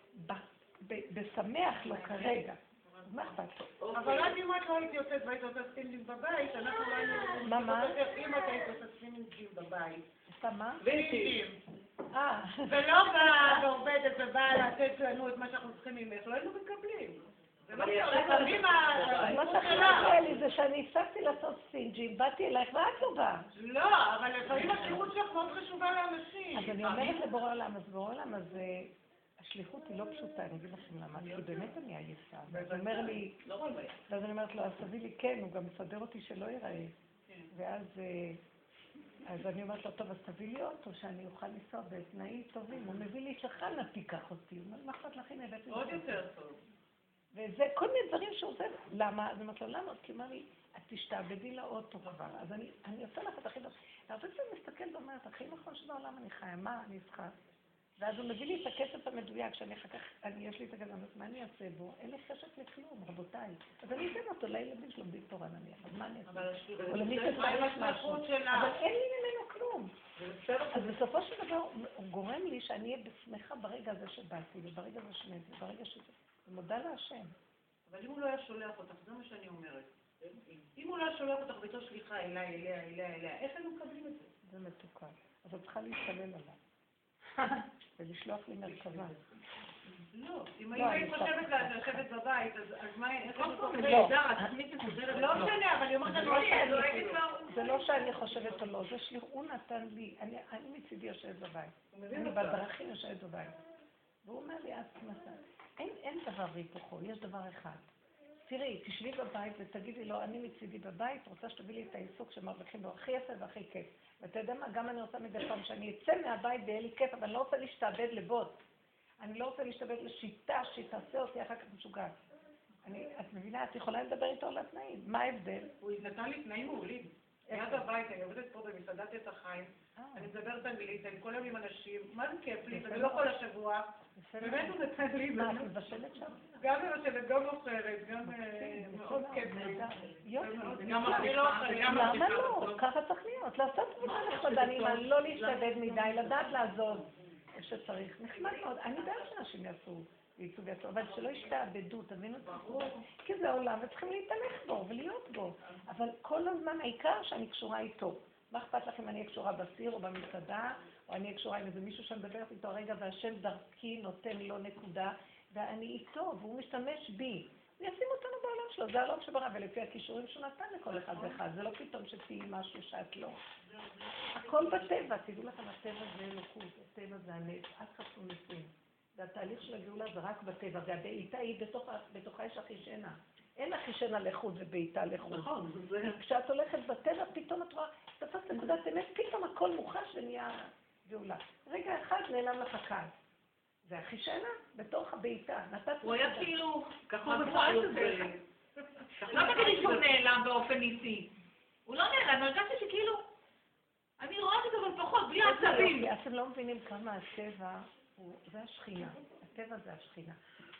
בשמח לו כרגע. מה אכפת? אבל אז אם את לא הייתי יוצאת והיית עושה ספינג'ים בבית, אנחנו לא היינו... מה, מה? אם את היית עושה ספינג'ים בבית. עושה מה? ספינג'ים. אה. ולא באה ועובדת ובאה לתת לנו את מה שאנחנו צריכים ממך, לא היינו מקבלים. מה שחלק לי זה שאני הפסקתי לעשות ספינג'ים, באתי אלייך ואת לא באה. לא, אבל לפעמים השליחות שלך מאוד חשובה לאנשים. אז אני אומרת לבורא עולם, אז בורא עולם, אז השליחות היא לא פשוטה, אני אגיד לכם למה, כי באמת אני עייפה. אז הוא אומר לי, ואז אני אומרת לו, אז תביא לי כן, הוא גם מסדר אותי שלא ייראה. ואז אז אני אומרת לו, טוב, אז תביא לי אוטו שאני אוכל לנסוע בתנאים טובים. הוא מביא לי שחנה תיקח אותי. הוא אומר, מה אכפת לך, הנה הבאתי. עוד יותר טוב. וזה כל מיני דברים שהוא עושה. למה? אז אני אומרת לו, למה? כי הוא אומר לי, את תשתעבדי לאוטו כבר. אז אני עושה לך את הכי טוב. הרבה פעמים מסתכל ואומרת, הכי נכון שבעולם אני חיה, מה אני צריכה? ואז הוא מביא לי את הכסף המדויק, שאני אחר כך, אני יש לי את הגזמת, מה אני אעשה בו? אין לי חשק לכלום, רבותיי. אז אני אתן אותו לילדים שלו בלי תורה נניח, אז מה אני אעשה? או למי שצריך משהו, אבל אין לי ממנו כלום. אז בסופו של דבר הוא גורם לי שאני אהיה בשמחה ברגע הזה שבאתי, וברגע הזה שנית, וברגע שזה, ומודה להשם. אבל אם הוא לא היה שולח אותך, זה מה שאני אומרת. אם הוא לא היה שולח אותך בתור שליחה אליי, אליה, אליה, אליה, איך היינו מקבלים את זה? זה מתוקן. אז את צריכה להתפלל עליו. ולשלוח לי מרכבה. לא, אם היית חושבת לשבת בבית, אז מה, איך את לא, לא משנה, אבל אני אומרת לך, זה לא שאני חושבת או לא, זה שהוא נתן לי, אני מצידי יושבת בבית, אני בדרכים יושבת בבית, והוא אומר לי, את מסע, אין דבר והיפוכו, יש דבר אחד. תראי, תשבי בבית ותגידי לו, אני מצידי בבית, רוצה שתביא לי את העיסוק שמרוויחים בו הכי יפה והכי כיף. ואתה יודע מה, גם אני רוצה מדי פעם שאני אצא מהבית ויהיה לי כיף, אבל אני לא רוצה להשתעבד לבוט. אני לא רוצה להשתעבד לשיטה שתעשה אותי אחר כך משוגעת. את מבינה, את יכולה לדבר איתו על התנאים. מה ההבדל? הוא נתן לי תנאים מעולים. ליד הבית, אני עובדת פה במסעדת את החיים, אני מדברת אנגלית, אני כל יום עם אנשים, מה זה כיף לי, ואני לא כל השבוע. באמת הוא נתן לי... מה, את מבשלת שם? גם מבשלת, גם מוכרת, גם מאוד כיף לי. למה לא? ככה צריך להיות. לעשות עבודה נחמדה, לא להשתעבד מדי, לדעת לעזוב שצריך. נחמד מאוד. אני בעד שאנשים יעשו ויצאו ויעשו, אבל שלא ישתעבדו, תבינו את זה. כי זה עולם וצריכים להתהלך בו ולהיות בו. אבל כל הזמן העיקר שאני קשורה איתו. מה אכפת לכם, אני אהיה קשורה בסיר או במסעדה, או אני אהיה קשורה עם איזה מישהו שמדברת איתו הרגע, והשם דרכי נותן לו נקודה, ואני איתו, והוא משתמש בי. הוא ישים אותנו בעולם שלו, זה העולם שברא, ולפי הכישורים שהוא נתן לכל אחד ואחד. זה לא פתאום שתהי משהו שאת לא. הכל בטבע, תדעו לכם, הטבע זה אלוקות, הטבע זה הנס, אל תחפשו ניסים. והתהליך של הגאולה זה רק בטבע, והבעיטה היא בתוכה יש אחישנה. אין אחישנה לחוד ובעיטה לחוד. נכון, כשאת הולכת בטבע, פתאום את רואה, תפסת נקודת אמת, פתאום הכל מוחש ונהיה גאולה. רגע אחד נעלם לך כאן. זה אחישנה בתוך הבעיטה. הוא היה כאילו, ככה הוא מפרש את זה. לא תגידי שהוא נעלם באופן ניסי. הוא לא נעלם, הרגשתי שכאילו, אני רואה את זה אבל פחות, בלי עצבים. אתם לא מבינים כמה הטבע, זה השכינה. הטבע זה השכינה.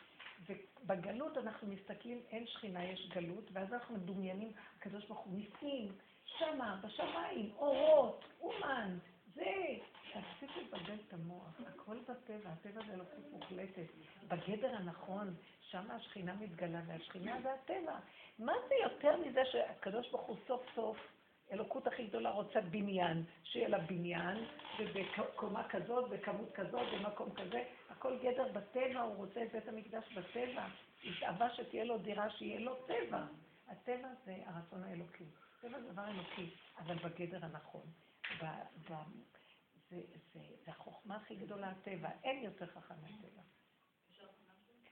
ובגלות אנחנו מסתכלים, אין שכינה, יש גלות, ואז אנחנו מדומיינים, הקדוש ברוך הוא ניסים, שמה, בשמיים, אורות, אומן, זה. תפסיק לבלבל את המוח, הכל בטבע, הטבע זה אלוקות מוחלטת, בגדר הנכון, שמה השכינה מתגלה, והשכינה זה הטבע. מה זה יותר מזה שהקדוש ברוך הוא סוף סוף, אלוקות הכי גדולה רוצה בניין, שיהיה לה בניין, ובקומה כזאת, בכמות כזאת, במקום כזה, הכל גדר בטבע, הוא רוצה את בית המקדש בטבע, התאווה שתהיה לו דירה, שיהיה לו טבע. הטבע זה הרצון האלוקי, טבע זה דבר אלוקי, אבל בגדר הנכון. ב, ב, זה, זה, זה החוכמה הכי גדולה, הטבע, אין יותר חכם מהטבע. כן.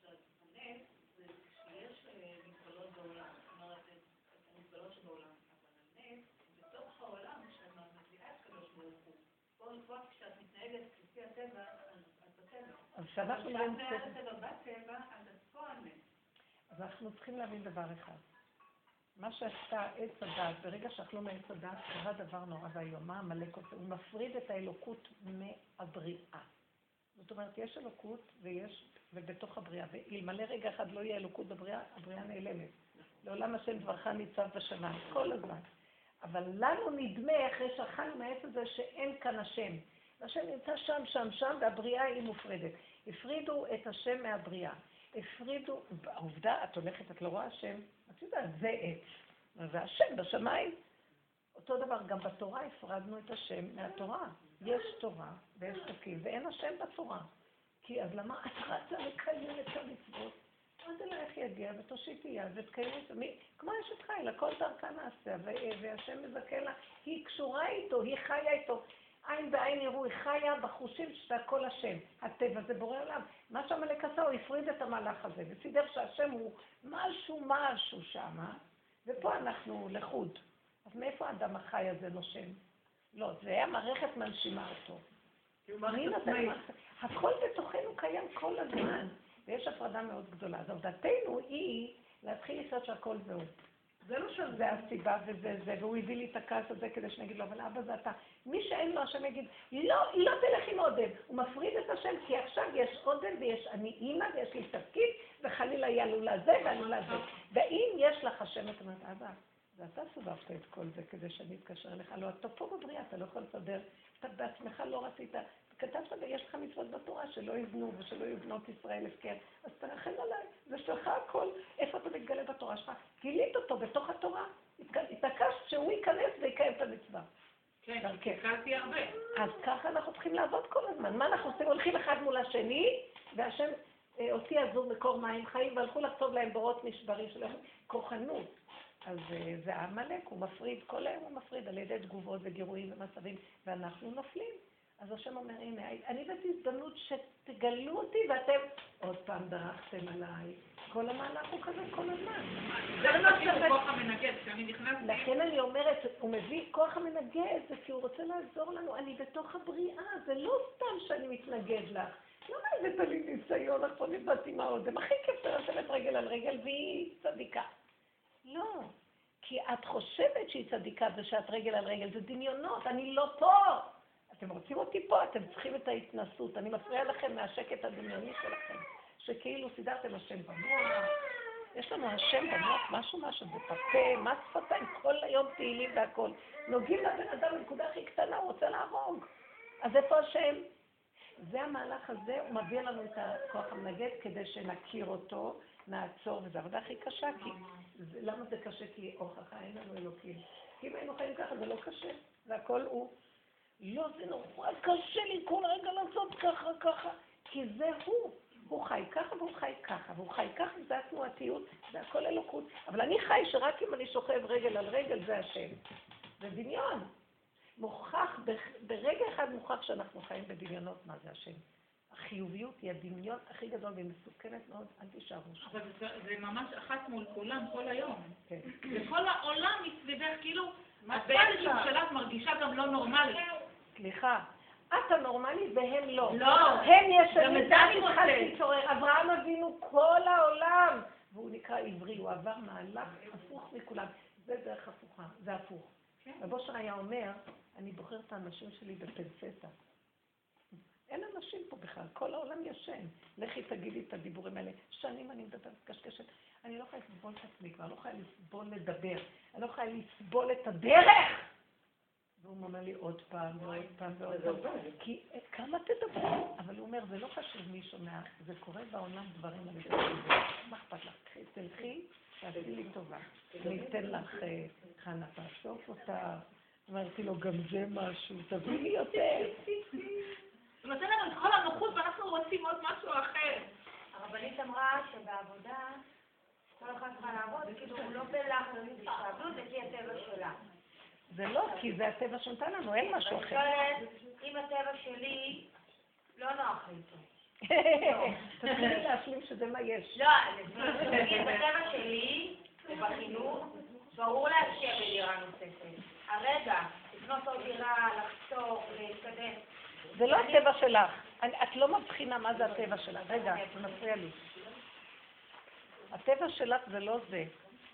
הנס זה כשיש מגבלות בעולם, זאת אומרת, המגבלות שבעולם, אבל הנס, בתוך העולם שמביאה את קדוש ברוך הוא. פה נקרא כשאת מתנהגת לפי הטבע, אז בטבע. אז שאנחנו אומרים... כשאת מתנהגת הטבע בטבע, אז את פה הנס. אז אנחנו צריכים להבין דבר אחד. מה שעשתה עץ הדת, ברגע שאכלו מעץ הדת, קרה דבר נורא והיום, מה המלאק עושה? הוא מפריד את האלוקות מהבריאה. זאת אומרת, יש אלוקות ויש, ובתוך הבריאה, ואלמלא רגע אחד לא יהיה אלוקות בבריאה, הבריאה נעלמת. לעולם השם דברך ניצב בשמיים, כל הזמן. אבל לנו נדמה, אחרי שאכלנו מעץ הזה, שאין כאן השם. השם נמצא שם, שם, שם, והבריאה היא מופרדת. הפרידו את השם מהבריאה. הפרידו, העובדה, את הולכת, את לא רואה השם, את יודעת, זה עץ, זה השם בשמיים. אותו דבר, גם בתורה הפרדנו את השם מהתורה. יש תורה ויש חוקים, ואין השם בתורה. כי אז למה את רצה לקיים את המצוות? עד אלייך יגיע ותושיטי יד ותקיים את זה. כמו אשת חיל, הכל דרכה נעשה, והשם מזכה לה, היא קשורה איתו, היא חיה איתו. עין בעין יראו, היא חיה בחושים שאתה כל השם. הטבע זה בורא עולם. מה שהמלאק עשה, הוא הפריד את המהלך הזה, וסידר שהשם הוא משהו משהו שם, ופה אנחנו לחוד. אז מאיפה האדם החי הזה נושם? לא, זה היה מערכת מנשימה אותו. מי נתן? הכל בתוכנו קיים כל הזמן, ויש הפרדה מאוד גדולה. אז עובדתנו היא להתחיל לחיות שהכל זהו. זה לא שם. זה הסיבה וזה זה, והוא הביא לי את הכעס הזה כדי שנגיד לו, אבל אבא זה אתה. מי שאין לו השם יגיד, לא, היא לא תלך עם עודן. הוא מפריד את השם, כי עכשיו יש עודן ויש אני אימא ויש לי תפקיד, וחלילה יעלו לזה ועלו לזה. ואם יש לך השם, את אומרת, אבא, ואתה סובבת את כל זה כדי שאני אתקשר אליך. לא, אתה פה בבריאה, אתה לא יכול לסדר. אתה בעצמך לא רצית. כתבת ויש לך מצוות בתורה שלא יבנו ושלא יבנות ישראל הפקר. אז תרחם עליי, זה שלך הכל. איפה אתה מתגלה בתורה שלך? גילית אותו בתוך התורה. התעקשת שהוא ייכנס ויקיים את המצווה. כן, קלתי הרבה. אז ככה אנחנו צריכים לעבוד כל הזמן. מה אנחנו עושים? הולכים אחד מול השני, והשם אותי עזור מקור מים חיים, והלכו לחצוב להם בורות נשברים של כוחנות. אז זה העמלק, הוא מפריד, כל היום הוא מפריד על ידי תגובות וגירויים ומצבים, ואנחנו נופלים. אז השם אומר, הנה, אני הבאתי הזדמנות שתגלו אותי, ואתם עוד פעם דרכתם עליי. כל המהלך הוא כזה כל הזמן. זה מה שזה כוח המנגד, כשאני נכנסתי... לכן אני אומרת, הוא מביא כוח המנגד, זה כי הוא רוצה לעזור לנו, אני בתוך הבריאה, זה לא סתם שאני מתנגד לך. למה הבאת לי ניסיון, אך פה נבאתי מה עוד? זה הכי כיף לשבת רגל על רגל והיא צדיקה. לא, כי את חושבת שהיא צדיקה ושאת רגל על רגל, זה דמיונות, אני לא פה. אתם רוצים אותי פה, אתם צריכים את ההתנסות. אני מפריע לכם מהשקט הדמיוני שלכם, שכאילו סידרתם השם במוח. יש לנו השם במוח, משהו משהו בפה, מה שפתיים, כל היום תהילים והכל. נוגעים לבן אדם בנקודה הכי קטנה, הוא רוצה להרוג. אז איפה השם? זה המהלך הזה, הוא מביא לנו את הכוח המנגד כדי שנכיר אותו, נעצור, וזו העבודה הכי קשה, כי למה זה קשה? כי הוכחה, אין לנו אלוקים. כי אם היינו חיים ככה, זה לא קשה, והכל הוא. לא, זה נורא קשה לי כל רגע לעשות ככה, ככה, כי זה הוא. הוא חי ככה והוא חי ככה, והוא חי ככה, זה התנועתיות, זה הכל אלוקות. אבל אני חי שרק אם אני שוכב רגל על רגל, זה השם. זה דמיון. מוכח, ברגע אחד מוכח שאנחנו חיים בדמיונות, מה זה השם. החיוביות היא הדמיון הכי גדול ומסוכנת מאוד, אל תישארו שם. אבל זה, זה ממש אחת מול כולם כל היום. כן. וכל העולם מסביבך, כאילו, את באיזשהו שלב מרגישה גם לא נורמלית. סליחה, את הנורמלית והם לא. לא. הם ישנים, גם את זה אני צריכה רוצה. להתעורר. אברהם אבינו כל העולם. והוא נקרא עברי, הוא עבר מהלך הפוך מכולם. זה דרך הפוכה, זה הפוך. רב אושר היה אומר, אני בוחר את האנשים שלי בפנצטה. אין אנשים פה בכלל, כל העולם ישן. לכי תגידי את הדיבורים האלה. שנים אני מדברת קשקשת. אני לא יכולה לסבול את עצמי כבר, אני לא יכולה לסבול לדבר. אני לא יכולה לסבול את הדרך. והוא אומר לי עוד פעם ועוד פעם ועוד פעם. כי כמה תדברו? אבל הוא אומר, זה לא חשוב מי שומע, זה קורה בעולם דברים על ידי. מה אכפת לך? תלכי, תעשי לי טובה. אני אתן לך חנה, תאסוף אותה. אמרתי לו, גם זה משהו, תביא לי יותר. הוא נותן לנו את כל הנוחות ואנחנו רוצים עוד משהו אחר. הרבנית אמרה שבעבודה כל אחד צריכה לעבוד, כאילו הוא לא בלחץ בשעבדות, זה כי הטבע שלה. זה לא, כי זה הטבע שנתן לנו, אין משהו אחר. אני שואלת, אם הטבע שלי לא נוח לי איתו. תתחילי להשלים שזה מה יש. לא, נגיד בטבע שלי, בחינוך, ברור להשקיע בדירה נוספת. הרגע, לקנות עוד דירה, לחסוך, להתקדם. זה לא הטבע שלך. את לא מבחינה מה זה הטבע שלך. רגע, זה מפריע לי. הטבע שלך זה לא זה.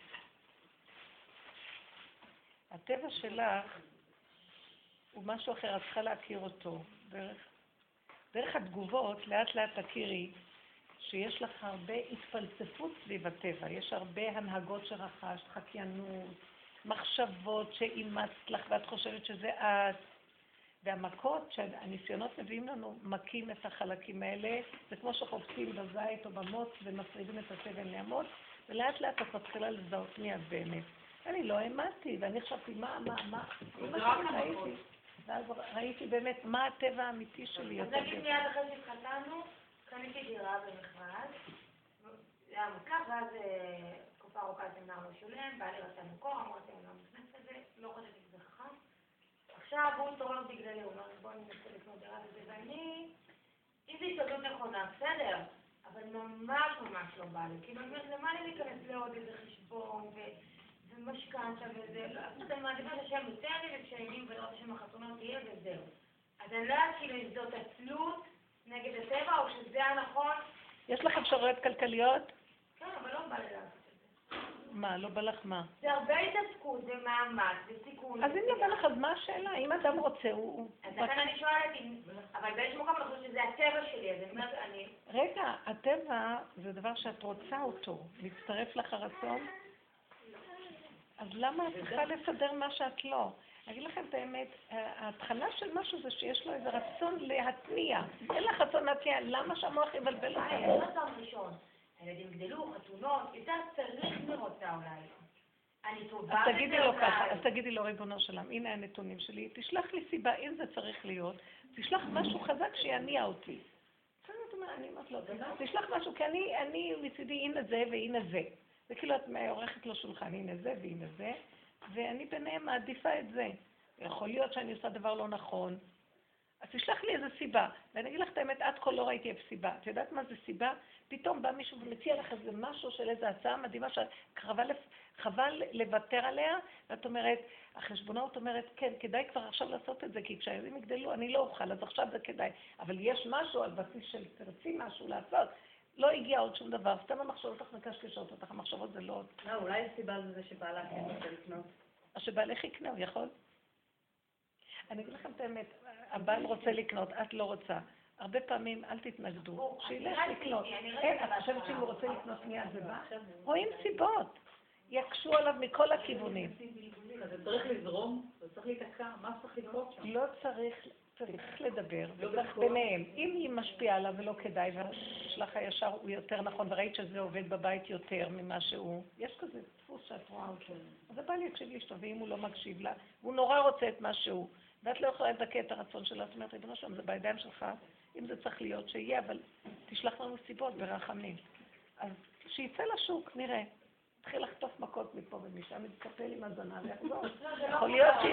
הטבע שלך הוא משהו אחר, את צריכה להכיר אותו. דרך, דרך התגובות, לאט לאט תכירי שיש לך הרבה התפלספות סביב הטבע. יש הרבה הנהגות שרכשת, חקיינות, מחשבות שאימצת לך ואת חושבת שזה את. והמכות שהניסיונות מביאים לנו, מכים את החלקים האלה, זה כמו שחופשים בזית או במוץ ומפרידים את התבן לעמוד, ולאט לאט את מתחילה לזהות מי את באמת. אני לא האמנתי, ואני חשבתי מה, מה, מה, מה שאני ראיתי. ואז ראיתי באמת מה הטבע האמיתי שלי. אז נגיד מיד אחרי שהתחתנו, קניתי דירה במכרז, זה היה מוצלח, ואז תקופה ארוכה הסמינר לא שולם, בעלי רצה מקור, אמרתי, אני לא נכנס לזה, לא חשבתי שזה חכם. עכשיו הוא מתעורר בגללי, הוא אומר, בואי ננסה לקנות דירה וזה, ואני, אם זו הסתכלות נכונה, בסדר, אבל ממש ממש לא בא לי. כאילו, אני אומרת, למה לי להיכנס לעוד איזה חשבון ומשכנתה וזה, אז אני מעדיפה שהשם יוצא לי, וכשהגיעו בעזרת השם החתונה תהיה וזהו. אז אני לא יודעת כאילו אם זאת עצלות נגד הטבע, או שזה הנכון. יש לך אפשרויות כלכליות? כן, אבל לא בא לי לעשות את זה. מה, לא בא לך מה? זה הרבה התעסקות, זה מאמץ, זה סיכון. אז אם לא בא לך, אז מה השאלה? אם אדם רוצה, הוא... אז לכן אני שואלת, אבל באיזשהו מקום אני חושבת שזה הטבע שלי, אז אני אומרת, אני... רגע, הטבע זה דבר שאת רוצה אותו, להצטרף לך הרצון. אז למה את צריכה לסדר מה שאת לא? אני אגיד לכם את האמת, ההתחלה של משהו זה שיש לו איזה רצון להתניע. אין לך רצון להתניע, למה שהמוח יבלבל לך? זה לא פעם ראשון. הילדים גדלו, חתונות, יותר צריך מרוצה אולי. אני טובה אז תגידי לו ככה, אז תגידי לו ריבונו שלם, הנה הנתונים שלי, תשלח לי סיבה, אם זה צריך להיות, תשלח משהו חזק שיניע אותי. אני אומרת לו, תשלח משהו, כי אני, אני מצידי, הנה זה והנה זה. זה כאילו את עורכת לו שולחן, הנה זה והנה זה, ואני ביניהם מעדיפה את זה. יכול להיות שאני עושה דבר לא נכון, אז תשלח לי איזה סיבה. ואני אגיד לך את האמת, עד כה לא ראיתי איפה סיבה. את יודעת מה זה סיבה? פתאום בא מישהו ומציע לך איזה משהו של איזו הצעה מדהימה שחבל לוותר עליה, ואת אומרת, החשבונאות אומרת, כן, כדאי כבר עכשיו לעשות את זה, כי כשהילדים יגדלו אני לא אוכל, אז עכשיו זה כדאי. אבל יש משהו על בסיס של תרצי משהו לעשות. לא הגיע עוד שום דבר, סתם המחשבות לך מקשקשות אותך, המחשבות זה לא... לא, אולי הסיבה זה שבעלה כן רוצה לקנות. אז שבעלך יקנה, הוא יכול? אני אגיד לכם את האמת, הבעל רוצה לקנות, את לא רוצה. הרבה פעמים אל תתנגדו, שילך לקנות. אין, את חושבת שאם הוא רוצה לקנות מיד זה בא? רואים סיבות. יקשו עליו מכל הכיוונים. זה צריך לזרום, זה צריך להתעקע, מה צריך לקרות שם? לא צריך, צריך לדבר, וצריך ביניהם. אם היא משפיעה עליו ולא כדאי, והשלח הישר הוא יותר נכון, וראית שזה עובד בבית יותר ממה שהוא, יש כזה דפוס שאת רואה אותו. אז הבעל יקשיב לאשתו, ואם הוא לא מקשיב לה, הוא נורא רוצה את מה שהוא. ואת לא יכולה לדכא את הרצון שלה, זאת אומרת, ריבונו שלום, זה בידיים שלך, אם זה צריך להיות שיהיה, אבל תשלח לנו סיבות ברחמים. אז שיצא לשוק, נראה. תתחיל לחטוף מכות מפה ומשם, מתקפל עם הזנה ויחזור. יכול להיות ש...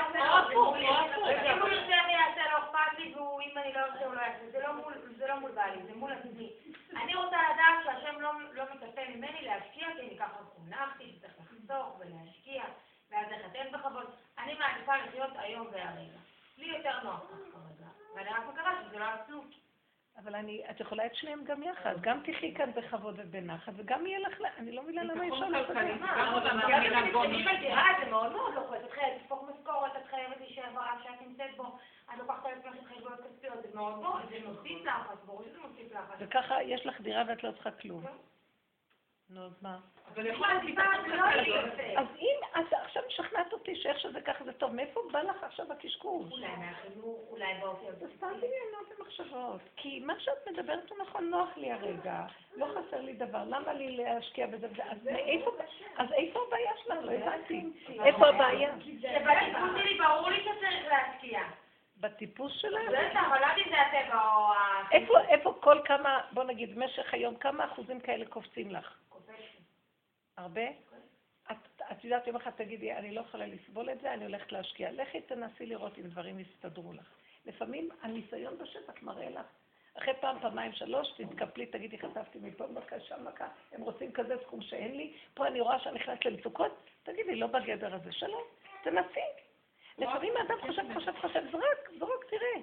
אם הוא יוצא אני אעשה לא אכפת לי, ואם אני לא יוצא הוא לא יעשה. זה לא מול בעלי, זה מול עצמי. אני רוצה לדעת שהשם לא מצפה ממני להשקיע, כי אני ככה חונכתי, שצריך לחסוך ולהשקיע. ואז לחתן בכבוד. אני מעדיפה לחיות היום והרגע. לי יותר נוח כרגע. ואני רק מקווה שזה לא עצלות. אבל אני, את יכולה את שניהם גם יחד. גם תחי כאן בכבוד ובנחת, וגם יהיה לך... אני לא מבינה למה אפשר לעשות את זה. כשמתקדמים על דירה זה מאוד מאוד לוחץ. את חייבת לפוק משכורת, את חייבת להישאר ברב שאת נמצאת בו. את לוקחת על עצמך את חשבונות כספיות. זה מאוד מאוד, זה מוסיף לחץ. ברור שזה מוסיף לחץ. וככה יש לך דירה ואת לא צריכה כלום. נו, אז מה? אבל יכול להיות אז אם את עכשיו משכנעת אותי שאיך שזה ככה זה טוב, מאיפה בא לך עכשיו הקשקוש? אולי מהחינוך, אולי באופי זה סתם דמיונות ומחשבות. כי מה שאת מדברת הוא נכון, נוח לי הרגע, לא חסר לי דבר, למה לי להשקיע בזה? אז איפה הבעיה שלך? לא הבנתי. איפה הבעיה? שבטיפוס שלי ברור לי שצריך להשקיע. בטיפוס שלך? בטח, אבל לא יודעת אם זה הטבע או ה... איפה כל כמה, בוא נגיד, במשך היום, כמה אחוזים כאלה קופצים לך? הרבה? את, את יודעת, יום אחד תגידי, אני לא יכולה לסבול את זה, אני הולכת להשקיע. לכי תנסי לראות אם דברים יסתדרו לך. לפעמים הניסיון בשטח מראה לך. אחרי פעם, פעמיים, שלוש, תתקפלי, תגידי, חטפתי מפה מכה, שם מכה, הם רוצים כזה סכום שאין לי, פה אני רואה שאני נכנסת למצוקות, תגידי, לא בגדר הזה, שלום, תנסי. לפעמים האדם חושב, חושב, חושב, זרק, זרוק, תראה.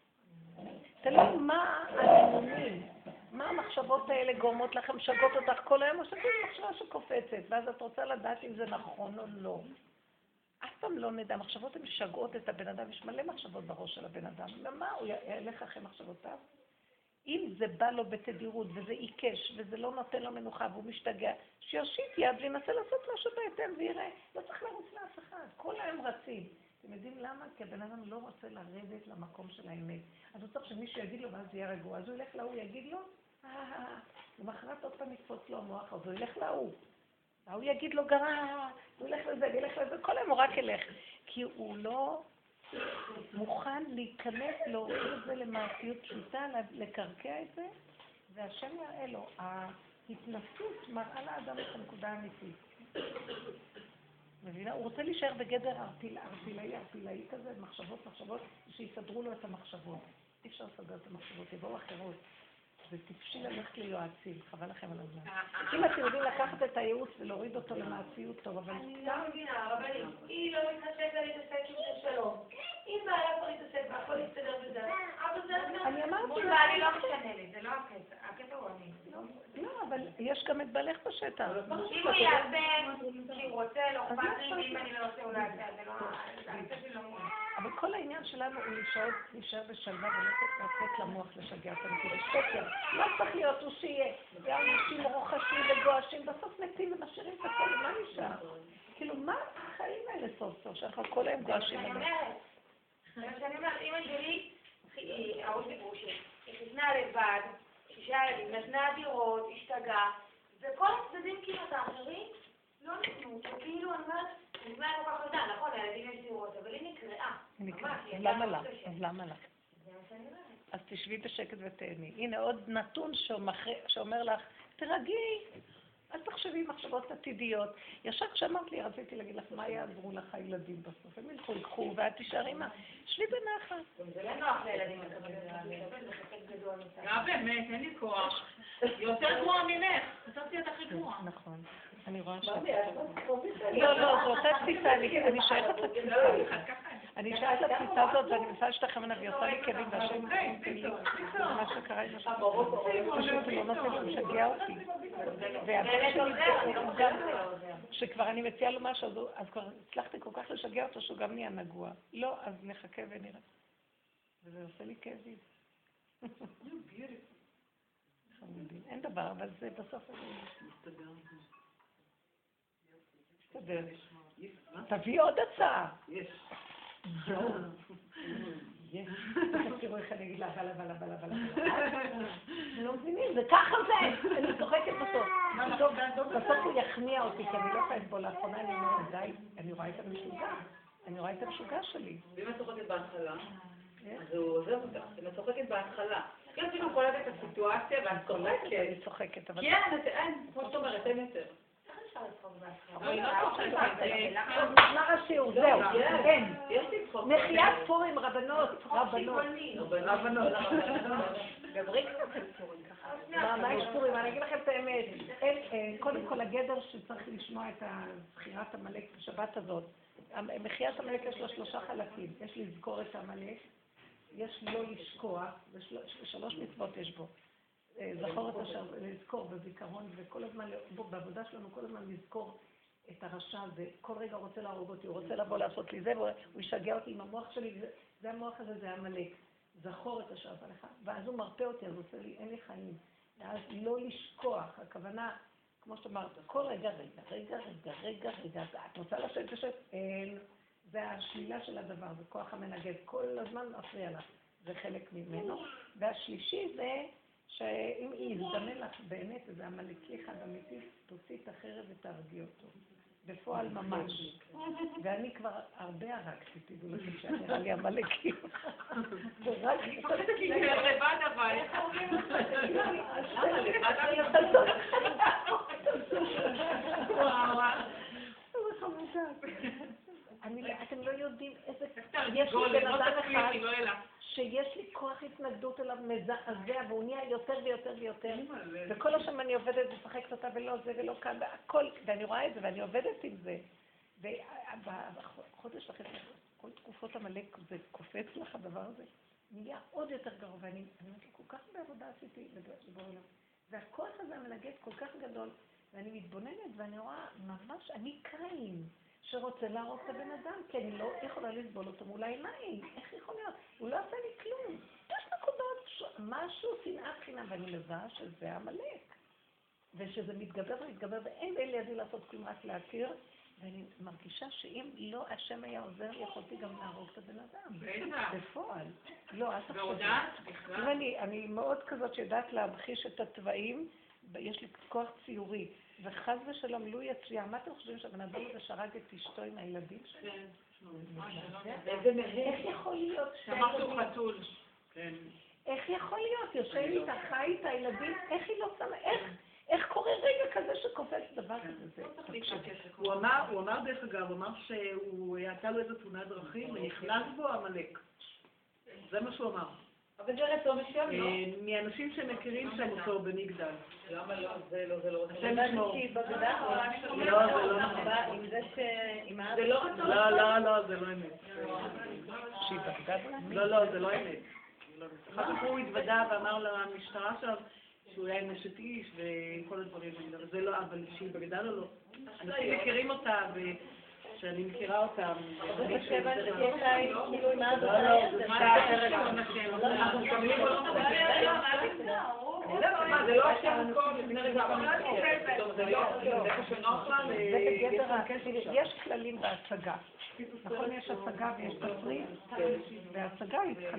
תלוי מה הנאמונים. מה המחשבות האלה גורמות לכם, משגעות אותך כל היום, או שזו מחשבה שקופצת, ואז את רוצה לדעת אם זה נכון או לא. אף פעם לא נדע, מחשבות הן משגעות את הבן אדם, יש מלא מחשבות בראש של הבן אדם. למה הוא ילך אחרי מחשבותיו? אם זה בא לו בתדירות, וזה עיקש, וזה לא נותן לו מנוחה, והוא משתגע, שיושיט יד וינסה לעשות משהו בהתאם ויראה. לא צריך לרוץ לאף אחד, כל היום רצים. אתם יודעים למה? כי הבן אדם לא רוצה לרדת למקום של האמת. אז הוא צריך שמישהו יגיד לו, ואז יהיה רגוע. אז הוא ילך להוא, יגיד לו, אה, למחרת עוד פעם יקפוץ לו המוח, אז הוא ילך להוא. והוא יגיד לו, גרע, הוא ילך לזה, ילך לזה, כל היום הוא רק ילך. כי הוא לא מוכן להיכנס, להוריד את זה למעשיות פשוטה, לקרקע את זה, והשם יראה לו. ההתנסות מראה לאדם את הנקודה האמיתית. מבינה? הוא רוצה להישאר בגדר ארטילאי, ארטילאי כזה, מחשבות, מחשבות, שיסדרו לו את המחשבות. אי אפשר לסדר את המחשבות, יבואו אחרות. זה טיפשי ללכת ליועצים, חבל לכם על הזמן. אם אתם יודעים לקחת את הייעוץ ולהוריד אותו למעשיות טוב, אבל... אני לא מבינה, הרבנית, היא לא מתחשבת להתעסק עם זה שלום. אם בעלה כבר להתעסק והכל יסתדר בזה, אבל זה... אני אמרתי... מול בעלי לא משנה לי, זה לא הקטע, הקטע הוא אני. לא, אבל יש גם את בעלך בשטח. אם הוא יעשה, כי הוא רוצה, לא אכפת לי, ואם אני לא עושה, אולי זה לא... הקטע שלי לא מול. אבל כל העניין שלנו הוא להישאר בשלווה ולא לתת למוח לשגע אותנו, כי זה שקר. לא צריך להיות הוא שיהיה. גם אנשים מרוחשים וגועשים, בסוף מתים ומשאירים את הכל, מה נשאר? כאילו, מה החיים האלה סוף סוף, שאנחנו כל היום גועשים? אני אומרת, אני אומרת, אמא שלי, ההוא דיברו שלי, היא חיתנה לבד, שישה ילדים, נתנה דירות, השתגעה, וכל הצדדים כאילו את האחרים לא נתנו, וכאילו אני אומרת, אני אומרת לא כך יודעת, נכון, הילדים יש דירות, אבל היא נקראה. אז למה לך? אז למה לך? זה מה שאני אומרת. אז תשבי בשקט ותהני. הנה עוד נתון שאומר לך, תרגי, אל תחשבי מחשבות עתידיות. ישר כשאמרת לי, רציתי להגיד לך, מה יעזרו לך הילדים בסוף? הם ילכו, יקחו, ואת תישארי מה? שבי בנחת. זה לא נוח לילדים לקבל גדול. לא באמת, אין לי כוח. יותר גרוע ממך. חשבתי את הכי גרוע. נכון. אני רואה ש... לא, לא, זו אותה תפיסה, אני שייכת לתפיסה. אני שייכת לתפיסה הזאת, ואני מנסה לשתכם עליו, והיא עושה לי כאבים, והשם נותן לי מה שקרה עם השם. פשוט לא נותן לי, משגע אותי. שכבר אני מציעה לו משהו, אז כבר הצלחתי כל כך לשגע אותו שהוא גם נהיה נגוע. לא, אז נחכה ונראה. וזה עושה לי כאבים. אין דבר, אבל זה בסוף... מסתדר. תביא עוד הצעה. יש. תראו איך אני אגיד לה, אבל, אבל, אבל, אבל, אבל. לא מבינים, זה ככה זה. אני צוחקת בסוף. בסוף הוא יכניע אותי, כי אני לא יכולה לסבול. לאחרונה אני אומרת, די, אני רואה את המשוגע. אני רואה את המשוגע שלי. ואם את צוחקת בהתחלה, אז הוא עוזב אותך. אם את צוחקת בהתחלה, כן, כאילו קולטת את הסיטואציה ואת צוחקת. אני צוחקת, אבל... כן, אין, כמו שאת אומרת, אין יותר. נגמר השיעור, זהו, אין. מחיית פורים, רבנות, רבנות. רבנות. דברי קצת על פורים ככה. מה יש פורים? אני אגיד לכם את האמת. קודם כל הגדר שצריך לשמוע את זכירת המלאק בשבת הזאת. מחיית המלאק יש לו שלושה חלקים. יש לזכור את המלאק, יש לא לשכוח, ושלוש מצוות יש בו. זכור את אשר, לזכור בזיכרון, וכל הזמן, בעבודה שלנו כל הזמן לזכור את הרשע הזה. כל רגע הוא רוצה להרוג אותי, הוא רוצה לבוא לעשות לי זה, והוא ישגע אותי עם המוח שלי, זה המוח הזה, זה המלאק. זכור את אשר עשה לך, ואז הוא מרפא אותי, אז הוא עושה לי, אין לי חיים. ואז לא לשכוח, הכוונה, כמו שאת אומרת, כל רגע, רגע, רגע, רגע, רגע, רגע, את רוצה לשבת לשבת, אין, זה השלילה של הדבר, זה כוח המנגד, כל הזמן מפריע לך, זה חלק ממנו. והשלישי זה, שאם יזדמן לך באמת איזה המלאקי אחד אמיתי, תוציא את החרב ותהרגי אותו. בפועל ממש. ואני כבר הרבה הרגתי, תדעו לכם שנראה לי המלאקי. ורק... כי זה לבד אבל. למה לבד? וואו. אתם לא יודעים איזה... יש לי בן אדם אחד שיש לי כוח התנגדות אליו מזעזע, והוא נהיה יותר ויותר ויותר, וכל השם אני עובדת ושחקת אותה ולא זה ולא כאן, והכל, ואני רואה את זה ואני עובדת עם זה. ובחודש וחצי, כל תקופות המלאק זה קופץ לך הדבר הזה, נהיה עוד יותר גרוע, ואני אומרת, כל כך בעבודה עשיתי לדבר אליו. והכוח הזה המנגד כל כך גדול, ואני מתבוננת ואני רואה ממש, אני קיים. שרוצה להרוג את הבן אדם, כי אני לא יכולה לסבול אותו מול העיניים. איך יכול להיות? הוא לא עשה לי כלום. יש נקודות, משהו, שנאת חינם, ואני מזהה שזה המלאק. ושזה מתגבר ומתגבר, ואין בין לידי לעשות כלום רק להכיר, ואני מרגישה שאם לא השם היה עוזר, יכולתי גם להרוג את הבן אדם. בפועל. לא, אל תחשבי. אני מאוד כזאת שיודעת להמחיש את התוואים, יש לי כוח ציורי. וחז ושלום, לו יצליח, מה אתם חושבים שהבן אדם הזה שרג את אשתו עם הילדים שלו? איך יכול להיות? אמרת הוא חתול. איך יכול להיות? יושב איתה, חי איתה, הילדים, איך היא לא שמה? איך קורה רגע כזה שקופץ דבר כזה? הוא אמר דרך אגב, הוא אמר שהוא הייתה לו איזו תאונת דרכים ונכנס בו המלאק. זה מה שהוא אמר. אבל זה רצון מסוים, לא? מאנשים שמכירים שם אותו במגדל. למה לא? זה לא, זה לא רצון. השם ישמור. לא, זה לא נכון. עם זה ש... זה לא רצון. לא, לא, לא, זה לא אמת. שהיא בגדה? לא, לא, זה לא אמת. אחר כך הוא התוודע ואמר למשטרה שלו שהוא היה עם אשת איש וכל הדברים האלה. זה לא, אבל שהיא בגדה לו לא. אנשים מכירים אותה שאני מכירה אותם. אבל בשבע יש לה כאילו עם מה זה? לא, לא, זה מה אחרת לא נשם? אנחנו שומעים או לא נשם? זה לא השם כל לפני רגע זה לא, זה כשנוח לה זה בגדר הקשר, יש כללים בהצגה. נכון, יש הצגה ויש תפריט, וההצגה היא